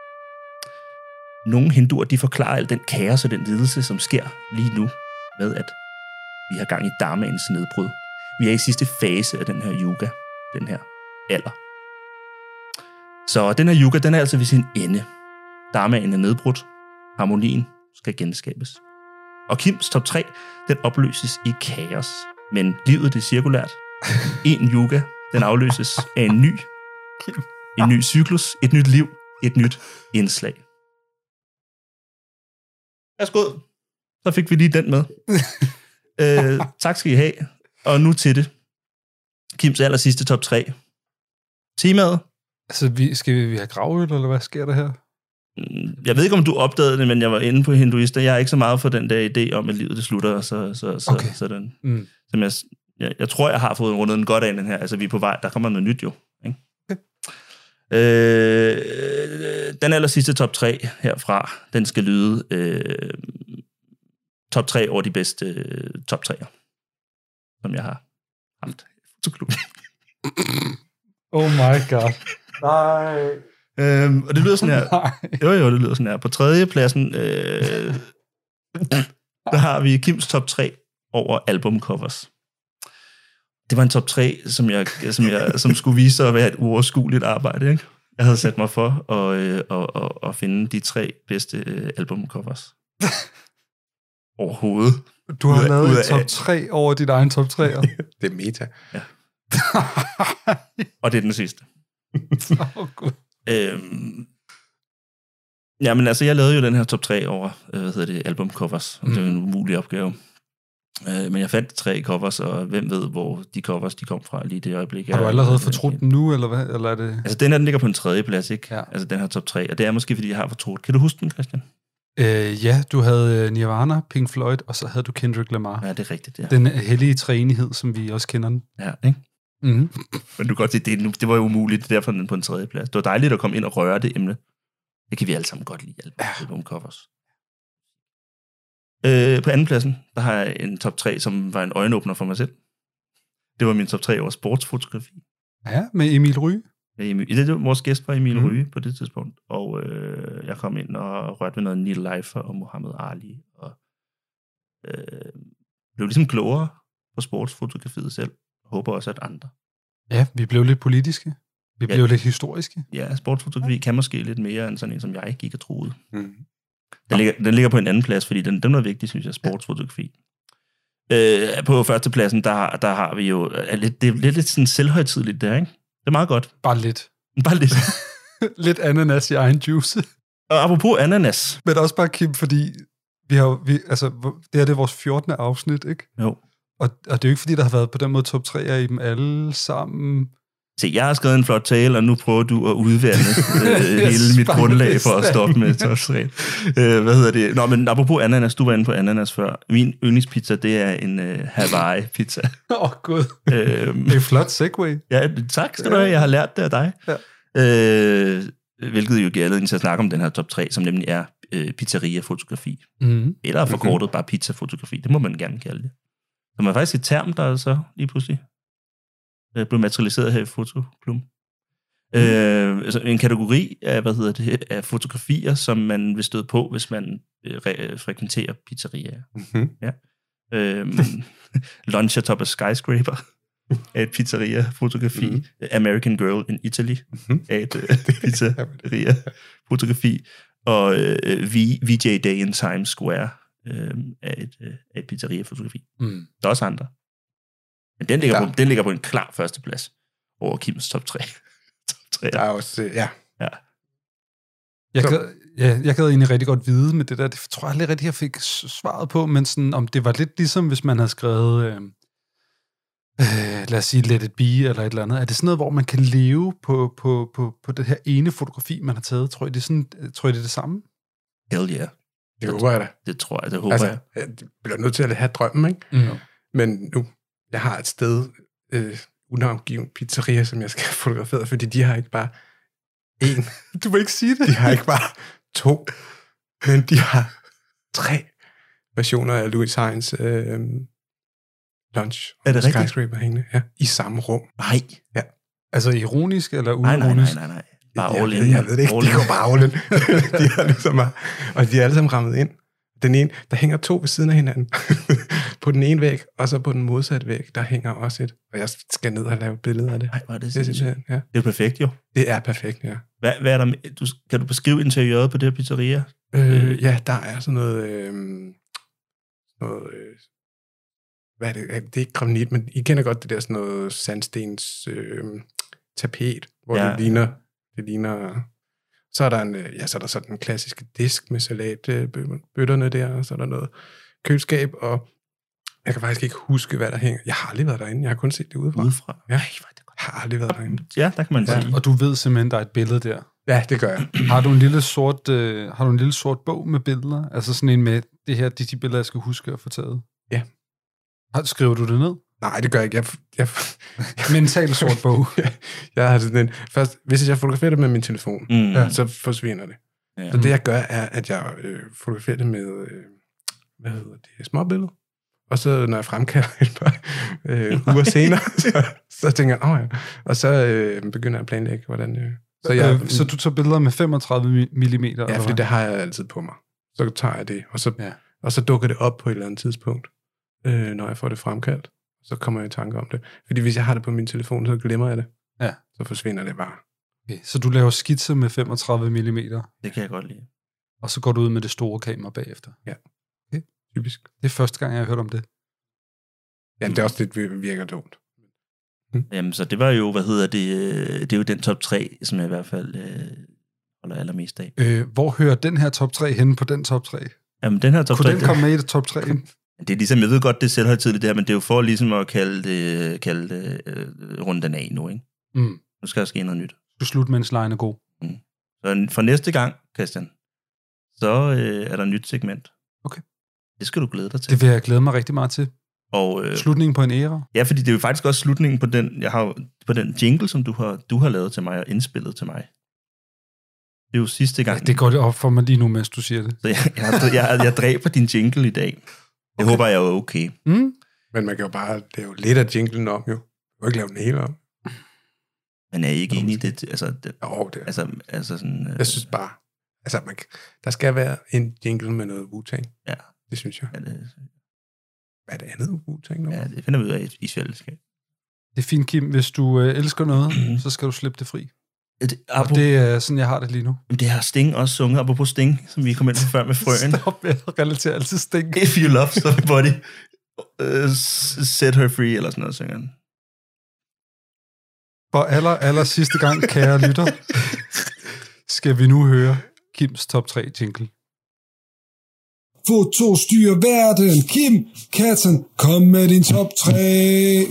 Nogle hinduer, de forklarer al den kaos og den lidelse, som sker lige nu, med at vi har gang i dharmaens nedbrud. Vi er i sidste fase af den her yuga, den her alder. Så den her yuga, den er altså ved sin ende. Dharmaen er nedbrudt. Harmonien skal genskabes. Og Kims top tre, den opløses i kaos. Men livet, det er cirkulært. En yuga, den afløses af en ny. En ny cyklus, et nyt liv, et nyt indslag. Værsgo. Så fik vi lige den med. øh, tak skal I have. Og nu til det. Kims aller sidste top tre. Temaet. Altså, vi, skal vi, vi have gravøl, eller hvad sker der her? Jeg ved ikke, om du opdagede det, men jeg var inde på Hinduister. Jeg er ikke så meget for den der idé om, at livet det slutter, så, så, så, okay. sådan. Mm. Som jeg, jeg, jeg tror, jeg har fået rundet en godt af den her. Altså, vi er på vej. Der kommer noget nyt jo. Ikke? Okay. Øh, den aller sidste top tre herfra, den skal lyde øh, top tre over de bedste øh, top treer, som jeg har haft. Oh my god. Nej. Øhm, og det lyder sådan her. Jo, jo, det lyder sådan her. På tredje pladsen, øh, der har vi Kims top tre over albumcovers. Det var en top tre, som, jeg, som, jeg, som skulle vise sig at være et uoverskueligt arbejde. Ikke? Jeg havde sat mig for at, øh, at, at, at finde de tre bedste øh, albumcovers. Overhovedet. Du har ud af, lavet ud af, et top tre over dit egen top treer. Det er meta. Ja. Og det er den sidste. Oh, God. Øhm, ja, men altså, jeg lavede jo den her top tre over, øh, hvad hedder det, albumcovers. Mm. Det var en umulig opgave. Øh, men jeg fandt tre covers, og hvem ved, hvor de covers, de kom fra lige det øjeblik. Har du allerede fortrudt dem nu, eller hvad? Eller er det... Altså, den her, den ligger på en tredje plads, ikke? Ja. Altså, den her top tre, og det er måske, fordi jeg har fortrudt. Kan du huske den, Christian? Øh, ja, du havde Nirvana, Pink Floyd, og så havde du Kendrick Lamar. Ja, det er rigtigt, ja. Den hellige treenighed, som vi også kender den. Ja, ikke? Mm-hmm. Men du kan godt se, det, det var jo umuligt, det er derfor den på en tredje plads. Det var dejligt at komme ind og røre det emne. Det kan vi alle sammen godt lide, albumcovers. Øh, på anden pladsen, der har jeg en top tre, som var en øjenåbner for mig selv. Det var min top tre over sportsfotografi. Ja, med Emil Ryge. Ja, Emil, det var vores gæst var Emil mm. Ryge på det tidspunkt, og øh, jeg kom ind og rørte ved noget Neil Leifer og Muhammad Ali, og øh, blev ligesom klogere på sportsfotografiet selv. Jeg håber også, at andre. Ja, vi blev lidt politiske. Vi ja, blev lidt historiske. Ja, sportsfotografi kan måske lidt mere end sådan en, som jeg gik og troede. Mm. Den, ligger, den ligger på en anden plads, fordi den, den var vigtig, synes jeg, sportsfotografi. Øh, på førstepladsen, der, der har vi jo... Er lidt, det er lidt, lidt sådan selvhøjtidligt der, ikke? Det er meget godt. Bare lidt. Bare lidt. Lidt ananas i egen juice. Og apropos ananas. Men også bare, Kim, fordi vi har, vi, altså, det her det er vores fjortende afsnit, ikke? Jo. Og, og det er jo ikke, fordi der har været på den måde top treer i dem alle sammen. Se, jeg har skrevet en flot tale, og nu prøver du at udvande øh, hele mit grundlag for at stoppe med top tre. Øh, hvad hedder det? Nå, men apropos ananas, du var inde på ananas før. Min yndlingspizza, det er en øh, Hawaii-pizza. Åh, oh, gud. Øhm, det er flot segway. Ja, tak skal du have. Jeg har lært det af dig. Ja. Øh, hvilket jo giver anledning til at snakke om den her top tre, som nemlig er øh, pizzeria-fotografi. Mm-hmm. Eller forkortet bare pizza-fotografi. Det må man gerne kalde det. Så er faktisk et term, der så lige pludselig øh, blev materialiseret her i Fotoklubben. Mm. Øh, altså en kategori af, hvad hedder det, af fotografier, som man vil støde på, hvis man øh, re- frekventerer pizzerier. Mm-hmm. Ja. Øh, Lunch atop a skyscraper af et pizzeria-fotografi. Mm. American Girl in Italy mm-hmm. af et øh, pizzeria-fotografi. Og øh, v J Day in Times Square øh, af, et, øh, af et pizzeria-fotografi. Mm. Der er også andre. Men den ligger, ja. på, den ligger på en klar førsteplads over Kims top tre. top tre. Der er også, ja. ja. Jeg gad, ja, jeg gad egentlig rigtig godt vide med det der. Det tror jeg aldrig rigtig, jeg fik svaret på, men sådan, om det var lidt ligesom, hvis man havde skrevet, øh, øh, lad os sige, Let It Be eller et eller andet. Er det sådan noget, hvor man kan leve på, på, på, på det her ene fotografi, man har taget? Tror I, det er, sådan, tror I, det er det samme? Hell yeah. Det håber jeg da. Det tror jeg, det håber altså, jeg. Jeg bliver nødt til at have drømmen, ikke? Mm. Men nu, jeg har et sted, øh, unavngivet pizzeria, som jeg skal have fotograferet, fordi de har ikke bare en. Du må ikke sige det. De har ikke bare to, men de har tre versioner af Louis Hines øh, Lunch. Er det rigtigt? Skyscraper hængende, ja, i samme rum. Nej. Ja. Altså ironisk eller uironisk? Nej, nej, nej, nej, nej. Bare jeg, all jeg, in. jeg ved det ikke, all de går bare all in. de er ligesom bare, og de er alle sammen rammet ind. Den ene, der hænger to ved siden af hinanden. På den ene væg, og så på den modsatte væg, der hænger også et. Og jeg skal ned og lave billeder af det. Nej, var det, det, er ja. det er perfekt, jo. Det er perfekt, ja. Hvad, hvad er der med, du, kan du beskrive interiøret på det her pizzeria? Øh, ja, der er sådan noget... Øh, noget øh, hvad er det? Det er ikke granit, men I kender godt det der sådan noget sandstens øh, tapet. hvor Ja. det ligner, det ligner... Så er der en, ja, så er der sådan en klassisk disk med salatbøtterne der, og så er der noget køleskab, og jeg kan faktisk ikke huske, hvad der hænger. Jeg har aldrig været derinde, jeg har kun set det udefra. Udefra? Ja, jeg har aldrig været derinde. Ja, der kan man Ja, sige. og du ved simpelthen, der er et billede der. Ja, det gør jeg. Har du en lille sort, øh, har du en lille sort bog med billeder? Altså sådan en med, det her, det er de billeder, jeg skal huske at få taget. Ja. Har, skriver du det ned? Nej, det gør jeg ikke. Jeg, jeg, Mental sort bog. jeg, jeg har sådan en, først, hvis jeg fotograferer det med min telefon, Mm. ja, så forsvinder det. Ja. Så det, jeg gør, er, at jeg øh, fotograferer det med, øh, hvad hedder det, småbilleder. Og så, når jeg fremkalder et par øh, uger senere, så, så tænker jeg, åh ja. Og så øh, begynder jeg at planlægge, hvordan... Øh, så, jeg, øh, så du tager billeder med femogtredive millimeter? Ja, for det har jeg altid på mig. Så tager jeg det, og så, ja. og så dukker det op på et eller andet tidspunkt, øh, når jeg får det fremkaldt. Så kommer jeg i tanke om det. Fordi hvis jeg har det på min telefon, så glemmer jeg det. Ja. Så forsvinder det bare. Okay, så du laver skitser med femogtredive millimeter? Det kan jeg godt lide. Og så går du ud med det store kamera bagefter? Ja. Okay. Typisk. Det er første gang, jeg har hørt om det. Ja, det er også lidt virker dumt. Hm? Jamen, så det var jo, hvad hedder det, det er jo den top tre, som jeg i hvert fald øh, holder allermest af. Øh, hvor hører den her top tre henne på den top tre? Jamen, den her top Kunne tre... den komme med i det top tre? Det er ligesom, jeg ved godt, det er selvhøjtidligt det her, men det er jo for ligesom at kalde det, kalde det øh, rundt den af nu, ikke? Mm. Nu skal der ske noget nyt. Du slut, mens lejen er god. Mm. Så for næste gang, Christian, så øh, er der et nyt segment. Okay. Det skal du glæde dig til. Det vil jeg glæde mig rigtig meget til. Og, øh, slutningen på en æra? Ja, fordi det er jo faktisk også slutningen på den, jeg har, på den jingle, som du har, du har lavet til mig og indspillet til mig. Det er jo sidste gang. Ja, det går det op for mig lige nu, mens du siger det. Så jeg, jeg, jeg, jeg, jeg dræber din jingle i dag. Det okay. håber jeg er okay. Mm. Men man kan jo bare lave lidt af jinglen om, jo. Du kan ikke lave den hele om. Men er I ikke enig i det? Altså, det, jo, det er. Altså, altså sådan, øh... Jeg synes bare, altså, man, der skal være en jingle med noget Wu-Tang. Ja. Det synes jeg. Ja, det, hvad er det andet Wu-Tang? Ja, det finder vi ud af i, i fællesskab. Det er fint, Kim. Hvis du øh, elsker noget, så skal du slippe det fri. Det, og det er sådan, jeg har det lige nu. Det har Sting også sunget, apropos Sting, som vi kom ind på før med frøen. Stop med at relatere altid Sting. If you love somebody, uh, set her free, eller sådan noget, synger han. For aller, aller sidste gang, kære lytter, skal vi nu høre Kims top tre jingle. Foto styrer verden. Kim Katten, kom med din top tre.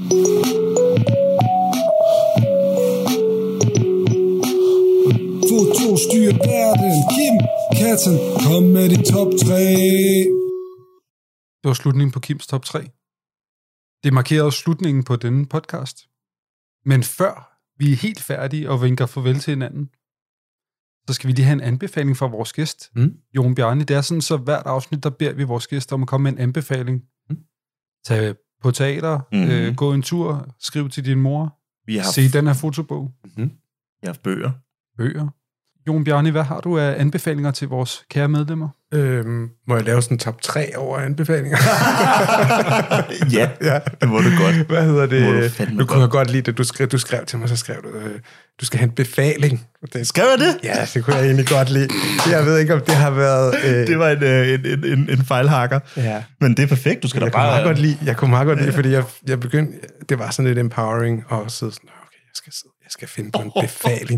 Foto styrer verden. Kim Katten, kom med din top tre. Det var slutningen på Kims top tre. Det markerer også slutningen på denne podcast. Men før vi er helt færdige og vinker farvel til hinanden, så skal vi lige have en anbefaling fra vores gæst, mm. Jon Bjarni. Det er sådan, så hvert afsnit, der beder vi vores gæster om at komme med en anbefaling. Mm. Tag på teater, mm-hmm. øh, gå en tur, skriv til din mor, vi har se den her fotobog. Mm-hmm. Jeg har bøger. Bøger. Jon Bjarni, hvad har du af anbefalinger til vores kære medlemmer? Øhm, må jeg lave sådan en top tre over anbefalinger? ja, ja, det må du godt. Hvad hedder det? Det du du kunne godt. godt lide det. Du skrev, du skrev til mig, så skrev du, øh, du skal have en befaling. Det, skrev jeg det? Ja, det kunne jeg egentlig godt lide. Jeg ved ikke, om det har været... Øh... Det var en, en, en, en fejlhakker. Ja. Men det er perfekt, du skal jeg da bare... Meget godt lide, jeg kunne meget godt lide, fordi jeg, jeg begyndte... Det var sådan lidt empowering, og så sådan, okay, jeg skal, jeg skal finde på en befaling.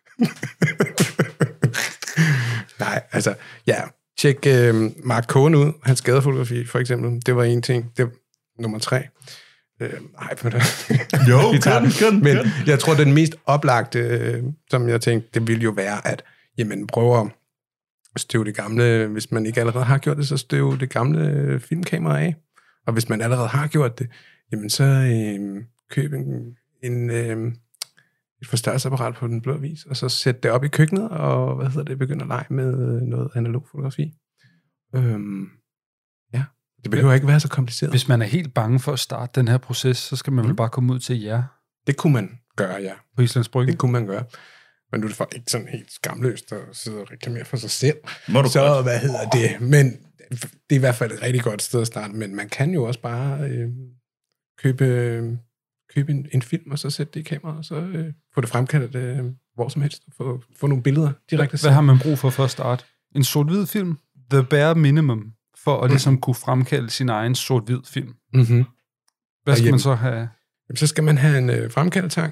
Nej, altså, ja, tjek øh, Mark Cohen ud, hans skaderfotografi for eksempel, det var en ting, det var nummer tre. Øh, nej, men jo, kan, kan, men kan. Jeg tror, den mest oplagte, øh, som jeg tænkte, det ville jo være, at, jamen, prøv at støve det gamle, hvis man ikke allerede har gjort det, så støve det gamle filmkamera af, og hvis man allerede har gjort det, jamen, så øh, køb en, en øh, et forstørrelsesapparat på den blå vis, og så sætte det op i køkkenet, og hvad hedder det, begynde at lege med noget analog fotografi. Øhm, ja, det behøver ikke være så kompliceret. Hvis man er helt bange for at starte den her proces, så skal man mm. vel bare komme ud til jer. Det kunne man gøre, ja. På Islands Brygge? Det kunne man gøre. Men nu er det for ikke sådan helt skamløst at sidde og reklamere for sig selv. Må du så godt. Hvad hedder det? Men det er i hvert fald et rigtig godt sted at starte, men man kan jo også bare øh, købe... Øh, købe en, en film, og så sætte det i kameraet, og så øh, få det fremkaldt øh, hvor som helst, og få, få nogle billeder direkte. Hvad har man brug for for at starte? En sort-hvid film? The bare minimum, for at ligesom kunne fremkalde sin egen sort-hvid film. Mm-hmm. Hvad skal man så have? Jamen, så skal man have en øh, fremkaldetank,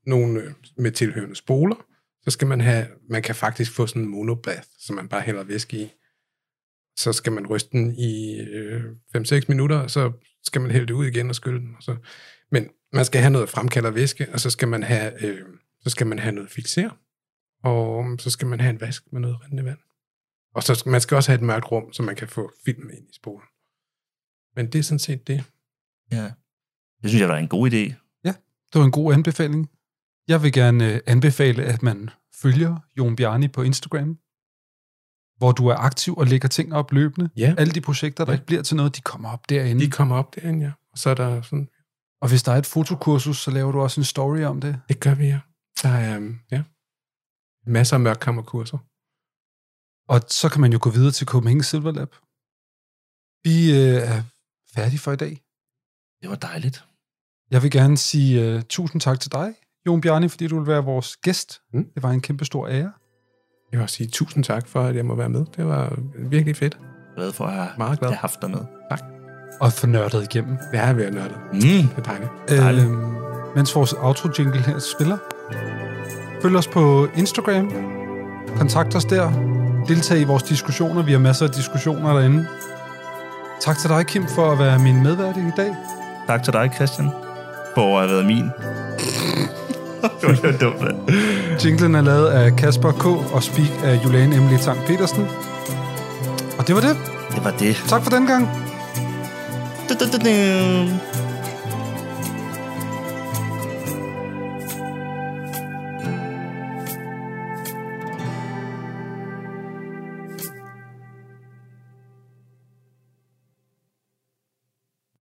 nogle øh, med tilhørende spoler. Så skal man have, man kan faktisk få sådan en monobath, som man bare hælder væske i. Så skal man ryste den i øh, fem seks minutter, og så skal man hælde det ud igen og skylle den. Og så. Men man skal have noget fremkalder væske, og så skal man have, øh, så skal man have noget fixer, og så skal man have en vask med noget rindende vand. Og så skal man skal også have et mørkt rum, så man kan få filmen ind i spolen. Men det er sådan set det. Ja. Det synes jeg, der er en god idé. Ja, det var en god anbefaling. Jeg vil gerne anbefale, at man følger Jon Bjarni på Instagram, hvor du er aktiv og lægger ting op løbende. Ja. Alle de projekter, der ja. ikke bliver til noget, de kommer op derinde. De kommer op derinde, ja. Og så er der sådan... Og hvis der er et fotokursus, så laver du også en story om det. Det gør vi, ja. Der er um, ja. masser af mørkkammerkurser. Og så kan man jo gå videre til Copenhagen Silver Lab. Vi øh, er færdige for i dag. Det var dejligt. Jeg vil gerne sige uh, tusind tak til dig, Jon Bjarni, fordi du vil være vores gæst. Mm. Det var en kæmpe stor ære. Jeg vil også sige tusind tak for, at jeg må være med. Det var virkelig fedt. Glad for at have, Meget glad. have haft dig med. Tak. Og for nørdet igennem. Det er ved at nørdet. Mm. Det er dejligt. dejligt. Øh, mens vores outro-jingle her spiller. Følg os på Instagram. Kontakt os der. Deltag i vores diskussioner. Vi har masser af diskussioner derinde. Tak til dig, Kim, for at være min medvært i dag. Tak til dig, Christian, for at have været min. Det var dumt, man. Jinglen er lavet af Kasper K. og speak af Juliane Emily Tang Petersen. Og det var det. Det var det. Tak for den gang. Du, du, du, du.